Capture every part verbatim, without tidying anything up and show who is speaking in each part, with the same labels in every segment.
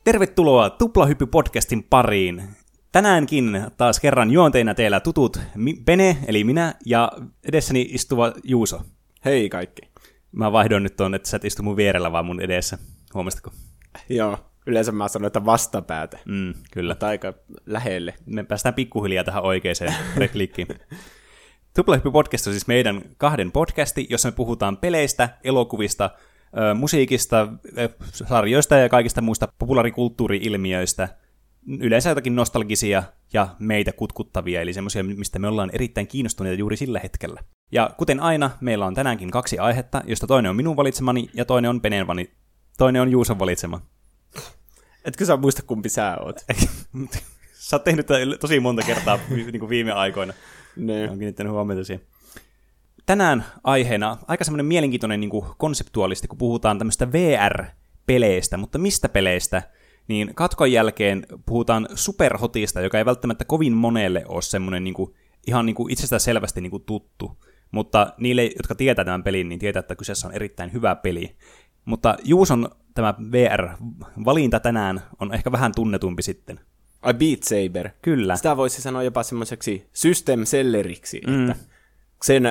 Speaker 1: Tervetuloa Tuplahyppy-podcastin pariin. Tänäänkin taas kerran juonteina teillä tutut Pene, eli minä, ja edessäni istuva Juuso.
Speaker 2: Hei kaikki.
Speaker 1: Mä vaihdoin nyt tuon, että sä et istu mun vierellä, vaan mun edessä. Huomasitko?
Speaker 2: Joo, yleensä mä sanon, että vastapäätä.
Speaker 1: Mm, kyllä.
Speaker 2: Mutta aika lähelle.
Speaker 1: Me päästään pikkuhiljaa tähän oikeaan repliikkiin. Tuplahyppy-podcast on siis meidän kahden podcasti, jossa me puhutaan peleistä, elokuvista, musiikista, sarjoista ja kaikista muista populaarikulttuuri-ilmiöistä, yleensä jotakin nostalgisia ja meitä kutkuttavia, eli semmoisia, mistä me ollaan erittäin kiinnostuneita juuri sillä hetkellä. Ja kuten aina, meillä on tänäänkin kaksi aihetta, josta toinen on minun valitsemani ja toinen on Penen vani, toinen on Juuson valitsema.
Speaker 2: Etkö sä muista, kumpi sä oot?
Speaker 1: Sä oot tehnyt tosi monta kertaa niin kuin viime aikoina.
Speaker 2: Ne.
Speaker 1: Olen kiinnittänyt huomiota siihen. Tänään aiheena aika semmoinen mielenkiintoinen niin kuin konseptuaalisti, kun puhutaan tämmöistä V R-peleistä, mutta mistä peleistä? Niin katkon jälkeen puhutaan Superhotista, joka ei välttämättä kovin monelle ole semmoinen niin kuin, ihan niin kuin itsestään selvästi niin kuin tuttu. Mutta niille, jotka tietää tämän pelin, niin tietää, että kyseessä on erittäin hyvä peli. Mutta Juuson tämä V R-valinta tänään on ehkä vähän tunnetumpi sitten.
Speaker 2: Ai Beat Saber.
Speaker 1: Kyllä.
Speaker 2: Sitä voisi sanoa jopa semmoiseksi system selleriksi,
Speaker 1: Mm.
Speaker 2: että sen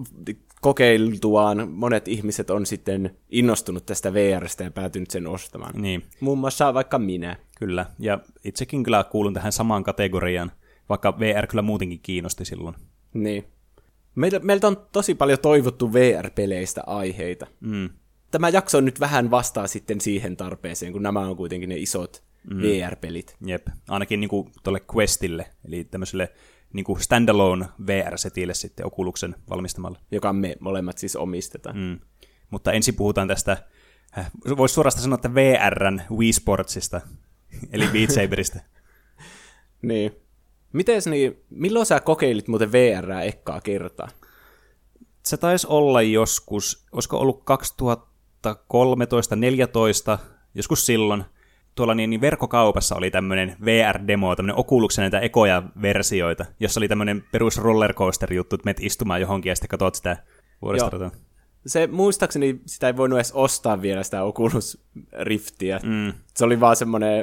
Speaker 2: kokeiltuaan monet ihmiset on sitten innostunut tästä V R:stä ja päätynyt sen ostamaan.
Speaker 1: Niin.
Speaker 2: Muun muassa vaikka minä.
Speaker 1: Kyllä, ja itsekin kyllä kuulun tähän samaan kategoriaan, vaikka V R kyllä muutenkin kiinnosti silloin.
Speaker 2: Niin. Meiltä, meiltä on tosi paljon toivottu V R-peleistä aiheita.
Speaker 1: Mm.
Speaker 2: Tämä jakso nyt vähän vastaa sitten siihen tarpeeseen, kun nämä on kuitenkin ne isot
Speaker 1: Mm.
Speaker 2: V R-pelit.
Speaker 1: Jep, ainakin niinku tuolle Questille, eli tämmöiselle niinku standalone V R-setille sitten Oculusen valmistamalla.
Speaker 2: Joka me molemmat siis omistetaan.
Speaker 1: Mm. Mutta ensin puhutaan tästä, voisi suorastaan sanoa, että V R:n Wii Sportsista, eli Beat Saberista.
Speaker 2: Niin. Mites niin, milloin sä kokeilit muuten V R:ää ekkaa kertaa?
Speaker 1: Se taisi olla joskus, olisiko ollut kaksituhattakolmetoista neljätoista, joskus silloin, tuolla niin, niin verkkokaupassa oli tämmöinen V R-demo, tämmöinen Oculuksen näitä ekoja versioita, jossa oli tämmöinen perus rollercoaster-juttu, että menet istumaan johonkin ja sitten katsot sitä vuoristorataa.
Speaker 2: Se muistaakseni sitä ei voinut edes ostaa vielä sitä Oculus Riftiä.
Speaker 1: Mm.
Speaker 2: Se oli vaan semmoinen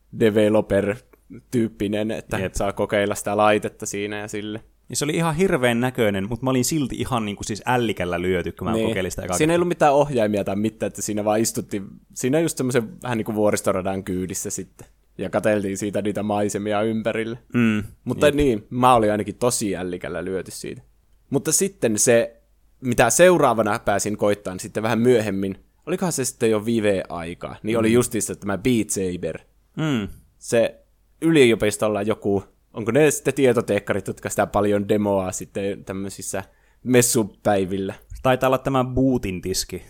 Speaker 2: developer-tyyppinen, että
Speaker 1: Jep.
Speaker 2: saa kokeilla sitä laitetta siinä ja sille.
Speaker 1: Ja se oli ihan hirveän näköinen, mutta mä olin silti ihan niin kuin siis ällikällä lyöty, kun mä
Speaker 2: Niin.
Speaker 1: kokeilin sitä.
Speaker 2: Siinä ei ollut mitään ohjaimia tai mitään, että siinä vaan istuttiin, siinä just semmoisen vähän niin kuin vuoristoradan kyydissä sitten. Ja katseltiin siitä niitä maisemia ympärille.
Speaker 1: Mm.
Speaker 2: Mutta
Speaker 1: Jep.
Speaker 2: niin, mä olin ainakin tosi ällikällä lyöty siitä. Mutta sitten se, mitä seuraavana pääsin koittamaan sitten vähän myöhemmin, olikohan se sitten jo vive-aikaa, niin mm. oli justiinsa tämä Beat Saber.
Speaker 1: Mm.
Speaker 2: Se yliopistolla joku, onko ne sitten tietoteekkarit, jotka sitä paljon demoaa sitten tämmöisissä messupäivillä.
Speaker 1: Taitaa olla tämä Bootin tiski.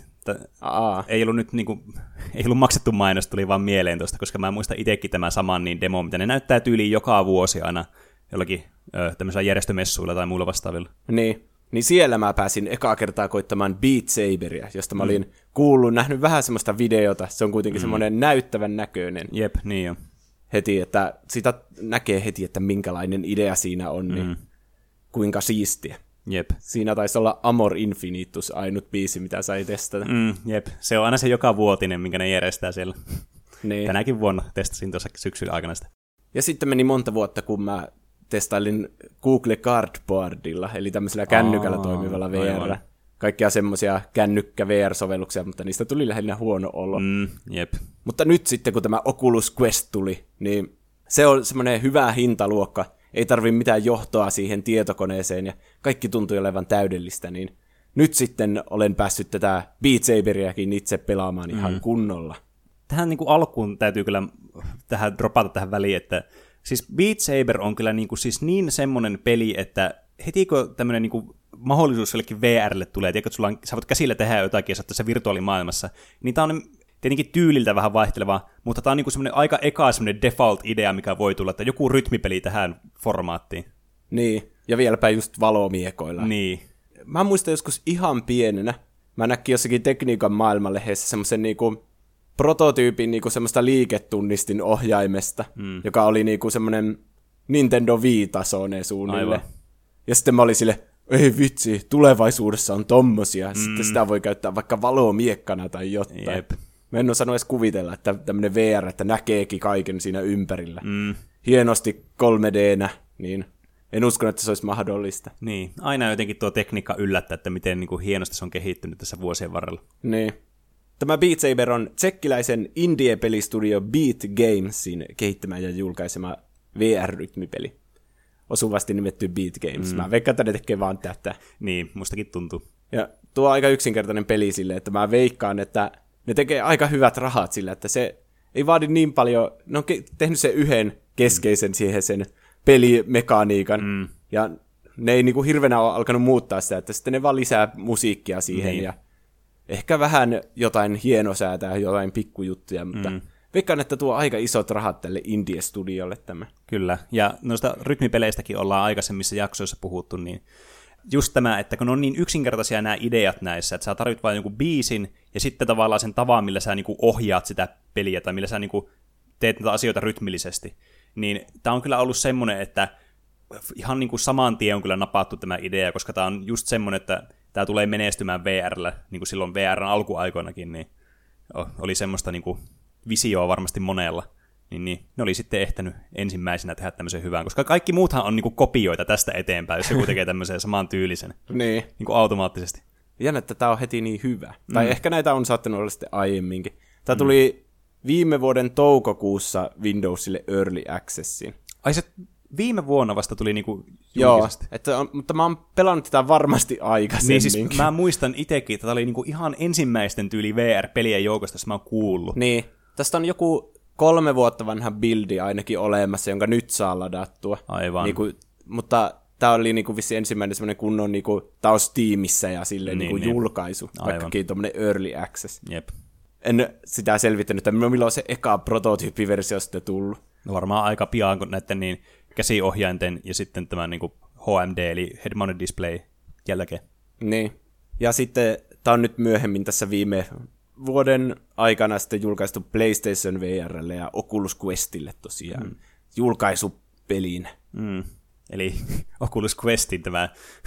Speaker 2: Aa.
Speaker 1: Ei ollut nyt niinku, ei ollut maksettu mainos, tuli vaan mieleen tuosta, koska mä muistan itsekin tämän saman niin demo, mitä ne näyttää tyyliin joka vuosi aina jollakin ö, tämmöisellä järjestömessuilla tai muilla vastaavilla.
Speaker 2: Niin. Niin siellä mä pääsin ekaa kertaa koittamaan Beat Saberia, josta mä olin mm. kuullut, nähnyt vähän semmoista videota. Se on kuitenkin mm. semmoinen näyttävän näköinen.
Speaker 1: Jep, niin jo.
Speaker 2: Heti, että sitä näkee heti, että minkälainen idea siinä on, niin
Speaker 1: Mm.
Speaker 2: kuinka siistiä.
Speaker 1: Jep.
Speaker 2: Siinä taisi olla Amor Infinitus ainut biisi, mitä sai testata.
Speaker 1: Mm, jep, se on aina se joka vuotinen, minkä ne järjestää siellä.
Speaker 2: Niin.
Speaker 1: Tänäkin vuonna testasin tuossa syksyn aikana sitä.
Speaker 2: Ja sitten meni monta vuotta, kun mä testailin Google Cardboardilla, eli tämmöisellä kännykällä
Speaker 1: Aa,
Speaker 2: toimivalla V
Speaker 1: aivan.
Speaker 2: R. Kaikkia semmoisia kännykkä-V R-sovelluksia, mutta niistä tuli lähinnä huono olo.
Speaker 1: Mm, jep.
Speaker 2: Mutta nyt sitten, kun tämä Oculus Quest tuli, niin se on semmoinen hyvä hintaluokka. Ei tarvi mitään johtoa siihen tietokoneeseen ja kaikki tuntui olevan täydellistä, niin nyt sitten olen päässyt tätä Beat Saberiakin itse pelaamaan ihan mm. kunnolla.
Speaker 1: Tähän niin kuin alkuun täytyy kyllä tähän dropata tähän väliin, että siis Beat Saber on kyllä niin, kuin siis niin semmoinen peli, että heti kun tämmöinen niin kuin mahdollisuus jollekin V R:lle tulee, tiedätkö, että sulla on, sä voit käsillä tehdä jotakin ja sä oot tässä virtuaalimaailmassa, niin tää on tietenkin tyyliltä vähän vaihtelevaa, mutta tää on niin kuin semmoinen aika eka semmoinen default-idea, mikä voi tulla, että joku rytmipeli tähän formaattiin.
Speaker 2: Niin, ja vieläpä just valomiekoilla.
Speaker 1: Niin.
Speaker 2: Mä muistan joskus ihan pienenä, mä näkin jossakin tekniikan maailmanlehdessä semmoisen niinku prototyypin niinku semmoista liiketunnistin ohjaimesta, mm. joka oli niinku semmoinen Nintendo Wii-tasoinen suunnilleen. Aivan. Ja sitten mä olin sille, ei vitsi, tulevaisuudessa on tommosia. Mm. Sitten sitä voi käyttää vaikka valomiekkana tai jotain.
Speaker 1: Jep.
Speaker 2: Mä en osannut edes kuvitella, että tämmöinen V R, että näkeekin kaiken siinä ympärillä.
Speaker 1: Mm.
Speaker 2: Hienosti kolme D-nä, niin en usko, että se olisi mahdollista.
Speaker 1: Niin, aina jotenkin tuo tekniikka yllättää, että miten niin kuin hienosti se on kehittynyt tässä vuosien varrella.
Speaker 2: Niin. Tämä Beat Saber on tsekkiläisen indie-pelistudio Beat Gamesin kehittämä ja julkaisema V R-rytmipeli. Osuvasti nimetty Beat Games. Mm. Mä veikkaan, että ne tekee vaan tätä.
Speaker 1: Niin, mustakin tuntuu.
Speaker 2: Ja tuo on aika yksinkertainen peli sille, että mä veikkaan, että ne tekee aika hyvät rahat sillä, että se ei vaadi niin paljon, ne on ke- tehnyt sen yhden keskeisen mm. siihen sen pelimekaniikan, mm. ja ne ei niinku hirveänä ole alkanut muuttaa sitä, että sitten ne vaan lisää musiikkia siihen, niin. Ja ehkä vähän jotain hienosäätää, jotain pikkujuttuja, mutta mm. veikkaan, että tuo aika isot rahat tälle indie-studiolle tämä.
Speaker 1: Kyllä, ja noista rytmipeleistäkin ollaan aikaisemmissa jaksoissa puhuttu, niin just tämä, että kun on niin yksinkertaisia nämä ideat näissä, että sä tarvit vain jonkun biisin, ja sitten tavallaan sen tavan, millä sä niinku ohjaat sitä peliä, tai millä sä niinku teet näitä asioita rytmillisesti, niin tämä on kyllä ollut semmoinen, että ihan niinku saman tien on kyllä napattu tämä idea, koska tämä on just semmoinen, että tämä tulee menestymään V R:llä, niin kuin silloin V R:n alkuaikoinakin, niin oli semmoista niinku visioa varmasti monella. Niin, niin, ne oli sitten ehtänyt ensimmäisenä tehdä tämmöisen hyvän, koska kaikki muuthan on niinku kopioita tästä eteenpäin, jos joku tekee tämmöisen saman tyylisen.
Speaker 2: Niin.
Speaker 1: Niinku automaattisesti.
Speaker 2: Jännä, että tämä on heti niin hyvä. Mm. Tai ehkä näitä on saattanut olla sitten aiemminkin. Tämä mm. tuli viime vuoden toukokuussa Windowsille Early Accessiin.
Speaker 1: Ai se viime vuonna vasta tuli niinku
Speaker 2: julkisesti? Joo, että on, mutta mä oon pelannut tätä varmasti aikaisemmin.
Speaker 1: Niin siis mä muistan itsekin, että tämä oli niinku ihan ensimmäisten tyyli V R-pelien joukosta, jossa mä oon kuullut.
Speaker 2: Niin, tästä on joku kolme vuotta vanha buildi ainakin olemassa, jonka nyt saa ladattua.
Speaker 1: Aivan.
Speaker 2: Niinku, mutta tämä oli niinku vissi ensimmäinen semmoinen kunnon, niinku, tää on Steamissa ja silleen niin, niinku niin. julkaisu, Aivan. vaikkakin tommonen early access.
Speaker 1: Jep.
Speaker 2: En sitä selvittänyt, että milloin on se eka prototyyppiversio sitten tullut.
Speaker 1: No varmaan aika pian, kun näiden niin käsiohjainten ja sitten tämän niin H M D, eli Head Mounted Display, jälkeen.
Speaker 2: Niin. Ja sitten tämä on nyt myöhemmin tässä viime vuoden aikana sitten julkaistu PlayStation V R:lle ja Oculus Questille tosiaan mm. julkaisupeliin.
Speaker 1: Mm. Eli Oculus Questin tämä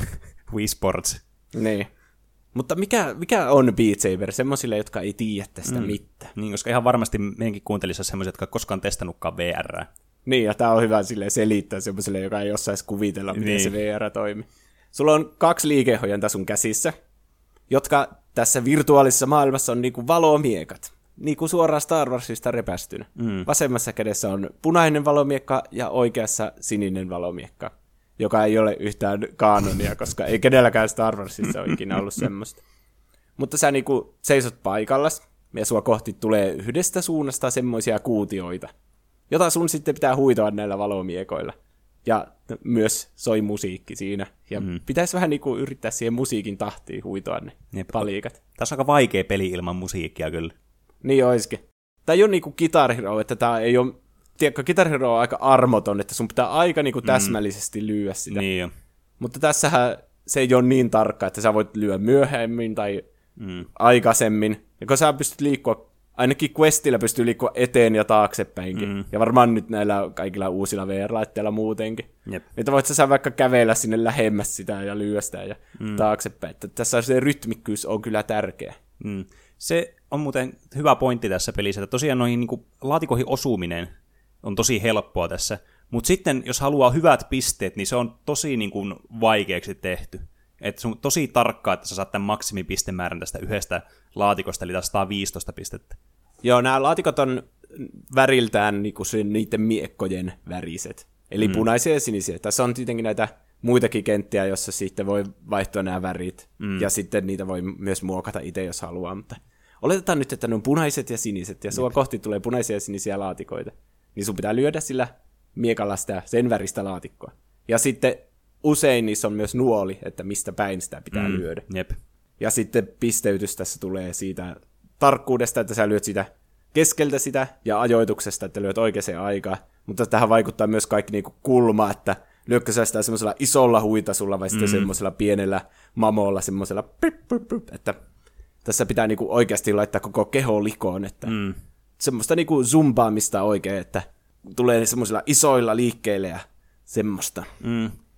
Speaker 1: Wii Sports.
Speaker 2: Niin. Mutta mikä, mikä on Beat Saber semmoisille, jotka ei tiedä tästä mm. mitään?
Speaker 1: Niin, koska ihan varmasti meidänkin kuuntelissa semmoisia, jotka ei koskaan testannutkaan V R.
Speaker 2: Niin, ja tämä on hyvä silleen selittää semmoiselle, joka ei osaisi kuvitella, miten
Speaker 1: niin.
Speaker 2: se V R toimii. Sulla on kaksi liikehoidinta sun käsissä, jotka tässä virtuaalisessa maailmassa on niinku valomiekat. Niinku suoraan Star Warsista repästynä. Mm. Vasemmassa kädessä on punainen valomiekka ja oikeassa sininen valomiekka, joka ei ole yhtään kaanonia, koska ei kenelläkään Star Warsissa ole ikinä ollut semmoista. Mutta sä niinku seisot paikallas, ja sua kohti tulee yhdestä suunnasta semmoisia kuutioita, jota sun sitten pitää huitoa näillä valomiekoilla. Ja myös soi musiikki siinä. Ja mm. pitäisi vähän niinku yrittää siihen musiikin tahtiin huitoa ne Jep. paliikat.
Speaker 1: Tässä on aika vaikea peli ilman musiikkia kyllä.
Speaker 2: Niin olisikin. Tämä ei ole niinku Guitar Hero, että tämä ei ole... Tiedätkö, Guitar Hero on aika armoton, että sun pitää aika niinku täsmällisesti mm. lyödä sitä.
Speaker 1: Niin jo.
Speaker 2: Mutta tässähän se ei ole niin tarkka, että sä voit lyödä myöhemmin tai mm. aikaisemmin. Ja kun sä pystyt liikkua, ainakin Questillä pystyy liikkua eteen ja taaksepäinkin. Mm. Ja varmaan nyt näillä kaikilla uusilla V R-laitteilla muutenkin. Jep. Niitä voit sä vaikka kävellä sinne lähemmäs sitä ja lyödä sitä ja mm. taaksepäin. Että tässä se rytmikkyys on kyllä tärkeä.
Speaker 1: Mm. Se on muuten hyvä pointti tässä pelissä, että tosiaan noihin niin kuin laatikoihin osuminen on tosi helppoa tässä. Mutta sitten, jos haluaa hyvät pisteet, niin se on tosi niin kuin vaikeaksi tehty. Että se on tosi tarkkaa, että sä saat tämän maksimipistemäärän tästä yhdestä laatikosta, eli sata viisitoista pistettä.
Speaker 2: Joo, nämä laatikot on väriltään niinku se, niiden miekkojen väriset. Eli mm. punaisia ja sinisiä. Tässä on tietenkin näitä muitakin kenttiä, jossa sitten voi vaihtua nämä värit. Mm. Ja sitten niitä voi myös muokata itse, jos haluaa. Mutta oletetaan nyt, että ne on punaiset ja siniset, ja sua Jep. kohti tulee punaisia ja sinisiä laatikoita. Niin sun pitää lyödä sillä miekalla sitä sen väristä laatikkoa. Ja sitten usein niissä on myös nuoli, että mistä päin sitä pitää mm. lyödä.
Speaker 1: Jep.
Speaker 2: Ja sitten pisteytys tässä tulee siitä tarkkuudesta, että sä lyöt sitä keskeltä sitä, ja ajoituksesta, että lyöt oikeaan aikaan. Mutta tähän vaikuttaa myös kaikki niinku kulma, että lyökkö sä sitä semmoisella isolla huitasulla vai sitten mm. semmoisella pienellä mamolla, semmoisella pip, pip, pip, että tässä pitää niinku oikeasti laittaa koko keho likoon, että mm. semmoista niinku zumbaamista oikein, että tulee semmoisilla isoilla liikkeillä ja semmoista.
Speaker 1: Mm.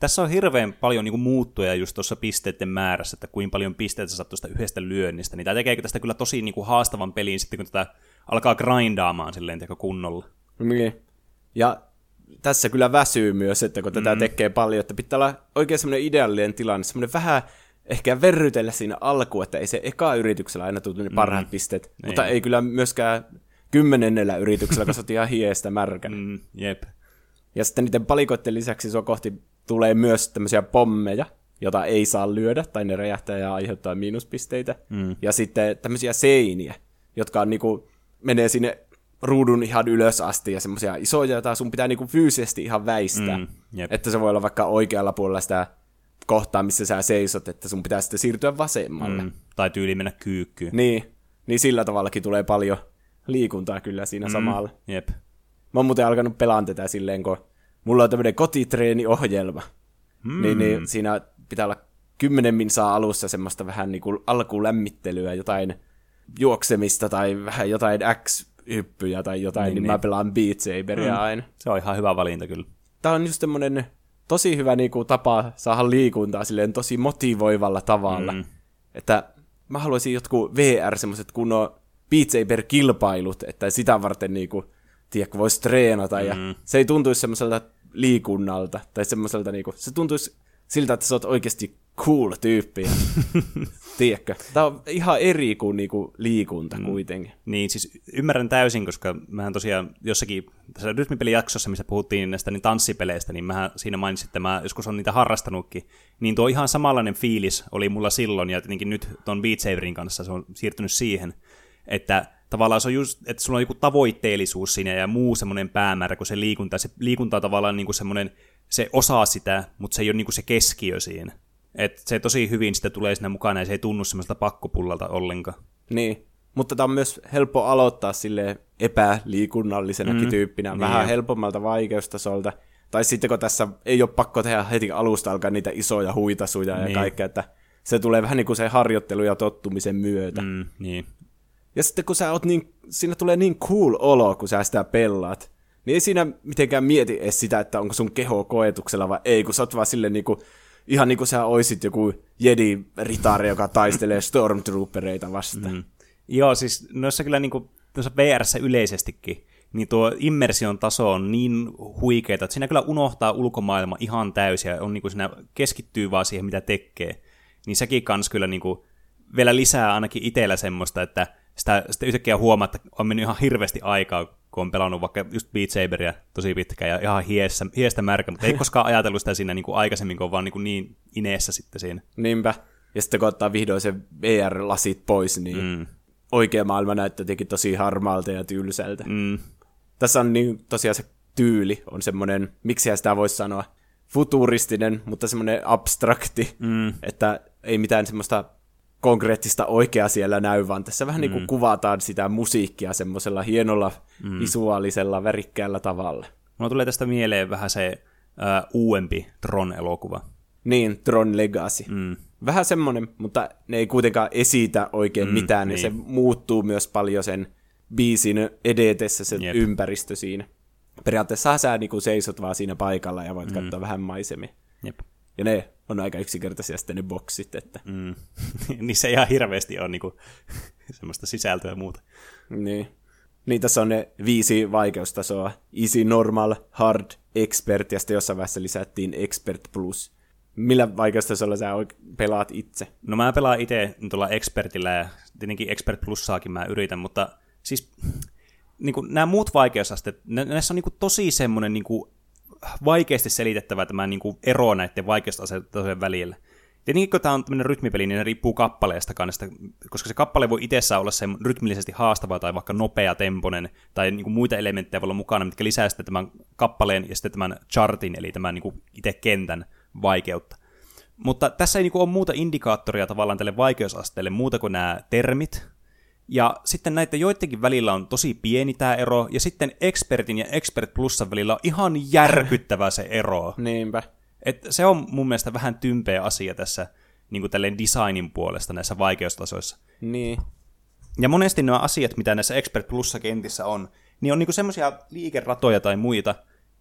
Speaker 1: Tässä on hirveän paljon niinku muuttuja just tuossa pisteiden määrässä, että kuinka paljon pisteitä sä saat tuosta yhdestä lyönnistä. Niin tämä tekee tästä kyllä tosi niinku haastavan peliin sitten, kun tätä alkaa grindaamaan silleen teko kunnolla.
Speaker 2: Niin. Ja tässä kyllä väsyy myös, että kun tätä mm. tekee paljon, että pitää olla oikein semmoinen ideaalinen tilanne, semmoinen vähän ehkä verrytellä siinä alkuun, että ei se eka yrityksellä aina tule ne parhaat mm. pisteet, ei. Mutta ei kyllä myöskään kymmenennellä yrityksellä, koska olet ihan hiestä märkänä.
Speaker 1: Mm, jep.
Speaker 2: Ja sitten niiden palikoiden lisäksi sua kohti tulee myös tämmöisiä pommeja, jota ei saa lyödä, tai ne räjähtää ja aiheuttaa miinuspisteitä. Mm. Ja sitten tämmöisiä seiniä, jotka on niinku, menee sinne ruudun ihan ylös asti, ja semmoisia isoja, joita sun pitää niinku fyysisesti ihan väistää. Mm, että se voi olla vaikka oikealla puolella sitä kohtaa, missä sä seisot, että sun pitää sitten siirtyä vasemmalle. Mm,
Speaker 1: tai tyyli mennä kyykkyyn.
Speaker 2: Niin, niin sillä tavallakin tulee paljon liikuntaa kyllä siinä mm, samalla.
Speaker 1: Jep.
Speaker 2: Mä oon muuten alkanut pelaan tätä silleen, kun mulla on tämmöinen kotitreeniohjelma. Mm. Niin, niin siinä pitää olla kymmenen minsaa alussa semmoista vähän niin kuin alkulämmittelyä, jotain juoksemista tai vähän jotain X-hyppyjä tai jotain, niin, niin, niin mä pelaan Beat Saberia mm. aina.
Speaker 1: Se on ihan hyvä valinta kyllä.
Speaker 2: Tää on just semmoinen tosi hyvä niin kuin, tapa saada liikuntaa silleen tosi motivoivalla tavalla. Mm. Että mä haluaisin jotkut V R, semmoiset kunnon Beat Saber-kilpailut, että sitä varten niin kuin, tiedätkö, voisi treenata. Mm. Ja se ei tuntuisi semmoiselta liikunnalta. Tai semmoiselta, niin kuin, se tuntuisi siltä, että sä oot oikeasti cool tyyppi. Tiedätkö? Tää on ihan eri kuin niinku liikunta mm. kuitenkin.
Speaker 1: Niin, siis ymmärrän täysin, koska mähän tosiaan jossakin tässä rytmipelijaksossa, missä puhuttiin näistä niin tanssipeleistä, niin mähän siinä mainitsin, että mä joskus on niitä harrastanutkin, niin tuo ihan samanlainen fiilis oli mulla silloin, ja tietenkin nyt ton Beat Saberin kanssa se on siirtynyt siihen, että tavallaan se on just, että sulla on joku tavoitteellisuus siinä ja muu semmoinen päämäärä, kun se liikunta, se liikunta on tavallaan niinku semmoinen, se osaa sitä, mutta se ei ole niinku se keskiö siinä. Että se tosi hyvin sitä tulee siinä mukana ja se ei tunnu semmoista pakkopullalta ollenkaan.
Speaker 2: Niin, mutta tämä on myös helppo aloittaa silleen epäliikunnallisenakin mm, tyyppinä, niin vähän jo. helpommalta vaikeustasolta. Tai sitten kun tässä ei ole pakko tehdä heti alusta alkaa niitä isoja huitasuja niin. ja kaikkea, että se tulee vähän niin kuin se harjoittelu ja tottumisen myötä.
Speaker 1: Mm, niin.
Speaker 2: Ja sitten kun sä oot niin, siinä tulee niin cool olo, kun sä sitä pelaat, niin ei siinä mitenkään mieti edes sitä, että onko sun keho koetuksella vai ei, kun sä oot vaan silleen niin kuin ihan niin kuin sä oisit joku Jedi-ritari, joka taistelee Stormtroopereita vastaan. Mm.
Speaker 1: Joo, siis noissa kyllä niin kuin, tuossa V R:ssä yleisestikin, niin tuo immersion taso on niin huikeeta, että siinä kyllä unohtaa ulkomaailma ihan täysin ja on, niin kuin siinä keskittyy vaan siihen, mitä tekee. Niin sekin kans kyllä niin kuin, vielä lisää ainakin itsellä semmoista, että sitä, sitä yhtäkkiä huomaa, että on mennyt ihan hirveästi aikaa, kun on pelannut vaikka just Beat Saberia tosi pitkään ja ihan hiessä, hiestä märkä, mutta ei koskaan ajatellut sitä siinä niin kuin aikaisemmin, kun on vaan niin, kuin niin ineessä sitten siinä.
Speaker 2: Niinpä. Ja sitten kun ottaa vihdoin se V R-lasit pois, niin mm. oikea maailma näyttää jotenkin tosi harmaalta ja tylsältä. Mm. Tässä on niin tosiaan se tyyli, on semmoinen, miksi sitä voisi sanoa, futuristinen, mutta semmoinen abstrakti, mm. että ei mitään semmoista konkreettista oikeaa siellä näy, vaan tässä vähän mm. niin kuin kuvataan sitä musiikkia semmoisella hienolla, mm. visuaalisella, värikkäällä tavalla.
Speaker 1: Mulla tulee tästä mieleen vähän se uh, uudempi Tron-elokuva.
Speaker 2: Niin, Tron Legacy. Mm. Vähän semmoinen, mutta ne ei kuitenkaan esitä oikein mm, mitään, niin. Se muuttuu myös paljon sen biisin edetessä se Jep. ympäristö siinä. Periaatteessa sä niin kuin seisot vaan siinä paikalla ja voit mm. katsoa vähän maisemia.
Speaker 1: Jep.
Speaker 2: Ja ne on aika yksinkertaisia sitten ne boksit. Että.
Speaker 1: Mm. Niissä ihan hirveästi on niinku semmoista sisältöä ja muuta.
Speaker 2: Niin. Niin tässä on ne viisi vaikeustasoa. Easy, normal, hard, expert ja sitten jossain vaiheessa lisättiin expert plus. Millä vaikeustasolla sä pelaat itse?
Speaker 1: No mä pelaan itse tuolla expertillä ja tietenkin expert plussaakin mä yritän, mutta siis niinku, nämä muut vaikeusasteet, näissä on niinku tosi semmoinen niinku vaikeasti selitettävä tämä niin kuin ero näiden vaikeustasojen välillä. Tietenkin kun tämä on tämmöinen rytmipeli, niin ne riippuu kappaleesta kannesta, koska se kappale voi itsessään olla se rytmillisesti haastava tai vaikka nopea temponen, tai niin kuin muita elementtejä voi olla mukana, mitkä lisää sitten tämän kappaleen ja sitten tämän chartin, eli tämän niin kuin itse kentän vaikeutta. Mutta tässä ei niin kuin ole muuta indikaattoria tavallaan tälle vaikeusasteelle, muuta kuin nämä termit. Ja sitten näiden joidenkin välillä on tosi pieni tämä ero, ja sitten Expertin ja Expert Plusan välillä on ihan järkyttävä se ero.
Speaker 2: Niinpä.
Speaker 1: Et se on mun mielestä vähän tympeä asia tässä niin kuin tälleen designin puolesta näissä vaikeustasoissa.
Speaker 2: Niin.
Speaker 1: Ja monesti nämä asiat, mitä näissä Expert Plussa-kentissä on, niin on niin kuin semmoisia liikeratoja tai muita,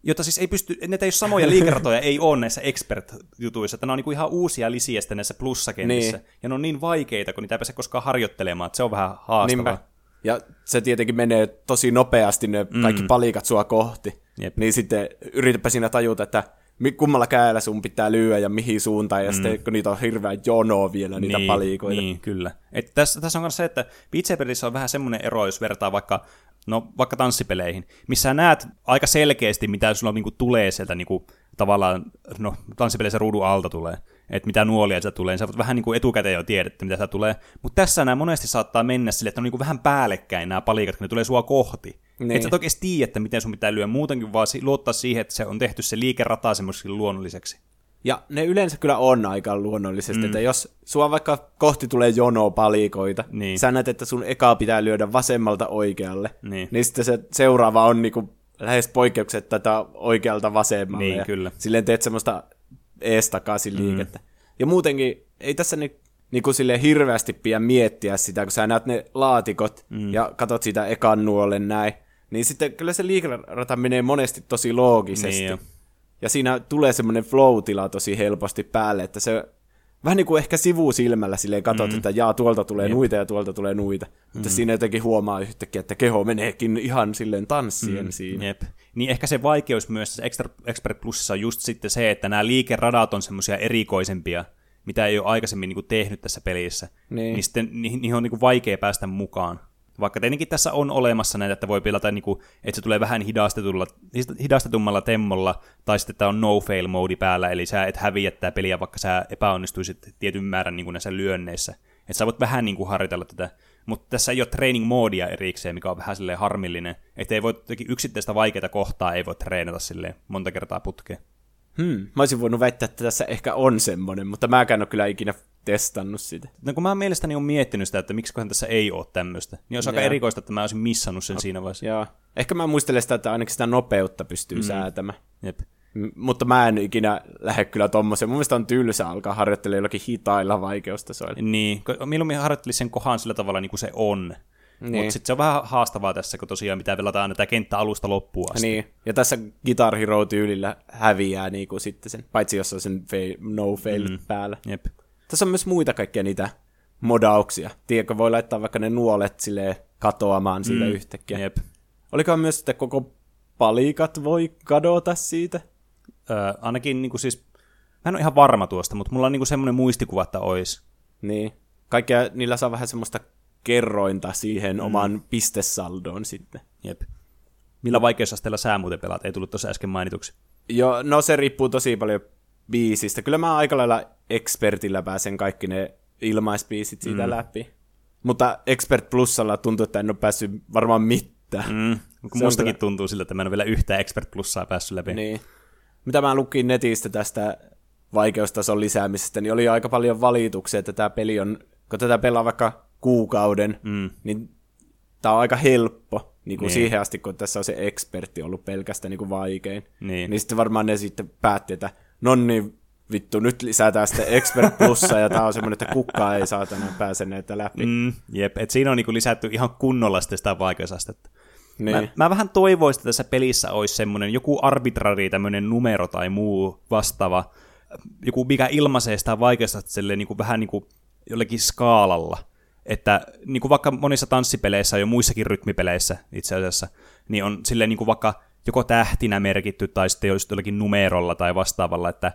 Speaker 1: jota siis ei pysty, ne ei ole samoja liikeratoja, ei ole näissä expert-jutuissa, että ne on niinku ihan uusia lisiä sitten näissä plussakentissä, niin. Ja ne on niin vaikeita, kun niitä ei pääse koskaan harjoittelemaan, että se on vähän haastavaa. Niinpä.
Speaker 2: Ja se tietenkin menee tosi nopeasti ne kaikki mm. palikat sua kohti, Jep. Niin sitten yritäpä siinä tajuta, että kummalla kädellä sun pitää lyödä ja mihin suuntaan, ja mm. sitten kun niitä on hirveän jonoa vielä, niitä
Speaker 1: niin,
Speaker 2: palikoita.
Speaker 1: Niin, kyllä. Et tässä, tässä on myös se, että Beat Saberissä on vähän semmoinen ero, jos vertaa vaikka, no, vaikka tanssipeleihin, missä näet aika selkeästi, mitä sulla niinku tulee sieltä niinku, tavallaan, no, tanssipeleissä ruudun alta tulee, että mitä nuolia sieltä tulee, niin sä voit vähän niinku etukäteen jo tiedettä, mitä sieltä tulee, mutta tässä nämä monesti saattaa mennä sille, että on niinku vähän päällekkäin nämä palikat, kun ne tulee sua kohti. Niin. Et sä et oikeasti tiedä, että miten sun pitää lyödä muutenkin, vaan luottaa siihen, että se on tehty se liikerata semmoiseksi luonnolliseksi.
Speaker 2: Ja ne yleensä kyllä on aika luonnollisesti, mm. että jos sua vaikka kohti tulee jono palikoita, niin. Sä näet, että sun ekaa pitää lyödä vasemmalta oikealle, niin, niin sitten se seuraava on niinku lähes poikkeuksetta tätä oikealta vasemmalle.
Speaker 1: Niin,
Speaker 2: ja
Speaker 1: kyllä.
Speaker 2: Silleen teet semmoista eestakaisin liikettä. Mm. Ja muutenkin ei tässä ni, niinku silleen hirveästi pidä miettiä sitä, kun sä näet ne laatikot mm. ja katot sitä ekan nuolen näin, niin sitten kyllä se liikerata menee monesti tosi loogisesti. Niin, ja siinä tulee semmoinen flow-tila tosi helposti päälle, että se vähän niin kuin ehkä sivusilmällä silleen katsot, mm. että jaa, tuolta tulee Jep. nuita ja tuolta tulee nuita. Mm. Mutta siinä jotenkin huomaa yhtäkkiä, että keho meneekin ihan silleen tanssien mm. siinä.
Speaker 1: Jep. Niin ehkä se vaikeus myös tässä Expert Plusissa on just sitten se, että nämä liikeradat on semmoisia erikoisempia, mitä ei ole aikaisemmin niin kuin tehnyt tässä pelissä. Niin, niin sitten niihin on niin kuin vaikea päästä mukaan. Vaikka tietenkin tässä on olemassa näitä, että voi pelata, niin kuin, että se tulee vähän hidastetulla, hidastetummalla temmolla, tai sitten tämä on no-fail-moodi päällä, eli sä et häviä tätä peliä, vaikka sä epäonnistuisit tietyn määrän niin kuin näissä lyönneissä. Että sä voit vähän niin kuin harjoitella tätä, mutta tässä ei ole training-moodia erikseen, mikä on vähän silleen harmillinen, että ei voi yksittäistä vaikeaa kohtaa, ei voi treenata silleen monta kertaa putkeen.
Speaker 2: Hmm. Mä olisin voinut väittää, että tässä ehkä on semmoinen, mutta mäkään ole kyllä ikinä testannut sitä.
Speaker 1: No kun mä mielestäni on miettinyt sitä, että miksiköhän tässä ei ole tämmöistä, niin olisi aika erikoista, että mä olisin missannut sen okay. siinä vaiheessa.
Speaker 2: Joo. Ehkä mä muistelen sitä, että ainakin sitä nopeutta pystyy mm. säätämään.
Speaker 1: Jep.
Speaker 2: M- mutta mä en ikinä lähde kyllä tommoseen. Mun mielestä on tylsä alkaa harjoittelemaan jollakin hitailla vaikeustasoilla.
Speaker 1: Niin, mieluummin harjoittelisi sen kohan sillä tavalla niin kuin se on. Niin. Mutta sitten se on vähän haastavaa tässä, kun tosiaan pitää pelata aina tätä kenttä alusta loppuun asti.
Speaker 2: Niin, ja tässä Guitar Hero-tyylillä häviää niin kuin sitten sen, paitsi jos on sen fail, no-fail mm. päällä.
Speaker 1: Jep.
Speaker 2: Tässä on myös muita kaikkia niitä modauksia. Tiedätkö, voi laittaa vaikka ne nuolet silleen katoamaan siitä mm. yhtäkkiä.
Speaker 1: Jep.
Speaker 2: Olikohan myös, että koko palikat voi kadota siitä?
Speaker 1: Öö, ainakin niin kuin siis, mä en ole ihan varma tuosta, mutta mulla on niin kuin semmoinen muistikuva, että olisi.
Speaker 2: Niin, kaikkea niillä saa vähän semmoista kerrointa siihen mm. oman pistesaldoon sitten.
Speaker 1: Jep. Millä vaikeusasteella sä muuten pelaat? Ei tullut tuossa äsken mainituksi.
Speaker 2: Joo, no se riippuu tosi paljon biisistä. Kyllä mä aika lailla expertillä pääsen kaikki ne ilmaisbiisit siitä mm. läpi. Mutta Expert Plusalla tuntuu, että en ole päässyt varmaan mitään.
Speaker 1: Mm. Mustakin kyllä tuntuu siltä, että mä en ole vielä yhtään Expert Plussaa päässyt läpi.
Speaker 2: Niin. Mitä mä lukin netistä tästä vaikeustason lisäämisestä, niin oli aika paljon valituksia, että tämä peli on, kun tätä pelaa vaikka kuukauden, mm. niin tää on aika helppo, niin kuin niin. siihen asti, kun tässä on se ekspertti ollut pelkästään niin kuin vaikein.
Speaker 1: Niin.
Speaker 2: niin sitten varmaan ne sitten päätti, että no niin, vittu, nyt lisätään sitten Expert Plussa, ja tää on semmoinen, että kukaan ei saatana pääse näitä läpi.
Speaker 1: Mm, jep, että siinä on niin kuin lisätty ihan kunnolla sitä vaikeusastetta.
Speaker 2: Niin.
Speaker 1: Mä, mä vähän toivoisin, että tässä pelissä olisi semmoinen joku arbitrari tämmöinen numero tai muu vastaava, joku mikä ilmaisee sitä vaikeusastetta niin kuin vähän niin kuin jollekin skaalalla. Että niin kuin vaikka monissa tanssipeleissä ja muissakin rytmipeleissä itse asiassa, niin on silleen niin kuin vaikka joko tähtinä merkitty tai sitten just jollakin numerolla tai vastaavalla, että,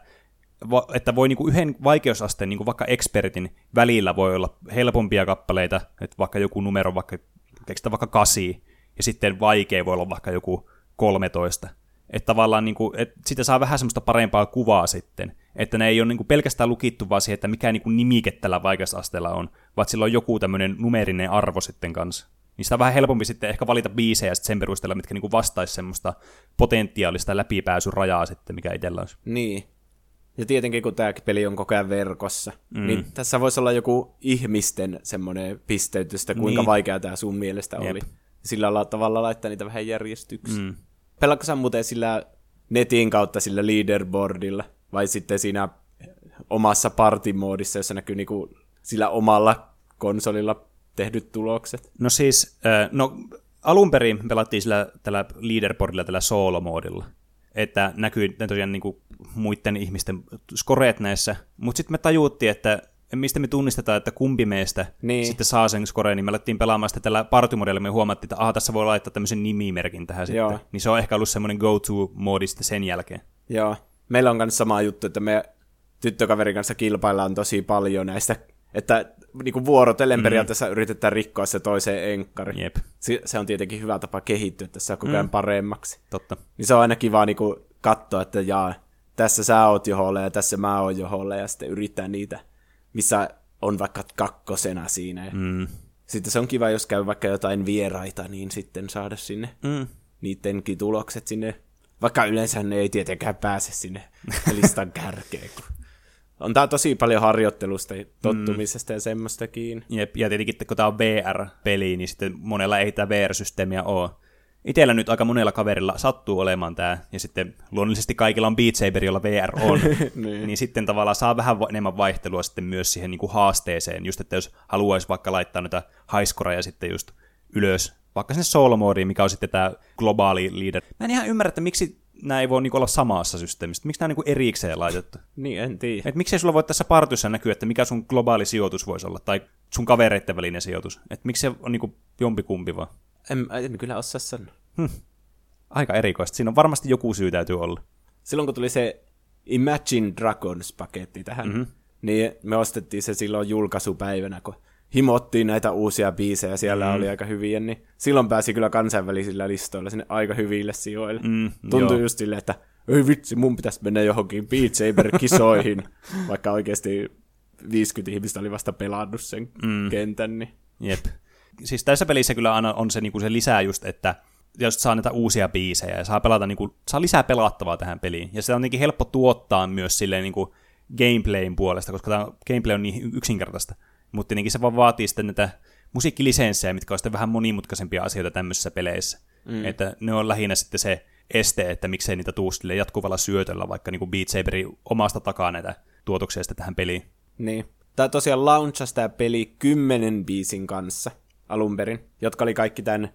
Speaker 1: että voi niin kuin yhden vaikeusasteen, niin kuin vaikka expertin välillä voi olla helpompia kappaleita, että vaikka joku numero, vaikka keksitään vaikka kasi, ja sitten vaikea voi olla vaikka joku kolmetoista. Että tavallaan niin kuin, että sitä saa vähän semmoista parempaa kuvaa sitten, että ne ei ole niin kuin pelkästään lukittu vaan siihen, että mikä niin kuin nimike tällä vaikeusasteella on, vaan sillä on joku tämmöinen numerinen arvo sitten kanssa. Niin sitä on vähän helpompi sitten ehkä valita biisejä sitten sen perusteella, mitkä niin kuin vastaisi semmoista potentiaalista läpipääsyrajaa sitten, mikä itsellä olisi.
Speaker 2: Niin. Ja tietenkin, kun tämä peli on koko ajan verkossa, mm. niin tässä voisi olla joku ihmisten semmoinen pisteytys, että kuinka niin vaikea tämä sun mielestä Jep. oli. Sillä tavalla laittaa niitä vähän järjestyksiä. Mm. Pelaatko sä muuten sillä netin kautta sillä leaderboardilla, vai sitten siinä omassa party-moodissa, jossa näkyy niinku sillä omalla konsolilla tehdyt tulokset?
Speaker 1: No siis, no alun perin pelattiin sillä tällä leaderboardilla, tällä solo-moodilla. että näkyy tosiaan niin kuin muiden ihmisten skoreet näissä, mutta sitten me tajuttiin, että mistä me tunnistetaan, että kumpi meistä niin. sitten saa sen skoreen, niin me alettiin pelaamaan sitä tällä partymodella, me huomattiin, että aha, tässä voi laittaa tämmöisen nimimerkin tähän Joo. sitten. Niin se on ehkä ollut semmoinen go-to-moodi sitten sen jälkeen.
Speaker 2: Joo. Meillä on myös sama juttu, että me tyttökaverin kanssa kilpaillaan tosi paljon näistä, että niinku vuorotellen mm. periaatteessa yritetään rikkoa se toiseen enkkari.
Speaker 1: Jep.
Speaker 2: Se, se on tietenkin hyvä tapa kehittyä tässä koko ajan mm. paremmaksi.
Speaker 1: Totta.
Speaker 2: Niin se on aina kiva niinku katsoa, että jaa, tässä sä oot joholle ja tässä mä oon joholle, ja sitten yrittää niitä, missä on vaikka kakkosena siinä. Ja mm. sitten se on kiva, jos käy vaikka jotain vieraita, niin sitten saada sinne mm. niidenkin tulokset sinne. Vaikka yleensä ne ei tietenkään pääse sinne listan kärkeen. On tää tosi paljon harjoittelusta, tottumisesta mm. ja semmoistakin.
Speaker 1: Jep, ja tietenkin kun tää on V R-peli, niin sitten monella ei tää V R-systeemiä ole. Itellä nyt aika monella kaverilla sattuu olemaan tää, ja sitten luonnollisesti kaikilla on Beat Saber, jolla V R on, niin. niin sitten tavallaan saa vähän enemmän vaihtelua sitten myös siihen niin kuin haasteeseen, just että jos haluaisi vaikka laittaa noita highscoreja sitten just ylös, vaikka sinne solo-moodiin, mikä on sitten tämä globaali leader. Mä en ihan ymmärrä, että miksi nämä ei voi niinku olla samassa systeemissä, miksi nämä on niinku erikseen laitettu.
Speaker 2: Niin, en tiedä.
Speaker 1: Et miksei sulla voi tässä partyssa näkyä, että mikä sun globaali sijoitus voisi olla, tai sun kavereiden välinen sijoitus. Et miksi se on niinku jompikumpi vaan?
Speaker 2: En, en kyllä osaa sanoa.
Speaker 1: Hm. Aika erikoista. Siinä on varmasti joku syy täytyy olla.
Speaker 2: Silloin kun tuli se Imagine Dragons-paketti tähän, mm-hmm. niin me ostettiin se silloin julkaisupäivänä, kun himottiin näitä uusia biisejä, siellä mm. oli aika hyviä, niin silloin pääsi kyllä kansainvälisillä listoilla sinne aika hyville sijoille. Mm, Tuntui joo. just silleen, että ei vitsi, mun pitäisi mennä johonkin Beat Saber-kisoihin, vaikka oikeasti viisikymmentä ihmistä oli vasta pelannut sen mm. kentän. Niin.
Speaker 1: Jep. Siis tässä pelissä kyllä aina on se, niinku se lisää just, että jos saa näitä uusia biisejä ja saa, pelata, niinku, saa lisää pelattavaa tähän peliin. Ja se on niin helppo tuottaa myös silleen niinku gameplayn puolesta, koska tämä gameplay on niin yksinkertaista. Mutta tietenkin se vaan vaatii sitten näitä musiikkilisenssejä, mitkä on sitten vähän monimutkaisempia asioita tämmöisissä peleissä. Mm. Että ne on lähinnä sitten se este, että miksei niitä tuu jatkuvalla syötöllä, vaikka niin kuin Beat Saberin omasta takaa näitä tuotoksia sitten tähän peliin.
Speaker 2: Niin. Tämä tosiaan launchasi tämä peli kymmenen biisin kanssa alun perin, jotka oli kaikki tämän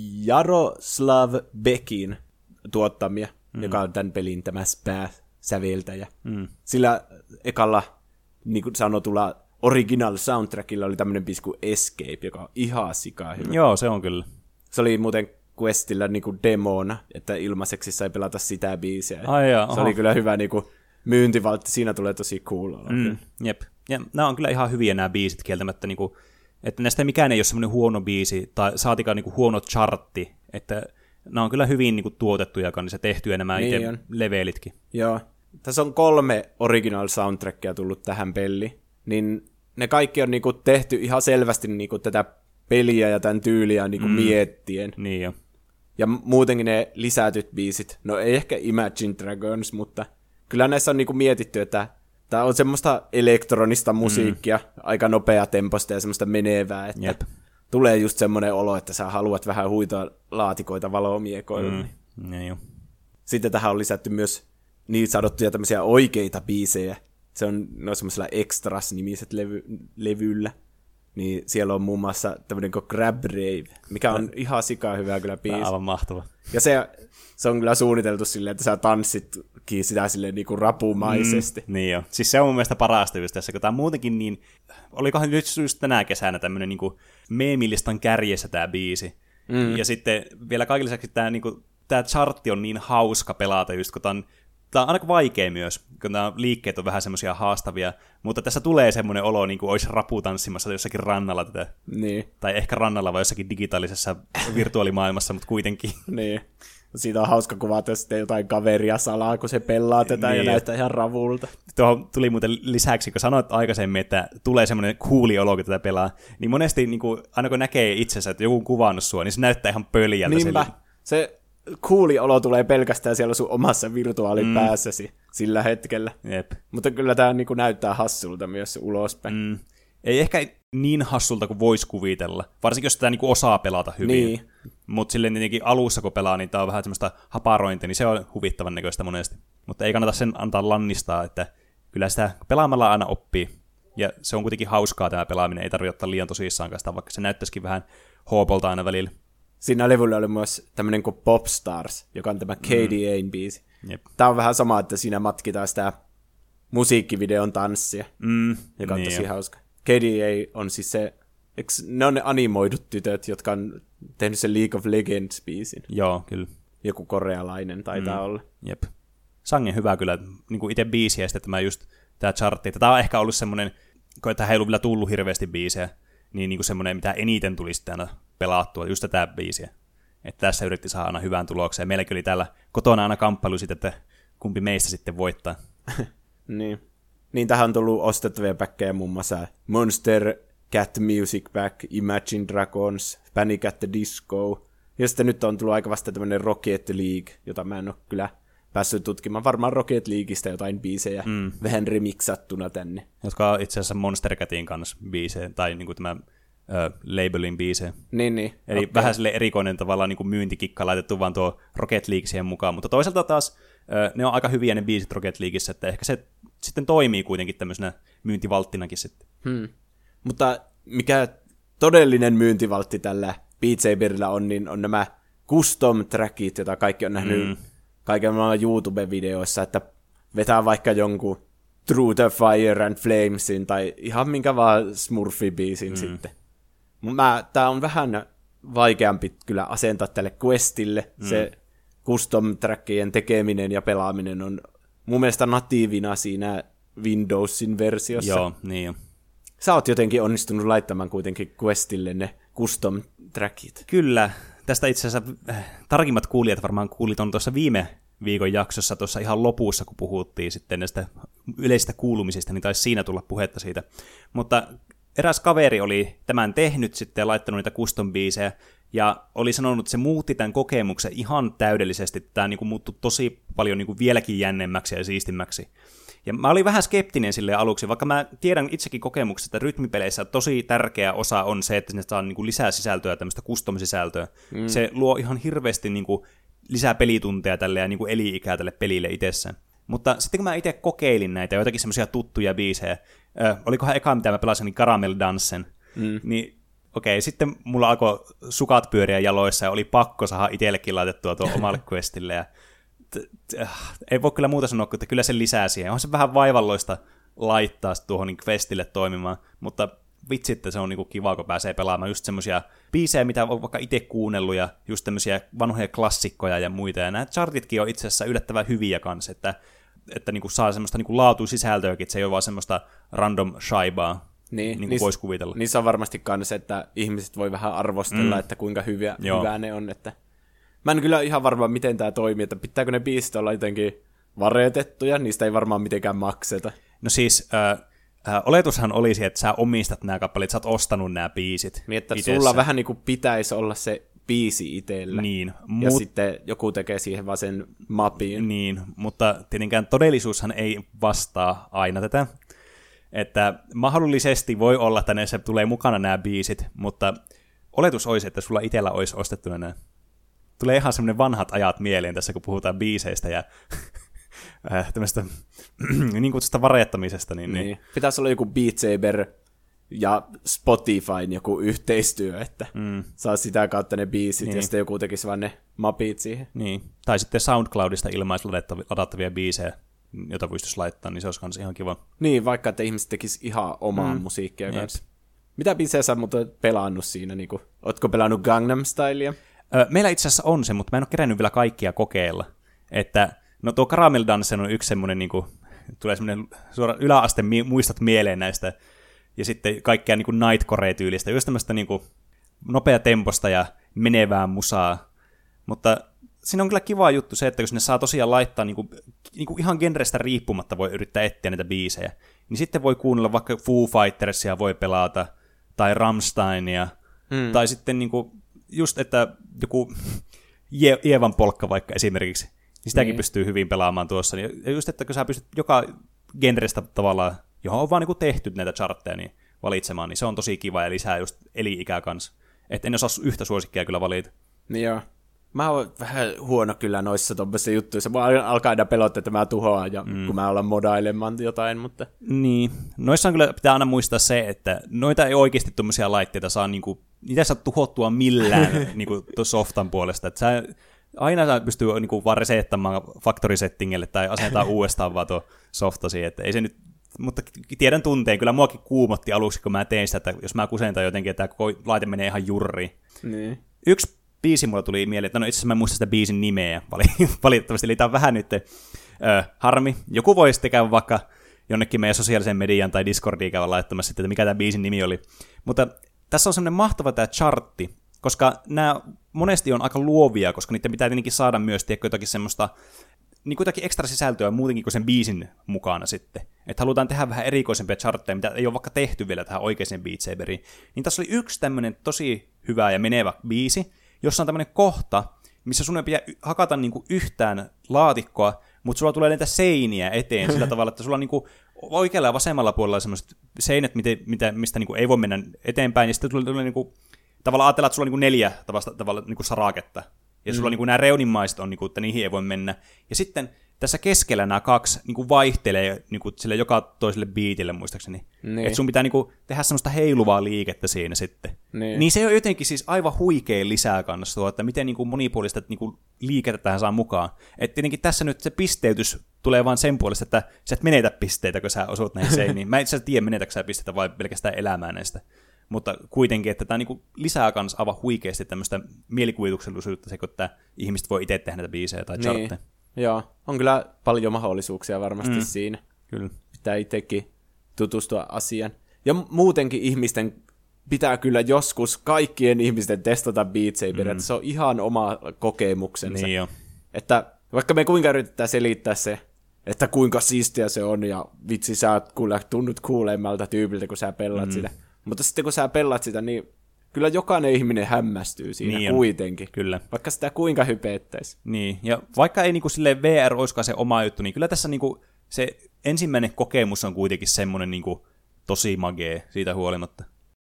Speaker 2: Jaroslav Bekin tuottamia, mm. joka on tämän pelin tämä pääsäveltäjä. Mm. Sillä ekalla, niin kuin sanotulla, original soundtrackilla oli tämmöinen biisi kuin Escape, joka on ihan sikaa hyvä.
Speaker 1: Joo, se on kyllä.
Speaker 2: Se oli muuten Questillä niinku demona, että ilmaiseksi sai pelata sitä biisiä.
Speaker 1: Ai jaa,
Speaker 2: se
Speaker 1: aha.
Speaker 2: oli kyllä hyvä niinku myyntivaltti, siinä tulee tosi cool olla.
Speaker 1: Mm, jep. Ja nämä on kyllä ihan hyviä nämä biisit kieltämättä, niinku, että näistä mikään ei ole semmoinen huono biisi, tai saatikaan niinku huono chartti, että nämä on kyllä hyvin niinku tuotettuja kanssa tehty, ja nämä niin itse on. Levelitkin.
Speaker 2: Joo. Tässä on kolme original soundtrackia tullut tähän peliin. Niin ne kaikki on niinku tehty ihan selvästi niinku tätä peliä ja tämän tyyliä niinku mm. miettien.
Speaker 1: Niin jo.
Speaker 2: Ja muutenkin ne lisätyt biisit, no ei ehkä Imagine Dragons, mutta kyllä näissä on niinku mietitty, että tämä on semmoista elektronista musiikkia, mm. aika nopea temposta ja semmoista menevää, että Jep. tulee just semmoinen olo, että sä haluat vähän huitoa laatikoita valomiekoilla.
Speaker 1: Mm. Niin jo.
Speaker 2: Sitten tähän on lisätty myös niin sanottuja tämmöisiä oikeita biisejä. Se on, ne on semmoisella Extras-nimiset levy, levyllä. Niin siellä on muun muassa tämmöinen kuin Grab Rave, mikä on ihan sikaa hyvä kyllä biisi.
Speaker 1: Aivan mahtava.
Speaker 2: Ja se, se on kyllä suunniteltu silleen, että sä tanssitkin sitä silleen niinku rapumaisesti.
Speaker 1: Mm, niin jo. Siis se on mun mielestä parasta just tässä, kun tää on muutenkin niin, olikohan nyt just tänä kesänä tämmöinen niinku meemilistan kärjessä tää biisi. Mm. Ja sitten vielä kaiken lisäksi tää, niinku, tää chartti on niin hauska pelata just, kun tää on Tämä on aika vaikea myös, kun nämä liikkeet on vähän semmoisia haastavia, mutta tässä tulee semmoinen olo, niin kuin olisi raputanssimassa jossakin rannalla tätä.
Speaker 2: Niin.
Speaker 1: Tai ehkä rannalla vai jossakin digitaalisessa virtuaalimaailmassa, mutta kuitenkin.
Speaker 2: Niin. Siitä on hauska kuvata sitten jotain kaveria salaa, kun se pelaa tätä niin. ja näyttää ihan ravulta.
Speaker 1: Tuohon tuli muuten lisäksi, kun sanoit aikaisemmin, että tulee semmoinen cooli olo, kun tätä pelaa, niin monesti niin kuin, aina kun näkee itsensä, että joku on kuvannut sua, niin se näyttää ihan pöljältä.
Speaker 2: Niinpä. Se cooli olo tulee pelkästään siellä sun omassa virtuaalipäässäsi mm. sillä hetkellä.
Speaker 1: Jep.
Speaker 2: Mutta kyllä tämä niin kuin näyttää hassulta myös ulospäin.
Speaker 1: Mm. Ei ehkä niin hassulta kuin voisi kuvitella, varsinkin jos sitä niin kuin osaa pelata hyvin.
Speaker 2: Niin.
Speaker 1: Mutta silleen tietenkin alussa kun pelaa, niin tämä on vähän semmoista haparointia, niin se on huvittavan näköistä monesti. Mutta ei kannata sen antaa lannistaa, että kyllä sitä pelaamalla aina oppii. Ja se on kuitenkin hauskaa tämä pelaaminen, ei tarvitse ottaa liian tosissaan sitä, vaikka se näyttäisikin vähän hoopolta aina välillä.
Speaker 2: Siinä levyllä oli myös tämmöinen kuin Popstars, joka on tämä K D A:n mm. biisi.
Speaker 1: Jep.
Speaker 2: Tämä on vähän sama, että siinä matkitaan sitä musiikkivideon tanssia,
Speaker 1: mm,
Speaker 2: joka on
Speaker 1: niin
Speaker 2: tosi
Speaker 1: jo.
Speaker 2: hauska. K D A on siis se, eks, ne on ne animoidut tytöt, jotka on tehnyt sen League of Legends-biisin.
Speaker 1: Joo, kyllä.
Speaker 2: Joku korealainen taitaa mm. olla.
Speaker 1: Jep. Sangen hyvä kyllä, niin kuin itse biisiä, ja sitten tämä just tämä chartti. Tämä on ehkä ollut semmoinen, kun tähän ei ollut vielä tullut hirveästi biisejä, niin, niin kuin semmoinen, mitä eniten tulisi aina pelattua, just tätä biisiä. Että tässä yritti saada aina hyvän tuloksen. Meilläkin oli täällä kotona aina kamppailu siitä, että kumpi meistä sitten voittaa.
Speaker 2: niin. Niin tähän on tullut ostettavia päkkejä muun muassa Monster Cat Music Pack, Imagine Dragons, Panic at the Disco. Ja sitten nyt on tullut aika vasta tämmöinen Rocket League, jota mä en ole kyllä päässyt tutkimaan. Varmaan Rocket Leagueista jotain biisejä mm. vähän remixattuna tänne.
Speaker 1: Jotka on itse asiassa Monster Catin kanssa biisejä, tai niin kuin tämä ö, labelin biisejä.
Speaker 2: Niin, niin.
Speaker 1: Eli okay. Vähän sille erikoinen tavallaan niin kuin myyntikikka laitettu vaan tuo Rocket League siihen mukaan. Mutta toisaalta taas ö, ne on aika hyviä ne biisit Rocket Leagueissä, että ehkä se sitten toimii kuitenkin tämmöisenä myyntivalttinakin sitten.
Speaker 2: Hmm. Mutta mikä todellinen myyntivaltti tällä Beat Saberilla on, niin on nämä custom trackit, joita kaikki on nähnyt mm. kaiken maailman YouTube-videoissa, että vetää vaikka jonkun Through the Fire and Flamesin tai ihan minkä vaan Smurfi-biisin mm. sitten. Mä, tää on vähän vaikeampi kyllä asentaa tälle questille. Mm. Se custom trackien tekeminen ja pelaaminen on mun mielestä natiivina siinä Windowsin versiossa.
Speaker 1: Joo, niin jo.
Speaker 2: Sä oot jotenkin onnistunut laittamaan kuitenkin questille ne custom trackit.
Speaker 1: Kyllä. Tästä itse asiassa äh, tarkimmat kuulijat varmaan kuulit on tuossa viime viikon jaksossa tuossa ihan lopussa, kun puhuttiin sitten näistä yleisistä kuulumisista, niin taisi siinä tulla puhetta siitä. Mutta eräs kaveri oli tämän tehnyt sitten ja laittanut niitä custom-biisejä, ja oli sanonut, että se muutti tämän kokemuksen ihan täydellisesti. Tämä niin kuin muuttui tosi paljon niin kuin vieläkin jännemmäksi ja siistimmäksi. Ja mä olin vähän skeptinen sille aluksi, vaikka mä tiedän itsekin kokemuksesta, että rytmipeleissä tosi tärkeä osa on se, että sinne saa niin kuin lisää sisältöä, tämmöistä custom-sisältöä. Mm. Se luo ihan hirveästi niin kuin lisää pelitunteja tälle ja niin kuin eli-ikää tälle pelille itsessään. Mutta sitten kun mä itse kokeilin näitä, joitakin semmoisia tuttuja biisejä, äh, olikohan eka mitä mä pelasin, niin Caramel Dancen, mm. niin okei, sitten mulla alkoi sukat pyöriä jaloissa ja oli pakko saada itsellekin laitettua tuon omalle questille. Ja t- t- ei voi kyllä muuta sanoa, että kyllä se lisää siihen. On se vähän vaivalloista laittaa tuohon niin questille toimimaan, mutta vitsi, että se on niin kiva, kun pääsee pelaamaan just semmoisia biisejä, mitä on vaikka itse kuunnellut ja just tämmöisiä vanhoja klassikkoja ja muita. Ja nämä chartitkin on itse asiassa yllättävän hyviä kanssa, että, että niin saa semmoista niin laatusisältöäkin, että se ei ole vaan semmoista random shaibaa. Niin, niin kuin voisi kuvitella.
Speaker 2: Niissä on varmasti kans, että ihmiset voi vähän arvostella, mm. että kuinka hyviä, hyvää ne on. Että mä en kyllä ihan varma, miten tämä toimii, että pitääkö ne biisit olla jotenkin varetettuja, niistä ei varmaan mitenkään makseta.
Speaker 1: No siis, äh, äh, oletushan olisi, että sä omistat nämä kappaleet, sä oot ostanut nämä biisit.
Speaker 2: Niin, että itessä. Sulla vähän niin kuin pitäisi olla se biisi itsellä.
Speaker 1: Niin,
Speaker 2: mut... Ja sitten joku tekee siihen vaan sen mapin.
Speaker 1: Niin, mutta tietenkään todellisuushan ei vastaa aina tätä. Että mahdollisesti voi olla, että näissä tulee mukana nämä biisit, mutta oletus olisi, että sulla itsellä olisi ostettuna nämä. Tulee ihan semmoinen vanhat ajat mieleen tässä, kun puhutaan biiseistä ja äh, tämmöistä niin kutsusta varettamisesta. Niin, niin.
Speaker 2: Niin. Pitäisi olla joku Beat Saber ja Spotifyn joku yhteistyö, että mm. saa sitä kautta ne biisit niin. Ja sitten joku tekisi vaan ne mapit siihen.
Speaker 1: Niin. Tai sitten SoundCloudista ilmaisladattavia biisejä, jota pystyisi laittamaan, niin se olisi ihan kiva.
Speaker 2: Niin, vaikka että ihmiset tekisi ihan omaa mm. musiikkia kanssa. Mitä biisejä sä muuten pelannut siinä? Niin kuin, ootko pelannut Gangnam Stylea?
Speaker 1: Öö, meillä itse asiassa on se, mutta mä en ole kerännyt vielä kaikkia kokeilla. Että, no tuo Caramel Dance on yksi semmoinen, niin kuin, tulee semmoinen suora yläaste mi- muistot mieleen näistä, ja sitten kaikkea niin kuin Nightcore-tyylistä, just tämmöistä niin kuin nopeatemposta ja menevää musaa. Mutta siinä on kyllä kiva juttu se, että kun sinne saa tosiaan laittaa niin kuin, niin kuin ihan genrestä riippumatta voi yrittää etsiä näitä biisejä, niin sitten voi kuunnella vaikka Foo Fightersia voi pelata, tai Rammsteinia, hmm. tai sitten niin kuin, just, että joku Je- Jeevan polkka vaikka esimerkiksi, niin sitäkin niin. pystyy hyvin pelaamaan tuossa. Ja just, että kun sä pystyt joka genrestä tavallaan, johon on vaan niin kuin tehty näitä chartteja, niin valitsemaan, niin se on tosi kiva ja lisää just eli-ikää kanssa. Että en osaa yhtä suosikkia kyllä valita.
Speaker 2: Niin joo. Mä oon vähän huono kyllä noissa tuollaisissa juttuissa. Mä alkaa aina pelottaa, että mä tuhoan, ja mm. kun mä alan modailemaan jotain, mutta...
Speaker 1: Niin. Noissa on kyllä, pitää aina muistaa se, että noita ei oikeasti tuommoisia laitteita saa niinku niitä ei saa tuhottua millään niin kuin softan puolesta. Että sä, aina sä pystyy niin kuin vaan reseettämään factory-settingille tai asentaa uudestaan vaan tuo softasi. Että ei se nyt, mutta tiedän tunteen, kyllä muakin kuumotti aluksi, kun mä tein sitä, että jos mä kusentan jotenkin, että tämä koko laite menee ihan jurriin.
Speaker 2: Niin.
Speaker 1: Yksi biisi mulla tuli mieleen, että no itse asiassa mä en muista sitä biisin nimeä valitettavasti, eli tää on vähän nyt ö, harmi. Joku voi sitten käydä vaikka jonnekin meidän sosiaalisen median tai Discordiin käydä laittamassa sitten, että mikä tämä biisin nimi oli. Mutta tässä on semmoinen mahtava tämä chartti, koska nämä monesti on aika luovia, koska niiden pitää tietenkin saada myös tiedätkö, jotakin semmoista niin kuin jotakin ekstra sisältöä muutenkin kuin sen biisin mukana sitten. Että halutaan tehdä vähän erikoisempia chartteja, mitä ei ole vaikka tehty vielä tähän oikeaan Beat Saberiin. Niin tässä oli yksi tämmöinen tosi hyvä ja menevä biisi, jossa on tämmöinen kohta, missä sun ei pidä hakata niinku yhtään laatikkoa, mutta sulla tulee näitä seiniä eteen sillä tavalla, että sulla on niinku oikealla ja vasemmalla puolella semmoiset seinät, mitä, mistä niinku ei voi mennä eteenpäin, ja sitten tulee, tulee niinku, tavallaan ajatellaan, että sulla on niinku neljä tavalla, tavalla niinku saraketta, ja sulla mm. niinku nämä reunimmaiset on, niinku, että niihin ei voi mennä. Ja sitten tässä keskellä nämä kaksi niinku vaihtelee niinku, sille joka toiselle biitille, muistaakseni. Niin. Että sun pitää niinku, tehdä semmoista heiluvaa liikettä siinä sitten. Niin. niin se on jotenkin siis aivan huikea lisää kannasta, että miten niinku monipuolista niinku, liikettä tähän saa mukaan. Että tietenkin tässä nyt se pisteytys tulee vaan sen puolesta, että sä et menetä pisteitä, kun sä osut näihin seiniin. Mä en itse tiedä, menetäkö sä pisteitä vai pelkästään elämää näistä. Mutta kuitenkin, että tämä niinku lisää kans aivan huikeasti tämmöistä mielikuvituksellisuutta, se kun että ihmiset voi itse tehdä näitä biisejä tai chartteja.
Speaker 2: Niin. Joo, on kyllä paljon mahdollisuuksia varmasti mm. siinä.
Speaker 1: Kyllä.
Speaker 2: Pitää itsekin tutustua asiaan. Ja muutenkin ihmisten pitää kyllä joskus kaikkien ihmisten testata Beat Saberia, mm. että se on ihan oma kokemuksensa.
Speaker 1: Niin jo.
Speaker 2: Että vaikka me kuinka yritetään selittää se, että kuinka siistiä se on, ja vitsi sä kyllä tunnut kuuleimmalta tyypiltä, kun sä pelaat mm. sitä. Mutta sitten kun sä pelaat sitä, niin kyllä jokainen ihminen hämmästyy siinä niin kuitenkin.
Speaker 1: Kyllä.
Speaker 2: Vaikka sitä kuinka hypeettäisi.
Speaker 1: Niin, ja vaikka ei niinku silleen V R olisikaan se oma juttu, niin kyllä tässä niinku se ensimmäinen kokemus on kuitenkin semmoinen niinku tosi magee siitä huolimatta.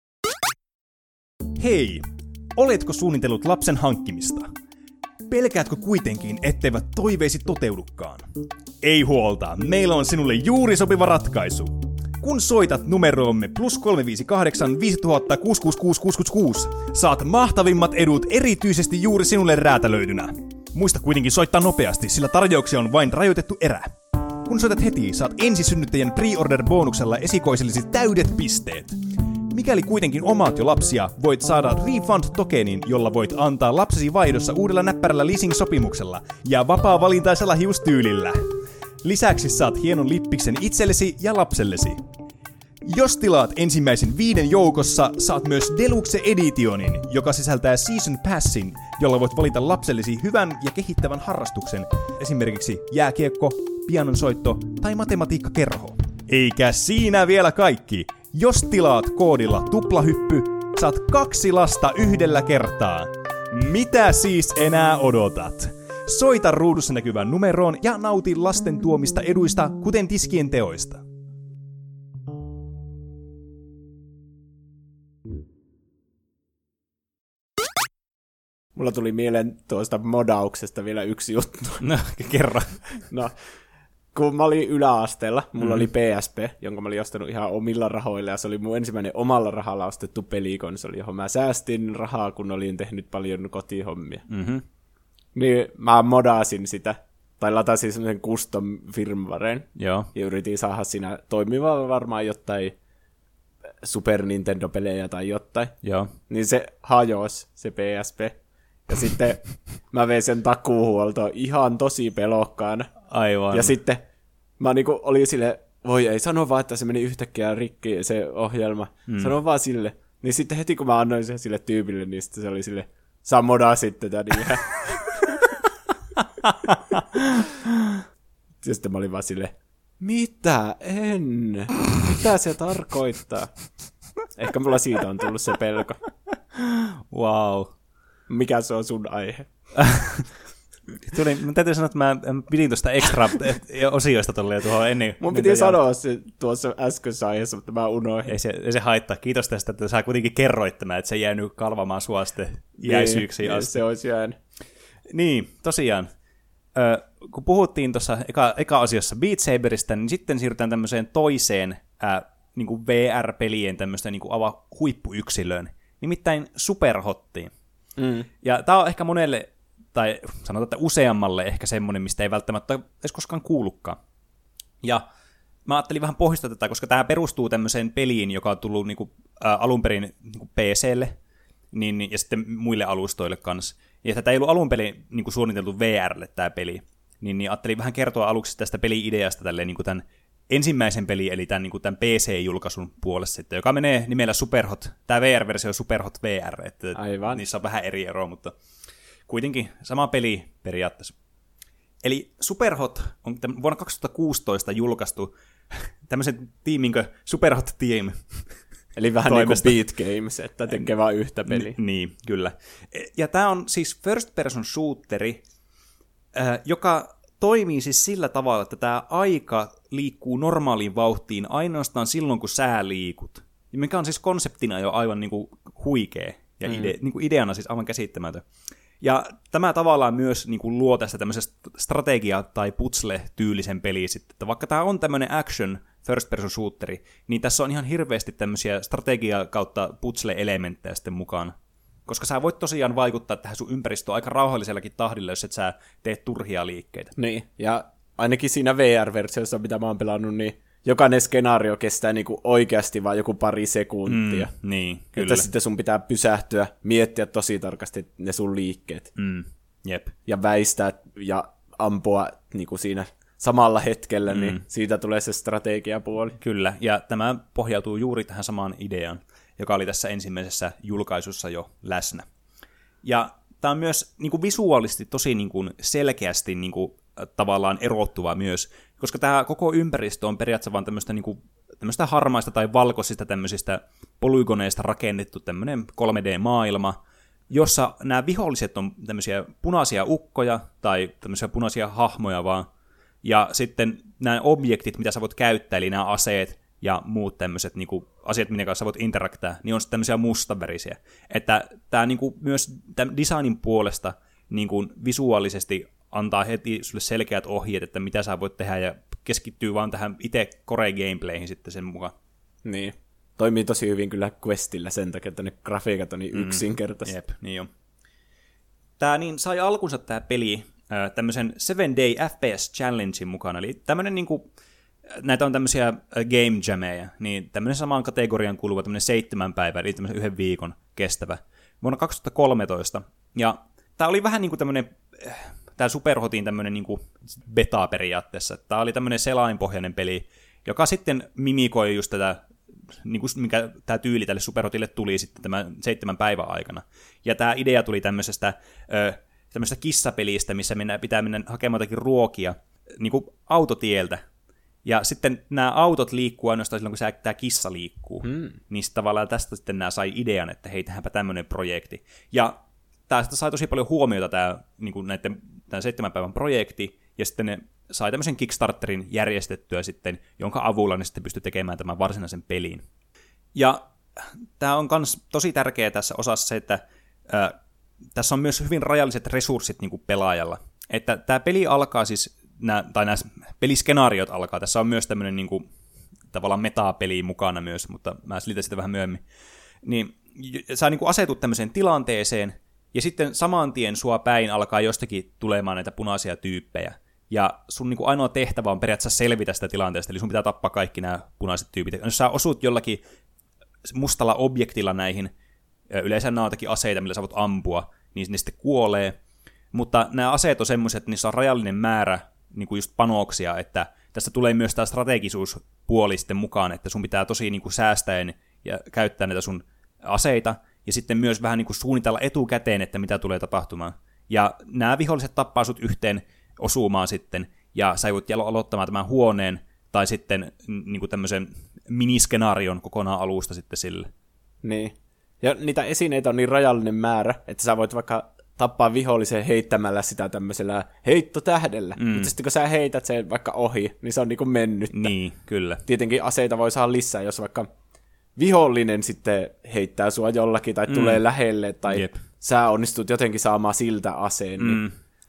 Speaker 1: Hei! Oletko suunnitellut lapsen hankkimista? Pelkäätkö kuitenkin, etteivät toiveisi toteudukaan? Ei huolta, meillä on sinulle juuri sopiva ratkaisu. Kun soitat numeroomme plus kolme viisi kahdeksan viisi tuhatta kuusi kuusi kuusi kuusi kuusi, saat mahtavimmat edut erityisesti juuri sinulle räätälöidynä. Muista kuitenkin soittaa nopeasti, sillä tarjouksia on vain rajoitettu erä. Kun soitat heti, saat ensisynnyttäjän pre-order-bonuksella esikoisellesi täydet pisteet. Mikäli kuitenkin omaat jo lapsia, voit saada refund-tokenin, jolla voit antaa lapsesi vaihdossa uudella näppärällä leasing-sopimuksella ja vapaa-valintaisella hiustyylillä. Lisäksi saat hienon lippiksen itsellesi ja lapsellesi. Jos tilaat ensimmäisen viiden joukossa, saat myös Deluxe Editionin, joka sisältää Season Passin, jolla voit valita lapsellesi hyvän ja kehittävän harrastuksen, esimerkiksi jääkiekko, pianonsoitto tai matematiikkakerho. Eikä siinä vielä kaikki! Jos tilaat koodilla tuplahyppy, saat kaksi lasta yhdellä kertaa. Mitä siis enää odotat? Soita ruudussa näkyvään numeroon ja nauti lasten tuomista eduista, kuten tiskien teoista.
Speaker 2: Mulla tuli mieleen tuosta modauksesta vielä yksi juttu.
Speaker 1: No, kerro.
Speaker 2: No, kun mä olin yläasteella, mulla mm. oli P S P, jonka mä olin ostanut ihan omilla rahoilla, ja se oli mun ensimmäinen omalla rahalla ostettu pelikonsoli, johon mä säästin rahaa, kun olin tehnyt paljon kotihommia.
Speaker 1: Mm-hmm.
Speaker 2: Niin mä modasin sitä, tai latasin semmoisen custom firmwaren,
Speaker 1: Joo.
Speaker 2: ja yritin saada siinä toimivaa varmaan jotain Super Nintendo-pelejä tai jotain.
Speaker 1: Joo.
Speaker 2: Niin se hajosi, se P S P. Ja sitten mä vein sen takuuhuoltoon ihan tosi pelokkaana.
Speaker 1: Aivan.
Speaker 2: Ja sitten mä niinku olin sille, voi ei, sano vaan, että se meni yhtäkkiä rikki se ohjelma. Mm. Sano vaan sille. Niin sitten heti kun mä annoin sen sille tyypille, niin sitten se oli sille, sä modasit tätä niin. Ja sitten mä olin vaan sille, mitä? En. Mitä se tarkoittaa? Ehkä mulla siitä on tullut se pelko.
Speaker 1: Wow.
Speaker 2: Mikä se on sun aihe?
Speaker 1: Tuli, mä täytyy sanoa, että mä pidin tuosta ekstra osioista tolleen tuohon ennen.
Speaker 2: Mun piti sanoa se tuossa äskeisessä aiheessa, mutta mä unohdin.
Speaker 1: Ei se, ei se haittaa. Kiitos tästä, että sä kuitenkin kerroit tämän, että se ei jäänyt kalvamaan sua sitten iäisyyksiin
Speaker 2: niin,
Speaker 1: asti.
Speaker 2: Se olisi jäänyt.
Speaker 1: Niin, tosiaan. Ö, kun puhuttiin tuossa eka, eka osiossa Beat Saberista, niin sitten siirrytään tämmöiseen toiseen ä, niin kuin V R-pelien tämmöistä niin kuin aivan huippuyksilöön. nimittäin Superhottiin.
Speaker 2: Mm.
Speaker 1: Ja tämä on ehkä monelle, tai sanotaan, että useammalle ehkä semmoinen, mistä ei välttämättä edes koskaan kuullutkaan. Ja mä ajattelin vähän pohjistaa tätä, koska tämä perustuu tämmöiseen peliin, joka on tullut niinku, ä, alun perin niinku P C:lle niin, niin, ja sitten muille alustoille kanssa. Ja tätä ei ollut alun perin niinku suunniteltu V R:lle tämä peli. Niin, niin ajattelin vähän kertoa aluksi tästä peli-ideasta tälleen niinku tämän ensimmäisen peli, eli tämän, niin kuin tämän P C-julkaisun puolesta sitten, joka menee nimellä Superhot. Tämä V R-versio on Superhot V R, että Aivan. niissä on vähän eri eroa, mutta kuitenkin sama peli periaatteessa. Eli Superhot on vuonna kaksituhattakuusitoista julkaistu tämmöisen tiimin kuin Superhot Team.
Speaker 2: Eli vähän toimesta. Niin kuin Beat Games, että tekee vaan yhtä peliä.
Speaker 1: N- niin, kyllä. Ja tämä on siis first person shooteri, äh, joka toimii siis sillä tavalla, että tämä aika liikkuu normaaliin vauhtiin ainoastaan silloin, kun sä liikut. Mikä on siis konseptina jo aivan niin kuin huikea ja mm. ide, niin kuin ideana siis aivan käsittämätön. Ja tämä tavallaan myös niin kuin luo tästä tämmöisestä strategia- tai putsle-tyylisen peliä sitten. Että vaikka tämä on tämmöinen action first person shooteri, niin tässä on ihan hirveästi tämmöisiä strategia- kautta putsle-elementtejä sitten mukaan. Koska sä voit tosiaan vaikuttaa tähän sun ympäristöön aika rauhallisellakin tahdilla, jos et sä teet turhia liikkeitä.
Speaker 2: Niin, ja ainakin siinä V R-versiossa, mitä mä oon pelannut, niin jokainen skenaario kestää niinku oikeasti vaan joku pari sekuntia.
Speaker 1: Mm, niin, kyllä.
Speaker 2: Että sitten sun pitää pysähtyä, miettiä tosi tarkasti ne sun liikkeet.
Speaker 1: Mm, jep.
Speaker 2: Ja väistää ja ampua niinku siinä samalla hetkellä, mm. niin siitä tulee se strategiapuoli.
Speaker 1: Kyllä, ja tämä pohjautuu juuri tähän samaan ideaan, joka oli tässä ensimmäisessä julkaisussa jo läsnä. Ja tämä on myös niin kuin visuaalisesti tosi niin kuin selkeästi niin kuin, tavallaan erottuva myös, koska tämä koko ympäristö on periaatteessa vaan tämmöistä, niin kuin, tämmöistä harmaista tai valkoisista tämmöisistä polygoneista rakennettu tämmöinen kolme D-maailma, jossa nämä viholliset on tämmöisiä punaisia ukkoja tai tämmöisiä punaisia hahmoja vaan, ja sitten nämä objektit, mitä sä voit käyttää, eli nämä aseet, ja muut tämmöiset niinku, asiat, minne kanssa voit interaktaa, niin on sitten tämmöisiä mustaverisiä. Että tämä niinku, myös tämän designin puolesta niinku, visuaalisesti antaa heti sulle selkeät ohjeet, että mitä sä voit tehdä, ja keskittyy vaan tähän itse core-gameplayhin sitten sen mukaan.
Speaker 2: Niin. Toimii tosi hyvin kyllä Questillä sen takia, että ne grafiikat on niin mm. yksinkertaisia.
Speaker 1: Jep, niin on. Tämä niin sai alkunsa tämä peli äh, tämmöisen seven day F P S Challengein mukana, eli tämmöinen niinku näitä on tämmöisiä game jameja, niin tämmöinen samaan kategorian kuuluva tämmöinen seitsemän päivää, eli tämmöisen yhden viikon kestävä, vuonna kaksituhattakolmetoista. Ja tämä oli vähän niin kuin tämmöinen, tämä Superhotin tämmöinen niin kuin beta periaatteessa. Tämä oli tämmöinen selainpohjainen peli, joka sitten mimikoi just tätä, niin kuin mikä tämä tyyli tälle Superhotille tuli sitten tämän seitsemän päivän aikana. Ja tämä idea tuli tämmöisestä, tämmöisestä kissapelistä, missä mennä, pitää mennä hakemaan jotakin ruokia niin kuin autotieltä. Ja sitten nämä autot liikkuu ainoastaan silloin, kun tämä kissa liikkuu. Hmm. Niin tavallaan tästä sitten nämä sai idean, että hei, tehdäänpä tämmöinen projekti. Ja tämä sai tosi paljon huomiota, tämä, niin kuin näiden, tämä seitsemän päivän projekti, ja sitten ne sai tämmöisen Kickstarterin järjestettyä sitten, jonka avulla ne sitten pystyi tekemään tämän varsinaisen pelin. Ja tämä on myös tosi tärkeää tässä osassa se, että ää, tässä on myös hyvin rajalliset resurssit niin kuin pelaajalla. Että tämä peli alkaa siis, nää, tai nämä peliskenaariot alkaa, tässä on myös tämmöinen niin kuin, tavallaan metapeli mukana myös, mutta mä selitän sitä vähän myöhemmin. Niin sä niin kuin asetut tämmöiseen tilanteeseen, ja sitten saman tien sua päin alkaa jostakin tulemaan näitä punaisia tyyppejä. Ja sun niin kuin ainoa tehtävä on periaatteessa selvitä sitä tilanteesta, eli sun pitää tappaa kaikki nämä punaiset tyypit. Jos sä osut jollakin mustalla objektilla näihin, yleensä nämä on jotakin aseita, millä sä voit ampua, niin ne sitten kuolee. Mutta nämä aseet on semmoiset, että niissä on rajallinen määrä niin kuin just panoksia, että tässä tulee myös tämä strategisuuspuoli sitten mukaan, että sun pitää tosi niin kuin säästäen ja käyttää näitä sun aseita, ja sitten myös vähän niin kuin suunnitella etukäteen, että mitä tulee tapahtumaan. Ja nämä viholliset tappaa sut yhteen osumaan sitten, ja sä voit aloittamaan tämän huoneen, tai sitten niin kuin tämmöisen miniskenaarion kokonaan alusta sitten sille.
Speaker 2: Niin. Ja niitä esineitä on niin rajallinen määrä, että sä voit vaikka tappaa vihollisen heittämällä sitä tämmöisellä heittotähdellä. Mm. Mutta sitten kun sä heität sen vaikka ohi, niin se on niinku mennyttä.
Speaker 1: Niin, kyllä.
Speaker 2: Tietenkin aseita voi saada lisää, jos vaikka vihollinen sitten heittää sua jollakin tai mm. tulee lähelle, tai Jep. sä onnistut jotenkin saamaan siltä aseen, niin mm.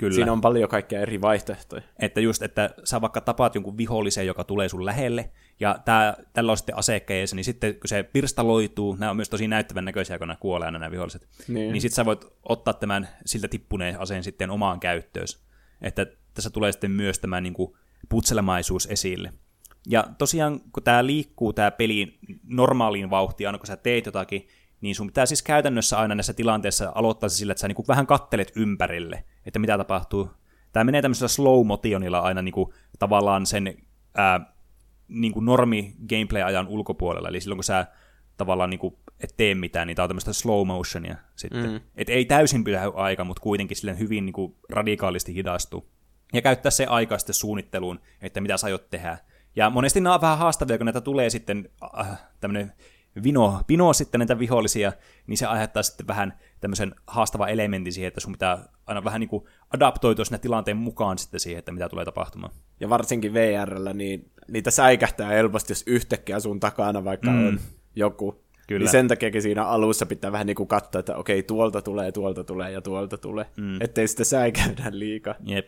Speaker 1: Kyllä.
Speaker 2: Siinä on paljon kaikkia eri vaihtoehtoja.
Speaker 1: Että just, että sä vaikka tapaat jonkun vihollisen, joka tulee sun lähelle, ja tää, tällä on sitten asekeissa, niin sitten kun se pirstaloituu, nämä on myös tosi näyttävän näköisiä, kun nämä kuolee aina nämä viholliset, niin, niin sitten sä voit ottaa tämän siltä tippuneen aseen sitten omaan käyttöönsä. Että tässä tulee sitten myös tämä niin kuin putselemaisuus esille. Ja tosiaan, kun tämä liikkuu, tämä peli normaaliin vauhtiin, aina kun sä teet jotakin, niin sun pitää siis käytännössä aina näissä tilanteissa aloittaa se sillä, että sä niin kuin vähän kattelet ympärille, että mitä tapahtuu. Tämä menee tämmöisellä slow motionilla aina niin kuin, tavallaan sen ää, niin kuin normi gameplay-ajan ulkopuolella, eli silloin kun sä tavallaan niin kuin, et tee mitään, niin tää on tämmöistä slow motionia sitten. Mm. Et ei täysin pysähy aika, mutta kuitenkin silleen hyvin niin kuin, radikaalisti hidastuu. Ja käyttää se aikaa sitten suunnitteluun, että mitä sä aiot tehdä. Ja monesti nämä on vähän haastavia, kun näitä tulee sitten äh, tämmöinen vino, pino sitten näitä vihollisia, niin se aiheuttaa sitten vähän tämmöisen haastavan elementin siihen, että sun pitää aina vähän niin kuin adaptoitua sinne tilanteen mukaan sitten siihen, että mitä tulee tapahtumaan.
Speaker 2: Ja varsinkin V R:llä, niin niitä säikähtää helposti, jos yhtäkkiä sun takana vaikka mm. on joku. Kyllä. Niin sen takiakin siinä alussa pitää vähän niin kuin katsoa, että okei, tuolta tulee, tuolta tulee ja tuolta tulee, mm. ettei sitä säikäydä liikaa.
Speaker 1: Jep.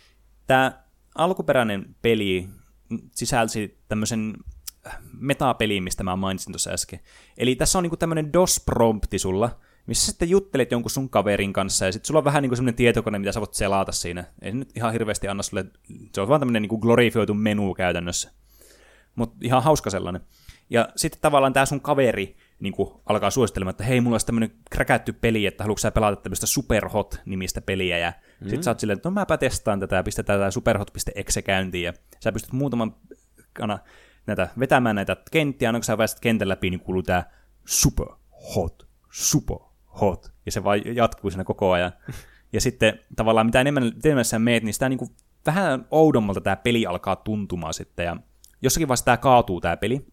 Speaker 1: Tämä alkuperäinen peli sisälsi tämmöisen metapeliin, mistä mä mainitsin tuossa äsken. Eli tässä on niinku tämmöinen DOS-prompti sulla, missä sitten juttelet jonkun sun kaverin kanssa, ja sitten sulla on vähän niinku semmoinen tietokone, mitä sä voit selata siinä. Ei se nyt ihan hirveästi anna sulle, se on vaan tämmöinen niinku glorifioitu menu käytännössä. Mutta ihan hauska sellainen. Ja sitten tavallaan tää sun kaveri niinku alkaa suosittelemaan, että hei, mulla olisi tämmöinen kräkätty peli, että haluatko sä pelata tämmöistä Superhot-nimistä peliä, ja mm-hmm. sitten sä oot silleen, että no mäpä testaan tätä, ja pistetään tätä superhot piste e x e käyntiin, ja sä pystyt muutaman kana näitä, vetämään näitä kenttiä, aina kun sä pääset kentän läpi, niin kuuluu tää super hot, super hot, ja se vaan jatkuu siinä koko ajan. Ja sitten tavallaan mitä enemmän, enemmän sä meet, niin sitä niin kuin vähän oudommalta tää peli alkaa tuntumaan sitten, ja jossakin vaiheessa tää kaatuu tää peli,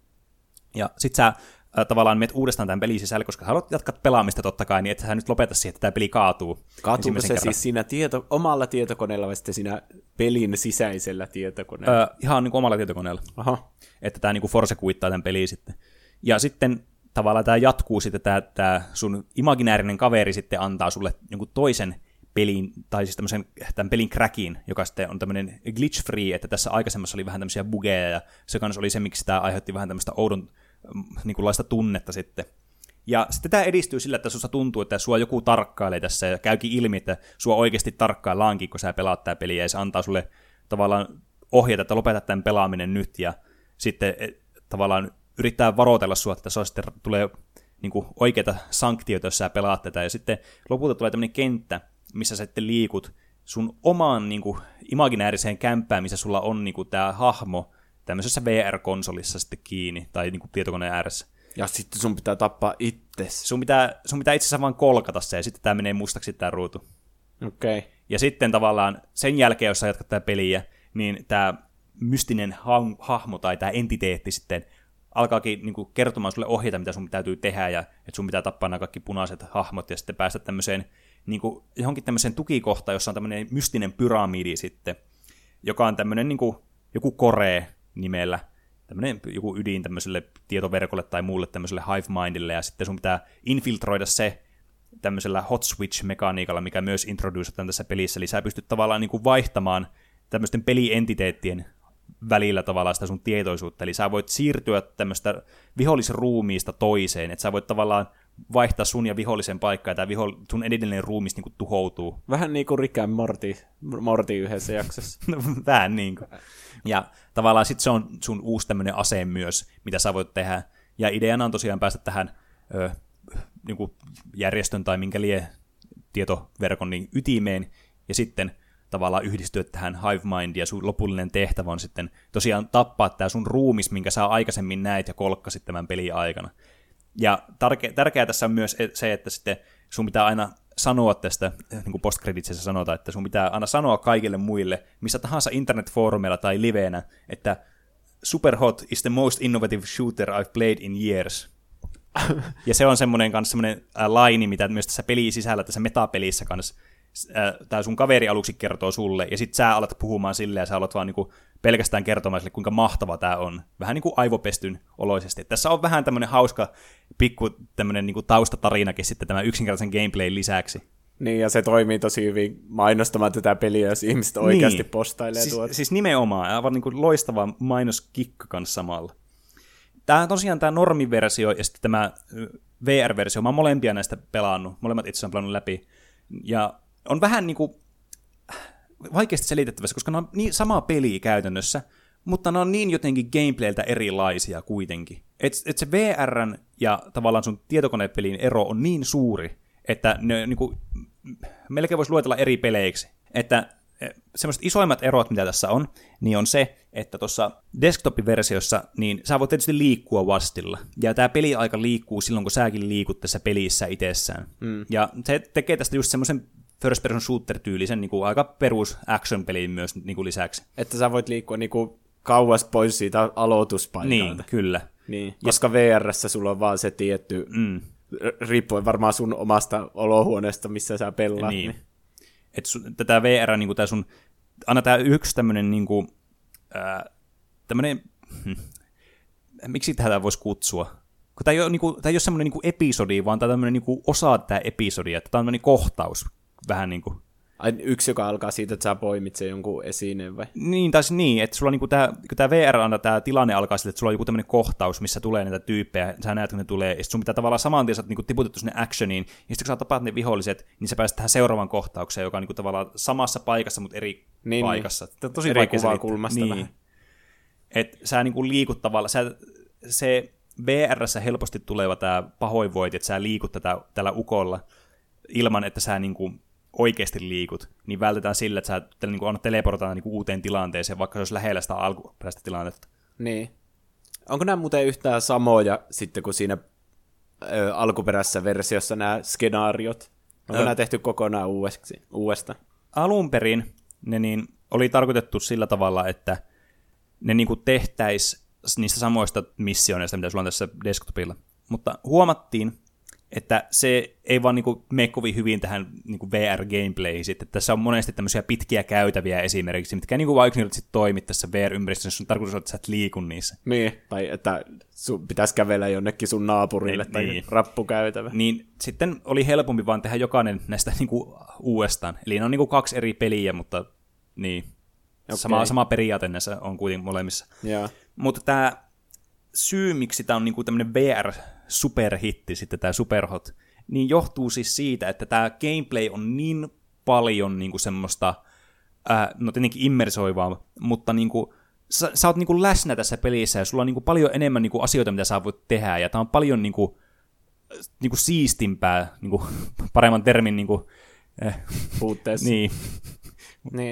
Speaker 1: ja sit sä äh, tavallaan meet uudestaan tämän pelin sisälle, koska haluat jatkaa pelaamista totta kai, niin et sä nyt lopeta siihen, että tää peli kaatuu.
Speaker 2: Kaatuuko se kerran. Siis siinä tieto, omalla tietokoneella vai sitten siinä pelin sisäisellä tietokoneella?
Speaker 1: Öö, ihan niin kuin omalla tietokoneella.
Speaker 2: Aha.
Speaker 1: Että tämä niin force kuittaa tämän peliin sitten. Ja sitten tavallaan tämä jatkuu sitten, tämä, tämä sun imaginäärinen kaveri sitten antaa sulle jonkun toisen pelin, tai siis tämmöisen, tämän pelin crackin, joka sitten on tämmöinen glitch-free, että tässä aikaisemmassa oli vähän tämmöisiä bugeja, ja se kanssa oli se, miksi tämä aiheutti vähän tämmöistä oudon niin kuin laista tunnetta sitten. Ja sitten tämä edistyy sillä, että susta tuntuu, että sua joku tarkkailee tässä, ja käykin ilmi, että sua oikeasti tarkkaillaankin, kun sä pelaat tämä peliä, ja se antaa sulle tavallaan ohjeita, että lopeta tämän pelaaminen nyt, ja sitten tavallaan yrittää varoitella sua, että se sitten tulee niin kuin oikeita sanktioita, jos sä pelaat tätä, ja sitten lopulta tulee tämmöinen kenttä, missä sä sitten liikut sun omaan niin kuin imaginääriseen kämppään, missä sulla on niin kuin tämä hahmo tämmöisessä V R-konsolissa sitten kiinni, tai niin kuin tietokoneen ääressä.
Speaker 2: Ja sitten sun pitää tappaa itsesi.
Speaker 1: Sun pitää, sun pitää itse asiassa vaan kolkata se, ja sitten tämä menee mustaksi tämä ruutu.
Speaker 2: Okei. Okay.
Speaker 1: Ja sitten tavallaan sen jälkeen, jos sä jatkat tätä peliä, niin tämä mystinen ha- hahmo tai tämä entiteetti sitten alkaakin niin kuin kertomaan sulle ohjeita, mitä sun täytyy tehdä, ja että sun pitää tappaa nämä kaikki punaiset hahmot, ja sitten päästä tämmöiseen, niin kuin, johonkin tämmöiseen tukikohtaan, jossa on tämmöinen mystinen pyramidi sitten, joka on tämmöinen niin kuin, joku Kore nimellä, tämmöinen joku ydin tämmöiselle tietoverkolle tai muulle tämmöiselle hive-mindille, ja sitten sun pitää infiltroida se tämmöisellä hot switch-mekaniikalla, mikä myös introduceataan tässä pelissä, eli sä pystyt tavallaan niin kuin vaihtamaan tämmöisten pelientiteettien välillä tavallaan sitä sun tietoisuutta, eli sä voit siirtyä tämmöistä vihollisruumiista toiseen, että sä voit tavallaan vaihtaa sun ja vihollisen paikkaa, ja tämä viho, sun edellinen ruumis niin kuin tuhoutuu.
Speaker 2: Vähän niin kuin Rick and Morty, Morty yhdessä jaksossa.
Speaker 1: No, vähän niin kuin. Ja tavallaan sitten se on sun uusi tämmöinen ase myös, mitä sä voit tehdä, ja ideana on tosiaan päästä tähän ö, niin kuin järjestön tai minkä lie tietoverkon niin ytimeen, ja sitten tavallaan yhdistyä tähän hive-mindiin, ja sun lopullinen tehtävä on sitten tosiaan tappaa tämä sun ruumis, minkä sä aikaisemmin näit ja kolkkasit tämän pelin aikana. Ja tarke- tärkeää tässä on myös se, että sitten sun pitää aina sanoa tästä, niin kuin post-creditsessä sanotaan, että sun pitää aina sanoa kaikille muille, missä tahansa internetfoorumeilla tai liveenä, että Superhot is the most innovative shooter I've played in years. Ja se on semmoinen kanssa semmoinen äh, laini, mitä myös tässä pelin sisällä, tässä metapelissä kanssa, tämä sun kaveri aluksi kertoo sulle, ja sit sä alat puhumaan silleen, ja sä alat vaan niinku pelkästään kertomaan sille, kuinka mahtava tää on. Vähän niin kuin aivopestyn oloisesti. Tässä on vähän tämmönen hauska pikku tämmönen niinku taustatarinakin sitten tämän yksinkertaisen gameplayn lisäksi.
Speaker 2: Niin, ja se toimii tosi hyvin mainostamaan tätä peliä, jos ihmiset oikeasti niin. postailee
Speaker 1: siis,
Speaker 2: tuota.
Speaker 1: Siis nimenomaan, aivan niin kuin loistava mainoskikka kanssa samalla. Tämä on tosiaan tämä normiversio ja sitten tämä V R-versio. Mä oon molempia näistä pelannut, molemmat itse asiassa pelannut läpi. Ja on vähän niin kuin vaikeasti selitettävässä, koska ne on niin sama peli käytännössä, mutta ne on niin jotenkin gameplayltä erilaisia kuitenkin. Että et se V R:n ja tavallaan sun tietokonepelin ero on niin suuri, että ne niin kuin, melkein voisi luetella eri peleiksi. Että semmoiset isoimmat erot, mitä tässä on, niin on se, että tuossa desktop-versiossa, niin sä voit tietysti liikkua vastilla. Ja tämä peliaika liikkuu silloin, kun säkin liikut tässä pelissä itsessään. Mm. Ja se tekee tästä just semmoisen first person shooter-tyylisen niin kuin aika perus action-pelin myös niin kuin lisäksi.
Speaker 2: Että sä voit liikkua niin kuin kauas pois siitä aloituspaikalta.
Speaker 1: Niin, kyllä.
Speaker 2: Niin, koska V R:ssä sulla on vaan se tietty, mm. riippuen varmaan sun omasta olohuoneesta, missä sä pelaat.
Speaker 1: Niin. niin. Että tätä V R, niin kuin tää sun, anna tää yksi tämmönen niin kuin, ää, tämmönen, hm, miksi tätä voisi kutsua? Kun tää ei ole, niin kuin, tää ei ole semmoinen niin kuin episodi, vaan tää on tämmönen niin kuin osa tätä episodia, että tää on tämmönen kohtaus, vähän niin kuin.
Speaker 2: Ai yksi, joka alkaa siitä, että sä poimit sen jonkun esineen vai?
Speaker 1: Niin, tai niin, että sulla niinku tää, kun tää V R antaa tää tilanne alkaa sille, että sulla on joku tämmönen kohtaus, missä tulee näitä tyyppejä, sä näet, kun ne tulee, ja sit sun pitää tavallaan saman tien niinku tiputettu sinne actioniin, ja sitten kun sä tapaat ne viholliset, niin sä pääset tähän seuraavaan kohtaukseen, joka on niinku tavallaan samassa paikassa, mutta eri
Speaker 2: niin,
Speaker 1: paikassa.
Speaker 2: Niin.
Speaker 1: Tosi
Speaker 2: eri kuvakulmasta
Speaker 1: niin.
Speaker 2: vähän.
Speaker 1: Että sä niinku liikut tavallaan, sä, se V R:ssä helposti tuleva tää pahoinvointi, että sä liikut tätä, tällä ukolla, ilman että sä niinku oikeasti liikut, niin vältetään sillä, että sä niin kuin, teleportataan niin kuin uuteen tilanteeseen, vaikka se olisi lähellä sitä alkuperäistä tilannetta.
Speaker 2: Niin. Onko nämä muuten yhtään samoja sitten kuin siinä ö, alkuperäisessä versiossa nämä skenaariot? Onko ö... nämä tehty kokonaan uudesti, uudesta?
Speaker 1: Alun perin ne niin, oli tarkoitettu sillä tavalla, että ne niin kuin tehtäisiin niistä samoista missioneista, mitä sulla on tässä desktopilla. Mutta huomattiin, että se ei vaan niinku mene kovin hyvin tähän niinku V R-gameplayhin. Sitten tässä on monesti tämmöisiä pitkiä käytäviä esimerkiksi, mitkä niinku vaan yksinkertaisesti toimit tässä V R-ympäristössä, jos on tarkoitus, että sä et liiku niissä.
Speaker 2: Niin, tai että sun pitäisi kävellä jonnekin sun naapurille
Speaker 1: niin,
Speaker 2: tai
Speaker 1: niin.
Speaker 2: rappukäytävä.
Speaker 1: Niin sitten oli helpompi vaan tehdä jokainen näistä niinku uudestaan. Eli ne on niinku kaksi eri peliä, mutta niin, okay. sama, sama periaate näissä on kuitenkin molemmissa.
Speaker 2: Yeah.
Speaker 1: Mutta tämä syy, miksi tämä on niinku tämmöinen V R-superhitti, sitten tämä Superhot, niin johtuu siis siitä, että tämä gameplay on niin paljon niinku semmoista, ää, no tietenkin immersoivaa, mutta niinku, sä, sä oot niinku läsnä tässä pelissä ja sulla on niinku paljon enemmän niinku asioita, mitä sä voit tehdä, ja tämä on paljon niinku, niinku siistimpää, niinku, paremman termin niinku, eh,
Speaker 2: puutteessa.
Speaker 1: niin.
Speaker 2: niin.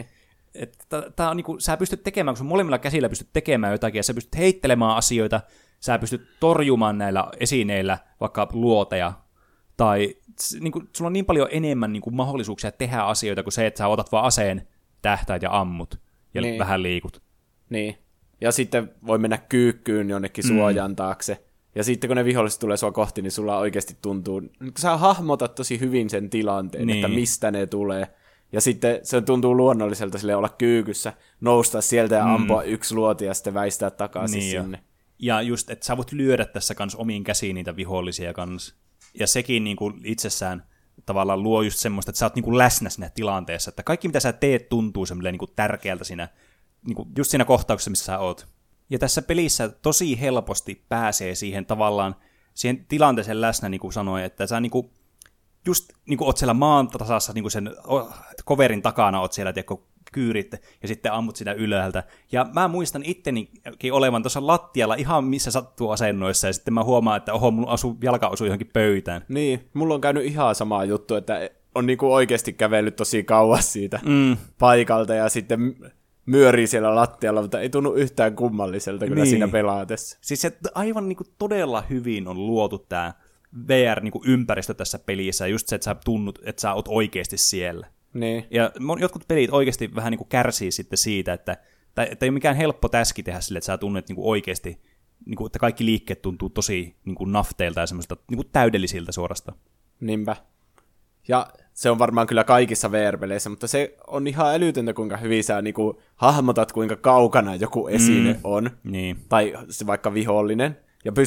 Speaker 1: Tää on niinku, sä pystyt tekemään, kun sun molemmilla käsillä pystyt tekemään jotakin, ja sä pystyt heittelemään asioita, sä pystyt torjumaan näillä esineillä vaikka luoteja, tai niinku, sulla on niin paljon enemmän niinku, mahdollisuuksia tehdä asioita kuin se, että sä otat vaan aseen, tähtäät ja ammut, ja niin. vähän liikut.
Speaker 2: Niin, ja sitten voi mennä kyykkyyn jonnekin suojan mm. taakse, ja sitten kun ne viholliset tulee sua kohti, niin sulla oikeasti tuntuu, kun sä hahmotat tosi hyvin sen tilanteen, niin. että mistä ne tulee. Ja sitten se tuntuu luonnolliselta sille olla kyykyssä, nousta sieltä ja ampua mm. yksi luoti ja sitten väistää takaisin niin sinne. Jo.
Speaker 1: Ja just, että sä voit lyödä tässä kans omiin käsiin niitä vihollisia kans. Ja sekin niinku itsessään tavallaan luo just semmoista, että sä oot niinku läsnä siinä tilanteessa. Että kaikki mitä sä teet tuntuu semmoinen niinku tärkeältä siinä, niinku just siinä kohtauksessa, missä sä oot. Ja tässä pelissä tosi helposti pääsee siihen tavallaan, siihen tilanteeseen läsnä, niin kuin sanoin, että sä niinku just niin kuin oot siellä maan tasassa, niin kuin sen coverin takana oot siellä, tiedätkö, kyyrit, ja sitten ammut sitä ylhäältä. Ja mä muistan ittenikin olevan tuossa lattialla ihan missä sattuu asennoissa, ja sitten mä huomaan, että oho, mun asu, jalka osui johonkin pöytään.
Speaker 2: Niin, mulla on käynyt ihan sama juttu, että on niinku oikeasti kävellyt tosi kauas siitä mm. paikalta, ja sitten myörii siellä lattialla, mutta ei tunnu yhtään kummalliselta kyllä niin. siinä pelaatessa.
Speaker 1: Siis se aivan niin kuin todella hyvin on luotu tämä V R-ympäristö niin tässä pelissä, just se, että sä tunnut, että sä oot oikeasti siellä.
Speaker 2: Niin.
Speaker 1: Ja jotkut pelit oikeasti vähän niin kuin kärsii sitten siitä, että, että ei ole mikään helppo täski tehdä sille, että sä tunnet niin kuin oikeasti, niin kuin, että kaikki liikkeet tuntuu tosi niin kuin nafteilta ja semmoista niin kuin täydellisiltä suorastaan.
Speaker 2: Niinpä. Ja se on varmaan kyllä kaikissa V R-peleissä, mutta se on ihan älytöntä, kuinka hyvin sä niin kuin hahmotat, kuinka kaukana joku esine mm. on.
Speaker 1: Niin.
Speaker 2: Tai vaikka vihollinen. Ja pystyt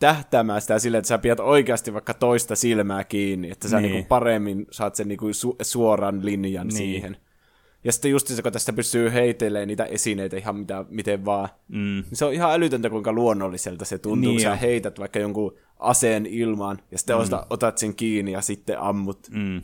Speaker 2: tähtäämään sitä silleen, että sä pidät oikeasti vaikka toista silmää kiinni, että sä niin. niinku paremmin saat sen niinku su- suoran linjan niin. siihen. Ja sitten just se, kun tästä pystyy heittelemään niitä esineitä ihan mitä, miten vaan, mm. niin se on ihan älytöntä, kuinka luonnolliselta se tuntuu, niin kun sä heität vaikka jonkun aseen ilmaan, ja sitten mm. otat sen kiinni ja sitten ammut.
Speaker 1: Mm.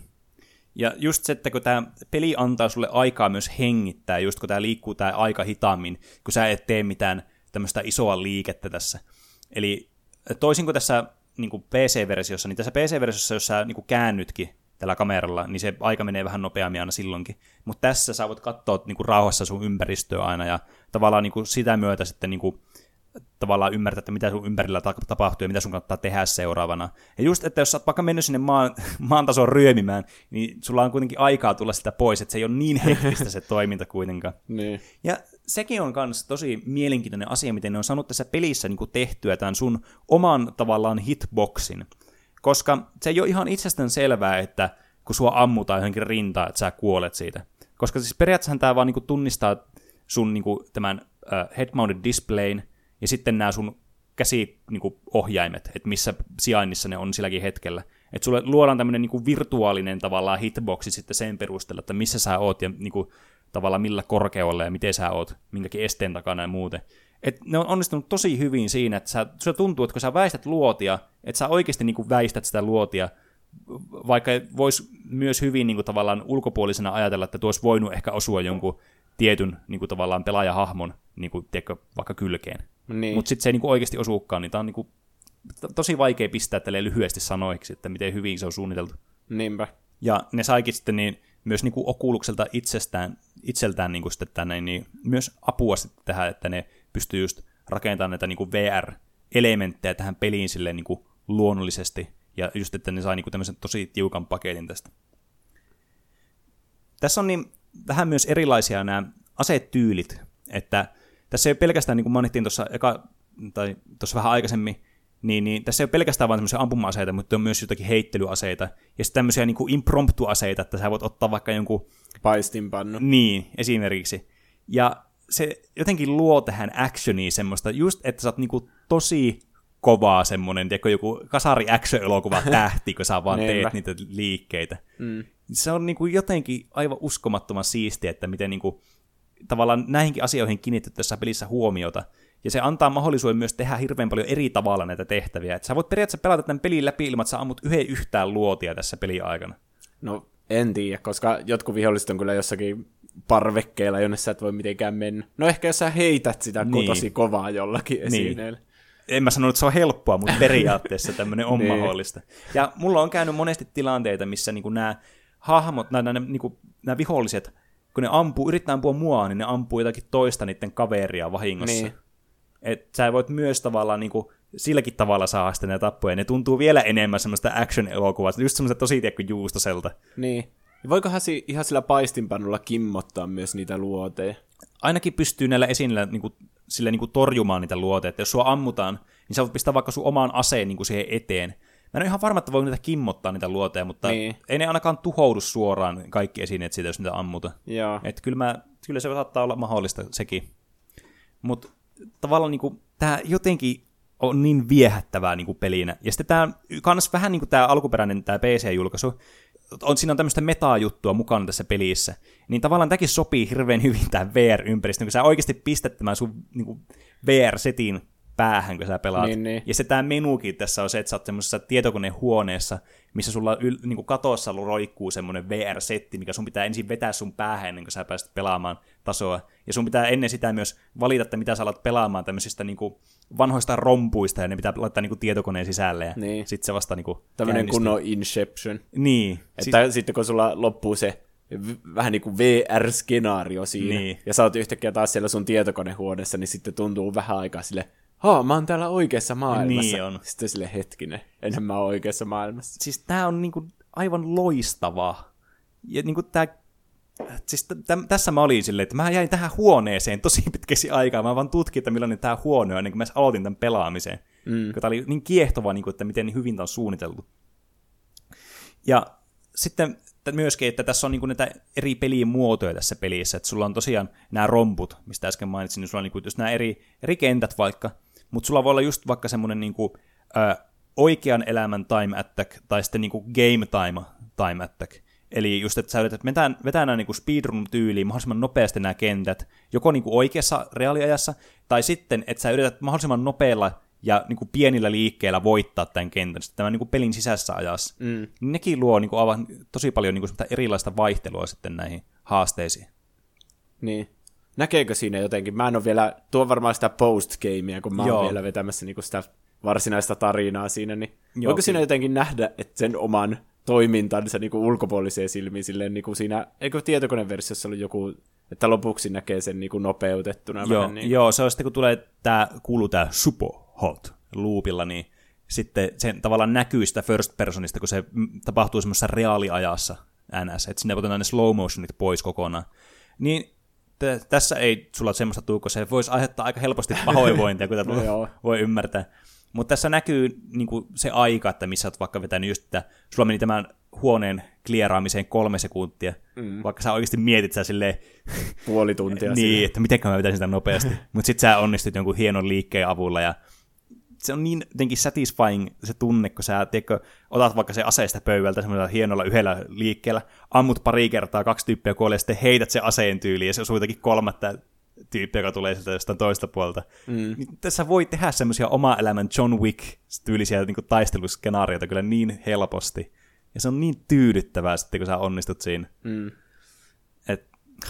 Speaker 1: Ja just se, että kun tämä peli antaa sulle aikaa myös hengittää, just kun tämä liikkuu tämä aika hitaammin, kun sä et tee mitään tämmöistä isoa liikettä tässä. Eli toisin kuin tässä niin kuin P C-versiossa, niin tässä P C-versiossa, jos sä niin kuin käännytkin tällä kameralla, niin se aika menee vähän nopeammin aina silloinkin. Mutta tässä sä voit katsoa niin kuin rauhassa sun ympäristöä aina, ja tavallaan niin kuin sitä myötä sitten niin kuin, tavallaan ymmärtää, että mitä sun ympärillä tapahtuu ja mitä sun kannattaa tehdä seuraavana. Ja just, että jos sä oot vaikka mennyt sinne maan, maan tasoon ryömimään, niin sulla on kuitenkin aikaa tulla sitä pois, että se ei ole niin hektistä se toiminta kuitenkaan.
Speaker 2: Niin.
Speaker 1: Ja sekin on myös tosi mielenkiintoinen asia, miten ne on saanut tässä pelissä niin kuin tehtyä tämän sun oman tavallaan hitboxin. Koska se ei ole ihan itsestään selvää, että kun sua ammutaan johonkin rintaan, että sä kuolet siitä. Koska siis periaatteessa tämä vaan niin kuin tunnistaa sun niin kuin tämän uh, head-mounted displayn, ja sitten nämä sun käsiohjaimet, että missä sijainnissa ne on silläkin hetkellä. Että sulle luodaan tämmöinen niinku virtuaalinen tavallaan hitboxi sitten sen perusteella, että missä sä oot ja niinku, tavallaan millä korkeudella ja miten sä oot, minkäkin esteen takana ja muuten. Et ne on onnistunut tosi hyvin siinä, että sä, sulla tuntuu, että kun sä väistät luotia, että sä oikeasti niinku väistät sitä luotia, vaikka voisi myös hyvin niinku tavallaan ulkopuolisena ajatella, että tuossa voinut ehkä osua jonkun tietyn niinku tavallaan pelaajahahmon niinku, tiedätkö, vaikka kylkeen. Niin. Mutta sitten se ei niinku oikeasti osuukaan, niin tämä on niinku tosi vaikea pistää tälleen lyhyesti sanoiksi, että miten hyvin se on suunniteltu.
Speaker 2: Niinpä.
Speaker 1: Ja ne saikin sitten niin, myös niinku Oculusselta itsestään, itseltään niinku sitten tänne, niin myös apua sitten tähän, että ne pystyy just rakentamaan näitä niinku V R-elementtejä tähän peliin silleen niinku luonnollisesti, ja just, että ne sai niinku tämmöisen tosi tiukan paketin tästä. Tässä on niin vähän myös erilaisia nämä asetyylit, että tässä ei ole pelkästään, niin kuin mainittiin tuossa eka, tai tuossa vähän aikaisemmin, niin, niin tässä ei ole pelkästään vain tämmöisiä ampuma-aseita, mutta on myös jotakin heittelyaseita, ja sitten tämmöisiä niin kuin impromptu-aseita, että sä voit ottaa vaikka jonkun
Speaker 2: paistinpannu.
Speaker 1: Niin, esimerkiksi. Ja se jotenkin luo tähän actioniin semmoista, just että sä oot niin kuin tosi kovaa semmoinen, tiedätkö, joku kasari action-elokuva tähti, kun sä vaan teet niitä liikkeitä. Mm. Se on niin kuin jotenkin aivan uskomattoman siistiä, että miten niin kuin tavallaan näihinkin asioihin kiinnitetty tässä pelissä huomiota. Ja se antaa mahdollisuuden myös tehdä hirveän paljon eri tavalla näitä tehtäviä. Että sä voit periaatteessa pelata tämän pelin läpi ilman, että sä ammut yhden yhtään luotia tässä pelin aikana.
Speaker 2: No, en tiedä, koska jotkut viholliset on kyllä jossakin parvekkeilla, jonne sä et voi mitenkään mennä. No ehkä jos sä heität sitä niin. tosi kovaa jollakin esineellä. Niin. En
Speaker 1: mä sanonut, että se on helppoa, mutta periaatteessa tämmöinen on niin. mahdollista. Ja mulla on käynyt monesti tilanteita, missä niinku nämä hahmot, nämä, nämä, niinku, nämä viholliset, kun ne ampuu, yrittää ampua mua, niin ne ampuu jotakin toista niiden kaveria vahingossa. Niin. Että sä voit myös tavallaan niinku, silläkin tavalla saada sitten ne tappoja. Ne tuntuu vielä enemmän semmoista action-elokuvaa, just semmoista tosi tiedäkö juustoselta.
Speaker 2: Niin. Ja voikohan si- ihan sillä paistinpannulla kimmottaa myös niitä luoteja?
Speaker 1: Ainakin pystyy näillä esineillä niinku, sille niinku torjumaan niitä luoteja. Että jos sua ammutaan, niin sä voit pistää vaikka sun omaan aseen niinku siihen eteen. Mä en ole ihan varma, että voi niitä kimmottaa niitä luoteja, mutta niin. ei ne ainakaan tuhoudu suoraan kaikki esineet siitä, jos niitä ammuta. Että kyllä, kyllä se saattaa olla mahdollista sekin. Mutta tavallaan niinku, tämä jotenkin on niin viehättävää niinku pelinä. Ja sitten tämä kans vähän niin kuin tämä alkuperäinen tämä P C-julkaisu, on, siinä on tämmöistä metaa-juttua mukana tässä pelissä. Niin tavallaan tämäkin sopii hirveän hyvin tähän V R-ympäristöön, kun sä oikeasti pistät tämän sun niinku, V R-setin päähän, kun sä pelaat. Niin, niin. Ja se tämä menukin tässä on se, että sä oot semmoisessa tietokonehuoneessa, missä sulla yl, niin kuin katossa roikkuu semmoinen V R-setti, mikä sun pitää ensin vetää sun päähän ennen kuin sä pääset pelaamaan tasoa. Ja sun pitää ennen sitä myös valita, että mitä sä alat pelaamaan tämmöisistä niin kuin vanhoista rompuista, ja ne pitää laittaa niin kuin tietokoneen sisälle, ja niin. sitten se vasta niin kuin
Speaker 2: tämmöinen kunnon Inception.
Speaker 1: Niin.
Speaker 2: Että siis sitten kun sulla loppuu se v- vähän niin kuin V R-skenaario siinä, niin. ja sä oot yhtäkkiä taas siellä sun tietokonehuoneessa, niin sitten tuntuu vähän aikaa sille, haa, mä oon täällä oikeassa maailmassa.
Speaker 1: Niin on.
Speaker 2: Sitten sille hetkinen, enhän mä oon oikeassa maailmassa.
Speaker 1: Siis tää on niinku aivan loistava. Ja niinku tää, siis t- tässä mä olin silleen, että mä jäin tähän huoneeseen tosi pitkäksi aikaa. Mä vaan tutkin, että millainen tää huone on, ennen kuin mä aloitin tämän pelaamisen. Mm. Tää oli niin kiehtova, niinku, että miten hyvin tää on suunniteltu. Ja sitten myöskin, että tässä on niinku näitä eri pelien muotoja tässä pelissä. Että sulla on tosiaan nämä romput, mistä äsken mainitsin, niin sulla on niinku just nämä eri, eri kentät vaikka. Mutta sulla voi olla just vaikka semmoinen niinku, ö, oikean elämän time attack tai sitten niinku game time time attack. Eli just, että sä yrität vetää, vetää nämä niinku speedrun-tyyliin mahdollisimman nopeasti nämä kentät, joko niinku oikeassa reaaliajassa, tai sitten, että sä yrität mahdollisimman nopealla ja niinku pienillä liikkeillä voittaa tämän kentän, sitten tämän niinku pelin sisäisessä ajassa. Mm. Nekin luo niinku aivan tosi paljon niinku erilaista vaihtelua sitten näihin haasteisiin.
Speaker 2: Niin. Näkeekö siinä jotenkin? Mä en ole vielä, tuo varmaan sitä post-gamea, kun mä oon vielä vetämässä niinku sitä varsinaista tarinaa siinä, niin Joo, voiko kyllä. siinä jotenkin nähdä, että sen oman toimintansa niinku ulkopuoliseen silmiin silleen niinku siinä, eikö tietokoneversiossa ollut joku, että lopuksi näkee sen niinku nopeutettuna
Speaker 1: Joo,
Speaker 2: vähän niin.
Speaker 1: Joo, se on sitten kun tulee tää, kuuluu tää super hot loopilla, niin sitten sen tavallaan näkyy sitä first personista, kun se tapahtuu semmoisessa reaaliajassa ns, että sinne otetaan ne slow motionit pois kokonaan. Niin t- tässä ei sulla semmoista tuu, kun se voisi aiheuttaa aika helposti pahoinvointia, kun tätä no, voi ymmärtää. Mutta tässä näkyy niin kuin se aika, että missä olet vaikka vetänyt just, että sulla meni tämän huoneen klieraamiseen kolme sekuntia, mm. vaikka sä oikeasti mietit sä silleen
Speaker 2: puoli tuntia.
Speaker 1: niin, sille. Että mitenkään mä vetäisin sitä nopeasti. Mutta sit sä onnistut jonkun hienon liikkeen avulla ja se on niin jotenkin satisfying se tunne, kun sä tiedätkö, otat vaikka se aseesta pöydältä semmoisella hienolla yhdellä liikkeellä, ammut pari kertaa, kaksi tyyppiä kuolee, ja sitten heität se aseen tyyliin, ja se osuu jotakin kolmatta tyyppiä, joka tulee sieltä jostain toista puolta. Mm. Niin tässä voi tehdä semmoisia oma elämän John Wick-tyylisiä niin kuin taisteluskenaarioita kyllä niin helposti. Ja se on niin tyydyttävää sitten, kun sä onnistut siinä. Mm. Et,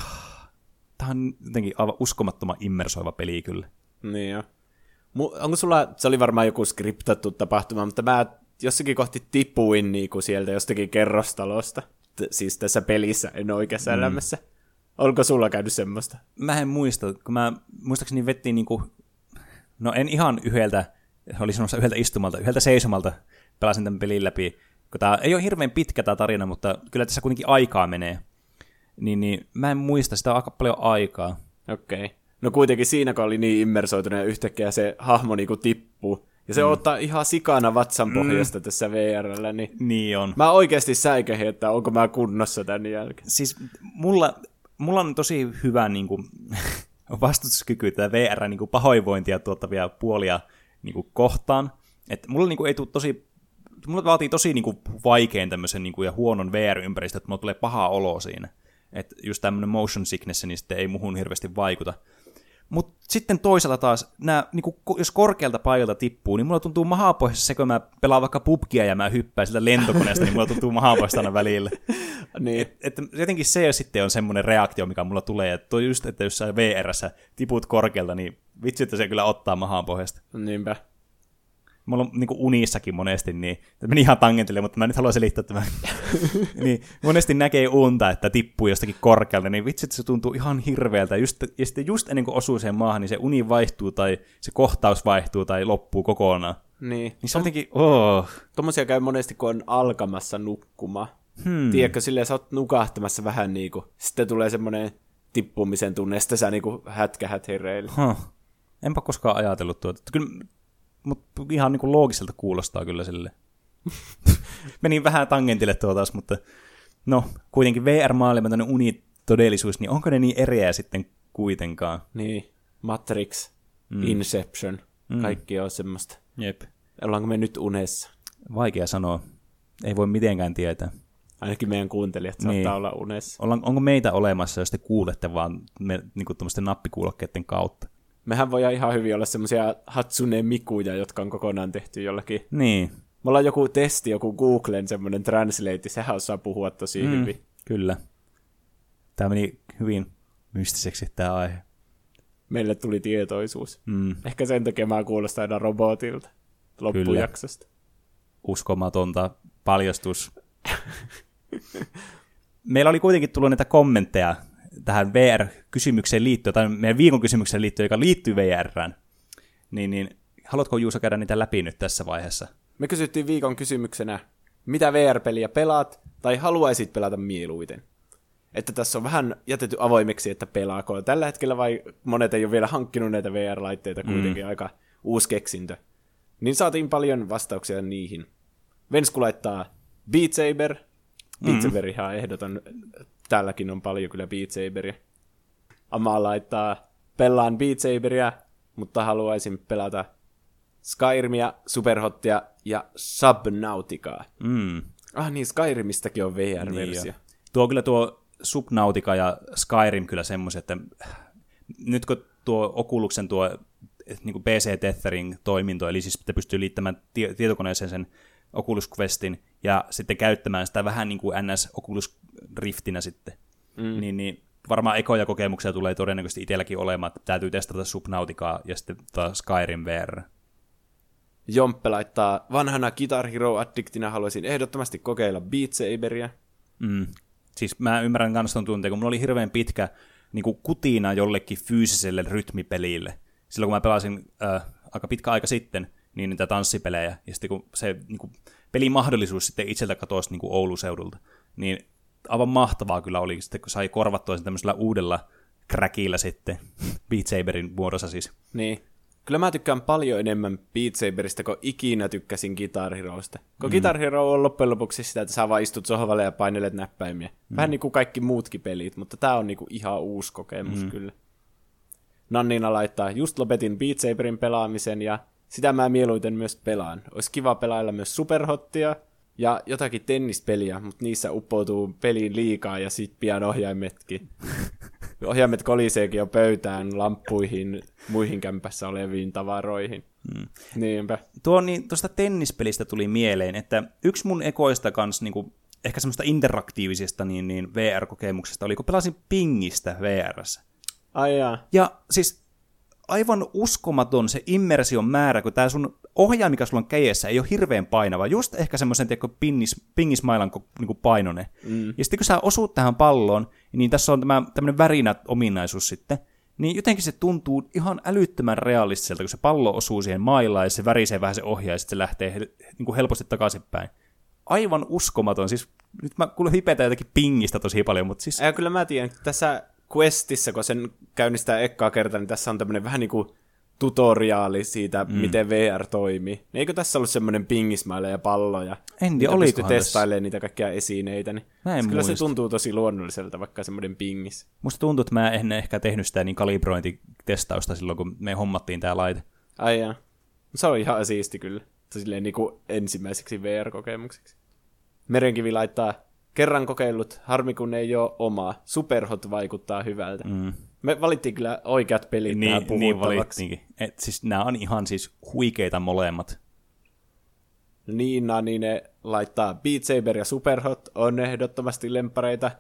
Speaker 1: tämä on jotenkin aivan uskomattoman immersoiva peli kyllä.
Speaker 2: Niin jo. Onko sulla, se oli varmaan joku skriptattu tapahtuma, mutta mä jossakin kohti tipuin niinku sieltä jostakin kerrostalosta. T- siis tässä pelissä, en oikeassa mm. elämässä. Onko sulla käynyt semmoista?
Speaker 1: Mä en muista, kun mä muistaakseni vettiin niinku, no en ihan yhdeltä, oli semmoista yhdeltä istumalta, yhdeltä seisomalta pelasin tämän pelin läpi. Kun tää ei ole hirveän pitkä tää tarina, mutta kyllä tässä kuitenkin aikaa menee. Niin, niin mä en muista, sitä on aika paljon aikaa.
Speaker 2: Okei. Okay. No kuitenkin siinä, kun oli niin immersoitunut ja yhtäkkiä se hahmo niinku tippuu. Ja se mm. ottaa ihan sikana vatsan pohjasta mm. tässä V R:llä. Niin,
Speaker 1: niin on.
Speaker 2: Mä oikeasti säikähin, että onko mä kunnossa tän jälkeen.
Speaker 1: Siis mulla, mulla on tosi hyvä niin kuin, vastustuskyky tätä V R niin kuin pahoinvointia tuottavia puolia niin kuin, kohtaan. Et mulla niin kuin, ei tule tosi, mulla vaatii tosi niin kuin, vaikein tämmöisen niin kuin, ja huonon V R-ympäristö, että mulla tulee paha olo siinä. Että just tämmöinen motion sickness, niin sitten ei muhun hirveästi vaikuta. Mutta sitten toisaalta taas, nää, niinku, jos korkealta paikalta tippuu, niin mulla tuntuu mahapohjassa se, kun mä pelaan vaikka pubgia ja mä hyppään sitä lentokoneesta, niin mulla tuntuu mahapohjasta aina välillä.
Speaker 2: Niin.
Speaker 1: Et, et, jotenkin se sitten on semmoinen reaktio, mikä mulla tulee. Että tuo just, että jos sä V R:ssä tiput korkealta, niin vitsi, että se kyllä ottaa mahapohjasta.
Speaker 2: Niinpä.
Speaker 1: Mulla on niin kuin unissakin monesti, niin meni ihan tangentille, mutta mä nyt haluan selittää tämän. niin, monesti näkee unta, että tippuu jostakin korkealta, niin vitsi, että se tuntuu ihan hirveältä. Just, ja sitten just ennen kuin osuu siihen maahan, niin se uni vaihtuu tai se kohtaus vaihtuu tai loppuu kokonaan.
Speaker 2: Niin.
Speaker 1: Niin se on jotenkin, oh.
Speaker 2: Tommosia käy monesti, kun on alkamassa nukkumaan. Hmm. Tiedätkö, silleen sä oot nukahtamassa vähän niinku, sitten tulee semmoinen tippumisen tunne, ja sitten sä niinku hätkähät hereille.
Speaker 1: Huh. Enpä koskaan ajatellut tuota. Kyllä, mutta ihan niin kuin loogiselta kuulostaa kyllä sille. Menin vähän tangentille tuo taas, mutta no, kuitenkin V R-maailma, tämmöinen unitodellisuus, niin onko ne niin eriä sitten kuitenkaan?
Speaker 2: Niin, Matrix, mm. Inception, mm. kaikki on semmoista.
Speaker 1: Jep.
Speaker 2: Ollaanko me nyt unessa?
Speaker 1: Vaikea sanoa. Ei voi mitenkään tietää.
Speaker 2: Ainakin meidän kuuntelijat saattaa niin. olla unessa.
Speaker 1: Ollaan, onko meitä olemassa, jos te kuulette vaan me, niin kuin tuommoisten nappikuulokkeiden kautta?
Speaker 2: Mehän voi ihan hyvin olla semmoisia Hatsune Mikuja, jotka on kokonaan tehty jollakin.
Speaker 1: Niin.
Speaker 2: Me ollaan joku testi, joku Googlen semmoinen translate, sehän osaa puhua tosi mm, hyvin.
Speaker 1: Kyllä. Tämä meni hyvin mystiseksi tämä aihe.
Speaker 2: Meille tuli tietoisuus.
Speaker 1: Mm.
Speaker 2: Ehkä sen takia mä kuulostan aina robotilta loppujaksosta.
Speaker 1: Kyllä. Uskomatonta paljastus. Meillä oli kuitenkin tullut näitä kommentteja tähän V R-kysymykseen liittyen, tai meidän viikon kysymykseen liittyen, joka liittyy V R:ään. Niin, niin haluatko Juuso käydä niitä läpi nyt tässä vaiheessa?
Speaker 2: Me kysyttiin viikon kysymyksenä, mitä V R-peliä pelaat, tai haluaisit pelata mieluiten? Että tässä on vähän jätetty avoimeksi, että pelaako tällä hetkellä, vai monet ei ole vielä hankkinut näitä V R-laitteita, kuitenkin mm. aika uusi keksintö. Niin saatiin paljon vastauksia niihin. Vensku laittaa Beat Saber. Beat Saber mm. ihan ehdoton. Täälläkin on paljon kyllä Beat Saberia. Ama laittaa, pelaan Beat Saberia, mutta haluaisin pelata Skyrimia, Superhottia ja Subnauticaa.
Speaker 1: Mm.
Speaker 2: Ah niin, Skyrimistäkin on V R-versio.
Speaker 1: Niin tuo kyllä tuo Subnautica ja Skyrim kyllä semmoiset, että nyt kun tuo Oculusen tuo niin kuin P C-Tethering toiminto, eli siis että pystyy liittämään tietokoneeseen sen Oculus Questin ja sitten käyttämään sitä vähän niin kuin N S Oculus Riftinä sitten, mm. niin, niin varmaan ekoja kokemuksia tulee todennäköisesti itselläkin olemaan, että täytyy testata Subnauticaa ja sitten taas Skyrim V R.
Speaker 2: Jomppe laittaa, vanhana Guitar Hero-addiktina haluaisin ehdottomasti kokeilla Beat Saberia.
Speaker 1: Mm. Siis mä ymmärrän kans ton tunteen, kun mulla oli hirveän pitkä niin kuin kutina jollekin fyysiselle rytmipelille. Silloin kun mä pelasin äh, aika pitkä aika sitten niin niitä tanssipelejä, ja sitten kun se niin kuin, pelimahdollisuus sitten itseltä katosi niin kuin Oulun seudulta, niin aivan mahtavaa kyllä oli, sitten kun sai korvattua sen tämmöisellä uudella crackilla sitten, Beat Saberin muodossa siis. Niin.
Speaker 2: Kyllä mä tykkään paljon enemmän Beat Saberista, kun ikinä tykkäsin Guitar Heroista. Kun mm. Guitar Hero on loppujen lopuksi sitä, että sä vaan istut sohvalle ja painelet näppäimiä. Mm. Vähän niin kuin kaikki muutkin pelit, mutta tää on niin kuin ihan uusi kokemus mm. kyllä. Nannina laittaa, just lopetin Beat Saberin pelaamisen ja sitä mä mieluiten myös pelaan. Olisi kiva pelailla myös Superhottia ja jotakin tennispeliä, mutta niissä uppoutuu peliin liikaa ja sit pian ohjaimetkin. Ohjaimet koliseekin jo pöytään, lamppuihin, muihin kämpässä oleviin tavaroihin. Hmm. Niinpä.
Speaker 1: Tuo, niin, tuosta tennispelistä tuli mieleen, että yksi mun ekoista kans, niin kuin, ehkä semmoista interaktiivisesta niin, niin V R-kokemuksesta oli, kun pelasin pingistä V R:ssä.
Speaker 2: Ai jaa.
Speaker 1: Ja siis aivan uskomaton se immersion määrä, kun tää sun ohjaa, mikä sulla on kädessä, ei ole hirveän painava. Just ehkä semmoisen, tiedätkö, pinnis, pingismailan niin painone. Mm. Ja sitten kun sä osuut tähän palloon, niin tässä on tämä tämmöinen värinä ominaisuus sitten, niin jotenkin se tuntuu ihan älyttömän realistiselta, kun se pallo osuu siihen mailaan ja se värisee vähän se ohjaa ja sitten se lähtee hel- niin kuin helposti takaisinpäin. Aivan uskomaton. Siis nyt mä kuulen hipetä jotenkin pingistä tosi paljon, mutta siis...
Speaker 2: Ja kyllä mä tiedän, tässä Questissa, kun sen käynnistää ekkaa kertaa, niin tässä on tämmöinen vähän niin kuin tutoriaali siitä, mm. miten V R toimii. Eikö tässä ollut semmoinen pingismaile ja pallo ja
Speaker 1: en tiedä, olikohan
Speaker 2: pysty testailemaan niitä kaikkia esineitä. Niin kyllä se tuntuu tosi luonnolliselta, vaikka semmoinen pingis.
Speaker 1: Musta tuntuu, että mä en ehkä tehnyt sitä niin kalibrointitestausta silloin, kun me hommattiin tää laite.
Speaker 2: Ai jaa. Se on ihan siisti kyllä. Silleen niin kuin ensimmäiseksi V R-kokemukseksi. Merenkivi laittaa, kerran kokeillut, harmi kun ei ole omaa. Superhot vaikuttaa hyvältä. Mm. Me valittiin kyllä oikeat pelit
Speaker 1: niin,
Speaker 2: tähän puhuttavaksi.
Speaker 1: Niin Et siis nämä on ihan siis huikeita molemmat.
Speaker 2: Niin, no, niin ne laittaa Beat Saber ja Superhot on ehdottomasti lempareita.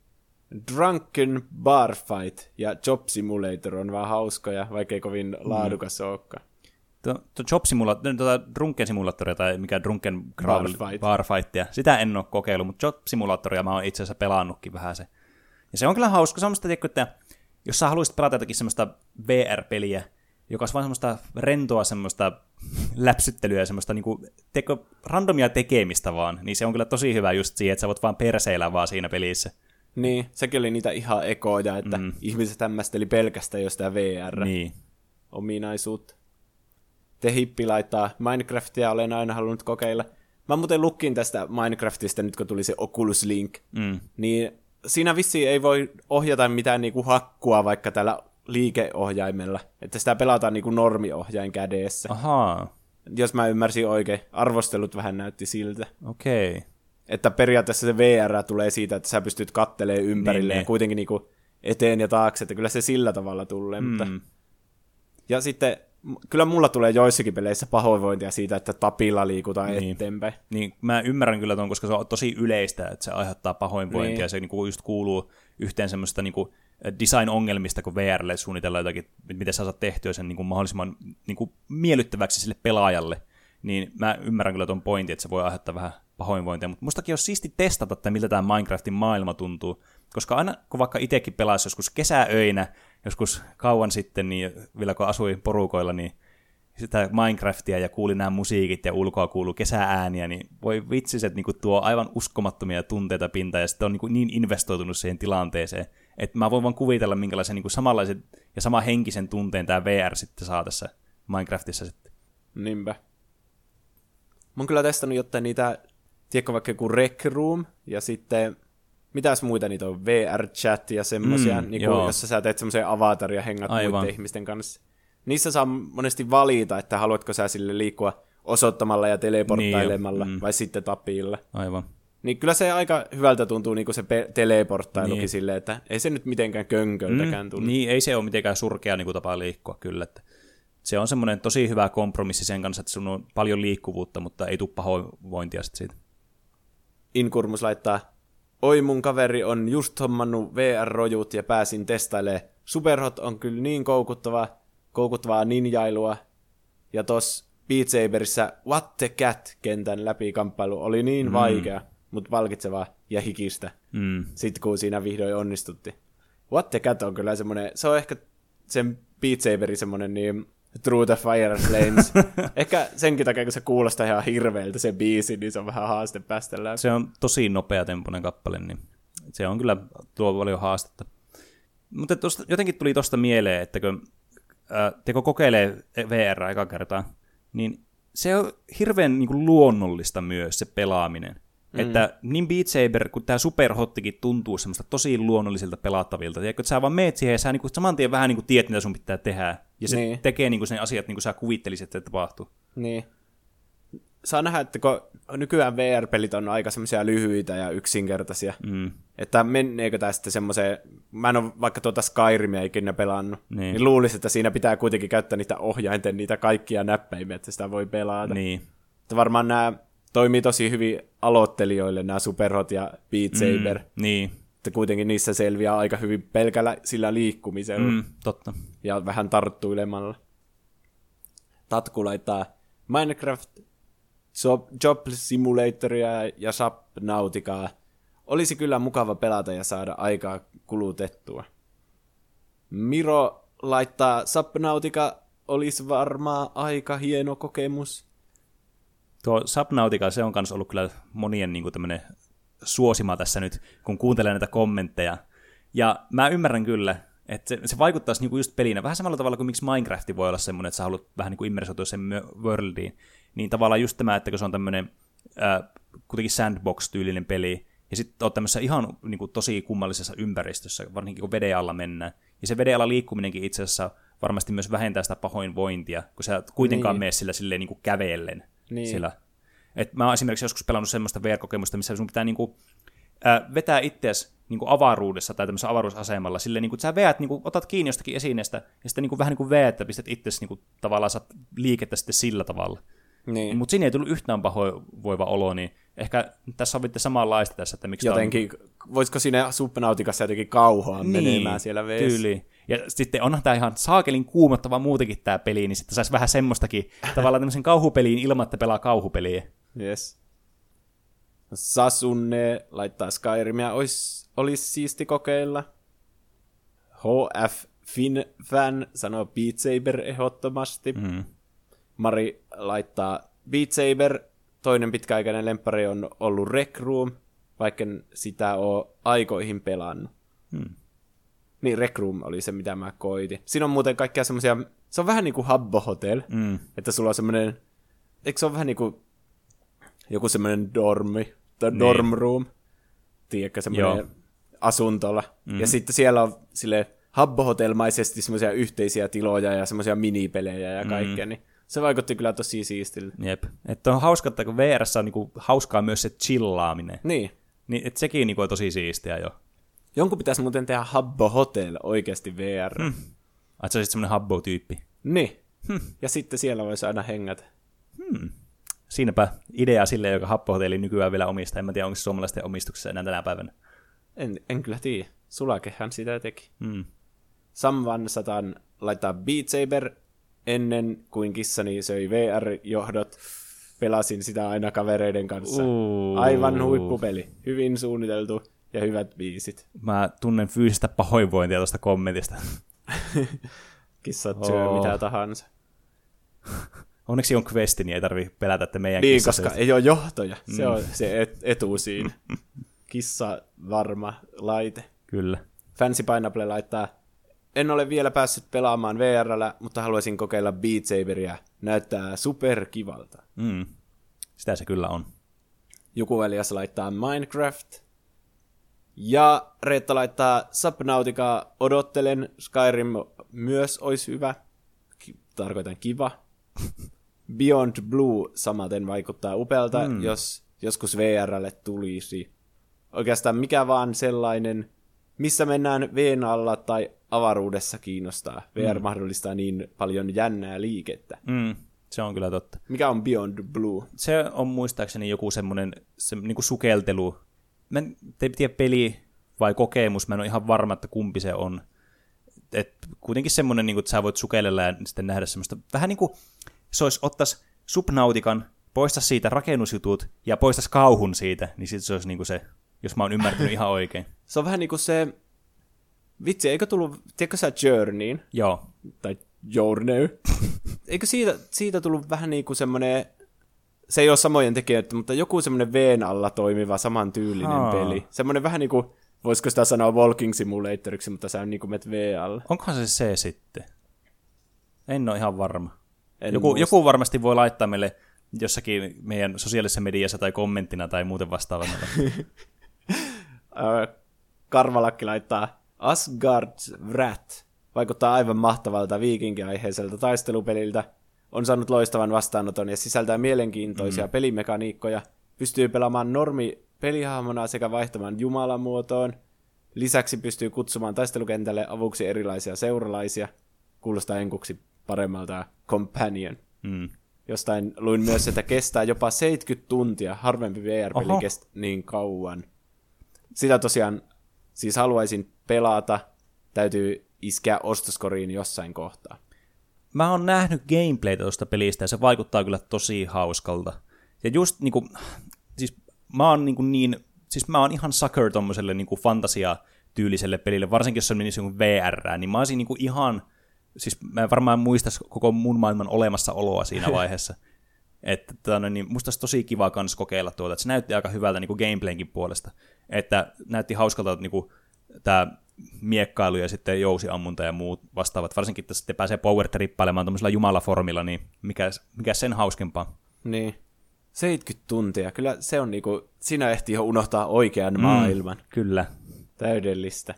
Speaker 2: Drunken Bar Fight ja Job Simulator on vaan hauskoja, vaikka ei kovin laadukas mm. olekaan.
Speaker 1: Tuo, tuo Job Simulator, tuota Drunken Simulatoria tai mikä Drunken Bar, Fight. Bar Fightia, sitä en ole kokeillut, mutta Job Simulatoria mä oon itse asiassa pelannutkin vähän se. Ja se on kyllä hauska, semmoista, että jos sä haluaisit pelata jotakin semmoista V R-peliä, joka on vaan semmoista rentoa semmoista läpsyttelyä, semmoista niinku teko, randomia tekemistä vaan, niin se on kyllä tosi hyvä just siihen, että sä voit vaan perseillä vaan siinä pelissä.
Speaker 2: Niin, sekin oli niitä ihan ekoja, että mm. ihmiset hämmästeli pelkästään jo sitä V R-ominaisuutta. Niin. Te hippi laittaa Minecraftia, olen aina halunnut kokeilla. Mä muuten lukkin tästä Minecraftista nyt, kun tuli se Oculus Link, mm. niin siinä vissiin ei voi ohjata mitään niinku hakkua vaikka tällä liikeohjaimella, että sitä pelataan niinku normiohjain kädessä.
Speaker 1: Ahaa.
Speaker 2: Jos mä ymmärsin oikein, arvostelut vähän näytti siltä.
Speaker 1: Okei. Okay.
Speaker 2: Että periaatteessa se V R tulee siitä, että sä pystyt kattelemaan ympärille niin, ja kuitenkin niinku eteen ja taakse, että kyllä se sillä tavalla tulee. Mm. Mutta... Ja sitten kyllä mulla tulee joissakin peleissä pahoinvointia siitä, että tapilla liikutaan niin eteenpäin.
Speaker 1: Niin, mä ymmärrän kyllä ton, koska se on tosi yleistä, että se aiheuttaa pahoinvointia, niin. Ja se niinku just kuuluu yhteen semmoista niinku design-ongelmista, kun V R:lle suunnitellaan jotakin, miten sä saat tehtyä sen niinku mahdollisimman niinku miellyttäväksi sille pelaajalle. Niin mä ymmärrän kyllä ton pointin, että se voi aiheuttaa vähän pahoinvointia, mutta mustakin on siisti testata, että miltä tämä Minecraftin maailma tuntuu, koska aina kun vaikka itsekin pelasi joskus kesäöinä, joskus kauan sitten, niin vielä kun asuin porukoilla, niin sitä Minecraftia ja kuulin nämä musiikit ja ulkoa kuuluu kesäääniä, niin voi vitsiset että niin tuo aivan uskomattomia tunteita pintaan ja sitten on niin, niin investoitunut siihen tilanteeseen, että mä voin vaan kuvitella minkälaisen niin samanlaisen ja sama henkisen tunteen tämä V R sitten saa tässä Minecraftissa sitten.
Speaker 2: Niinpä. Mä oon kyllä testannut jotain niitä, tiedätkö vaikka joku Rec Room ja sitten mitäs muita niitä on, V R-chat ja semmosia, mm, niin kuin, jossa sä teet semmoisen avataria ja hengat muiden ihmisten kanssa. niissä saa monesti valita, että haluatko sä sille liikkua osoittamalla ja teleporttailemalla, niin, mm. vai sitten tapilla.
Speaker 1: Aivan.
Speaker 2: Niin kyllä se aika hyvältä tuntuu niin kuin se pe- teleporttailukin niin. Silleen, että ei se nyt mitenkään könköltäkään
Speaker 1: mm,
Speaker 2: tunnu.
Speaker 1: Niin, ei se ole mitenkään surkea niin kuin tapa liikkua kyllä. Että se on semmoinen tosi hyvä kompromissi sen kanssa, että sun on paljon liikkuvuutta, mutta ei tule pahoinvointia sitten siitä.
Speaker 2: Inkurmus laittaa, oi mun kaveri on just hommannut V R-rojut ja pääsin testailemaan. Superhot on kyllä niin koukuttava, koukuttavaa ninjailua. Ja tossa Beat Saberissä What the Cat-kentän läpikamppailu oli niin mm. vaikea, mutta palkitsevaa ja hikistä. Mm. Sitten kun siinä vihdoin onnistutti. What the Cat on kyllä semmoinen, se on ehkä sen Beat Saberin semmoinen niin Through the Fire Flames. Ehkä senkin takia, kun se kuulostaa ihan hirveältä se biisi, niin se on vähän haaste päästä läpi.
Speaker 1: Se on tosi nopeatempoinen kappale, niin se on kyllä tuo paljon haastetta. Mutta tosta, jotenkin tuli tosta mieleen, että kun äh, teko kokeilee V R eka kertaa, niin se on hirveän niin kuin luonnollista myös se pelaaminen. Mm. Että niin Beat Saber kuin tämä Superhottikin tuntuu semmoista tosi luonnollisilta pelattavilta. Tiedätkö, että sä vaan meet siihen ja sä niin kuin saman tien vähän niin kuin tiedät, mitä sun pitää tehdä. Ja se niin. tekee niin kuin sen asiat, niin kuin sä kuvittelisit, että se tapahtuu.
Speaker 2: Niin. Saa nähdä, että kun nykyään V R-pelit on aika semmoisia lyhyitä ja yksinkertaisia. Mm. Että menneekö tämä sitten semmoiseen, mä en ole vaikka tuota Skyrimia ikinä pelannut, niin. niin luulisin, että siinä pitää kuitenkin käyttää niitä ohjainten, niitä kaikkia näppäimiä, että sitä voi pelata. Niin. Että varmaan nämä toimii tosi hyvin aloittelijoille, nämä Superhot ja Beat Saber. Mm, niin. Että kuitenkin niissä selviää aika hyvin pelkällä sillä liikkumisella.
Speaker 1: Mm, totta.
Speaker 2: Ja vähän tarttuilemalla. Tatku laittaa Minecraft, Job Simulatoria ja Subnauticaa. Olisi kyllä mukava pelata ja saada aikaa kulutettua. Miro laittaa Subnautica olisi varmaan aika hieno kokemus.
Speaker 1: Tuo Subnautica, se on myös ollut kyllä monien niin kuin tämmöinen suosima tässä nyt, kun kuuntelee näitä kommentteja. Ja mä ymmärrän kyllä, että se, se vaikuttaisi niinku just pelinä. Vähän samalla tavalla kuin miksi Minecraft voi olla semmoinen, että sä haluat vähän niinku immersoitua sen worldiin. Niin tavallaan just tämä, että kun se on tämmöinen äh, kuitenkin sandbox-tyylinen peli, ja sitten oot tämmöisessä ihan niinku tosi kummallisessa ympäristössä, varsinkin kun veden alla mennään. Ja se veden alla liikkuminenkin itse asiassa varmasti myös vähentää sitä pahoinvointia, kun sä kuitenkaan niin. mene sillä silleen niinku kävellen. Niin. Sillä. Et mä oon esimerkiksi joskus pelannut semmoista V R-kokemusta, missä sun pitää niinku, äh, vetää itseäsi niinku avaruudessa tai tämmöisessä avaruusasemalla silleen, niinku, että sä veät, niinku, otat kiinni jostakin esineestä ja sitten niinku, vähän niin kuin veät, että pistät itsesi niinku, tavallaan saat liikettä sitten sillä tavalla. Niin. Mutta siinä ei tullut yhtään pahoinvoiva olo, niin ehkä tässä on samanlaista tässä, että miksi
Speaker 2: jotenkin, on... voisiko siinä Subnauticassa jotenkin kauhoa niin, menemään siellä veessä?
Speaker 1: Tyyliin. Ja sitten onhan tämä ihan saakelin kuumottava muutenkin tämä peli, niin sitten saisi vähän semmoistakin tavallaan tämmöisen kauhupeliin ilman, että pelaa kauhupeliä.
Speaker 2: Yes. Sasunne laittaa Skyrimia, olisi olis siisti kokeilla. H F Fin Fan sanoo Beat Saber ehdottomasti. Mm. Mari laittaa Beat Saber, toinen pitkäaikainen lemppari on ollut Rec Room, vaikka sitä ole aikoihin pelannut. Hmm. Niin, Rec Room oli se, mitä mä koitin. Siinä on muuten kaikkia semmosia, se on vähän niin kuin Habbo Hotel, mm. että sulla on semmoinen, eikö se ole vähän niin kuin joku semmoinen dormi, tai niin. dorm room, tiedätkö, semmoinen Joo. asuntola. Mm. Ja sitten siellä on silleen Habbo Hotel-maisesti semmoisia yhteisiä tiloja ja semmoisia minipelejä ja kaikkea, mm. niin se vaikutti kyllä tosi siistiltä.
Speaker 1: Jep. Että on hauska, että kun V R:ssä on niinku hauskaa myös se chillaaminen.
Speaker 2: Niin.
Speaker 1: Niin että sekin niinku on tosi siistiä jo.
Speaker 2: Jonkun pitäisi muuten tehdä Habbo Hotel oikeasti V R.
Speaker 1: Hmm. Ai se on sitten semmoinen Habbo-tyyppi.
Speaker 2: Niin. Hmm. Ja sitten siellä voisi aina hengätä.
Speaker 1: Hmm. Siinäpä idea sille, joka Habbo Hotelli nykyään vielä omistaa. En mä tiedä, onko se suomalaisten omistuksessa enää tänä päivänä. En,
Speaker 2: en kyllä tiedä. Sulakehän sitä teki. Hmm. Samvan satan laittaa Beat Saber. Ennen kuin kissani söi V R-johdot, pelasin sitä aina kavereiden kanssa. Uh. Aivan huippupeli. Hyvin suunniteltu ja hyvät biisit.
Speaker 1: Mä tunnen fyysistä pahoinvointia tuosta kommentista.
Speaker 2: Kissat oh. syö mitä tahansa.
Speaker 1: Onneksi on questi, niin ei tarvitse pelätä, että meidän
Speaker 2: niin,
Speaker 1: kissa
Speaker 2: koska syö. Ei ole johtoja. Se mm. on se et- etu siinä. Kissa varma laite.
Speaker 1: Kyllä.
Speaker 2: Fancy Pineapple laittaa: en ole vielä päässyt pelaamaan V R:llä, mutta haluaisin kokeilla Beat Saberia. Näyttää superkivalta.
Speaker 1: Mm. Sitä se kyllä on.
Speaker 2: Juku-Elias laittaa Minecraft. Ja Reetta laittaa Subnautica. Odottelen. Skyrim myös olisi hyvä. ki- tarkoitan kiva. Beyond Blue samaten vaikuttaa upealta, mm. jos joskus V R:lle tulisi. Oikeastaan mikä vaan sellainen, missä mennään veen alla tai avaruudessa kiinnostaa. V R mm. mahdollistaa niin paljon jännää liikettä.
Speaker 1: Mm. Se on kyllä totta.
Speaker 2: Mikä on Beyond Blue?
Speaker 1: Se on muistaakseni joku semmoinen se, niinku sukeltelu. Mä en tiedä peli vai kokemus, mä en ole ihan varma, että kumpi se on. Et kuitenkin semmoinen, niinku, että sä voit sukellella ja sitten nähdä semmoista, vähän niin kuin se olisi, ottaisi Subnautican, poistaisi siitä rakennusjutut ja poistaisi kauhun siitä, niin sitten se olisi niinku se, jos mä oon ymmärtänyt ihan oikein.
Speaker 2: Se on vähän niin kuin se, vitsi, eikö tullut, tiedätkö sä Journeyin?
Speaker 1: Joo.
Speaker 2: Tai Journey. Eikö siitä, siitä tullut vähän niin kuin semmoinen, se ei ole samojen tekijöitä, mutta joku semmoinen veen alla toimiva samantyylinen Haa. peli. Semmoinen vähän niin kuin, voisiko sitä sanoa Walking Simulatoriksi, mutta se on niin kuin met V alla.
Speaker 1: Onkohan se se sitten? En ole ihan varma. Joku, joku varmasti voi laittaa meille jossakin meidän sosiaalisessa mediassa tai kommenttina tai muuten vastaavana.
Speaker 2: Karvalakki laittaa Asgard's Wrath. Vaikuttaa aivan mahtavalta viikinkiaiheiselta taistelupeliltä. On saanut loistavan vastaanoton ja sisältää mielenkiintoisia mm. pelimekaniikkoja. Pystyy pelaamaan normi pelihahmona sekä vaihtamaan jumalamuotoon. Lisäksi pystyy kutsumaan taistelukentälle avuksi erilaisia seuralaisia. Kuulostaa enkuksi paremmalta Companion. Mm. Jostain luin myös, että kestää jopa seitsemänkymmentä tuntia. Harvempi V R-peli kestää niin kauan. Sitä tosiaan siis haluaisin pelata. Täytyy iskeä ostoskoriin jossain kohtaa.
Speaker 1: Mä oon nähnyt gameplaytä tuosta pelistä ja se vaikuttaa kyllä tosi hauskalta. Ja just niinku, siis mä oon niinku niin, siis mä oon ihan sucker tommoselle niinku fantasia-tyyliselle pelille, varsinkin jos se menisi jonkun V R, niin mä oisin niinku ihan, siis mä en varmaan muistais koko mun maailman olemassaoloa siinä vaiheessa. Että tota, niin musta olisi tosi kiva kans kokeilla tuota, että se näytti aika hyvältä niinku gameplaynkin puolesta. Että näytti hauskalta niinku tää miekkailu ja sitten jousiammunta ja muut vastaavat. Varsinkin, että sitten pääsee power-trippailemaan tuollaisella jumalaformilla, niin mikä, mikä sen hauskempaa.
Speaker 2: Niin. seitsemänkymmentä tuntia. Kyllä se on niinku, siinä ehtii jo unohtaa oikean mm, maailman.
Speaker 1: Kyllä.
Speaker 2: Täydellistä.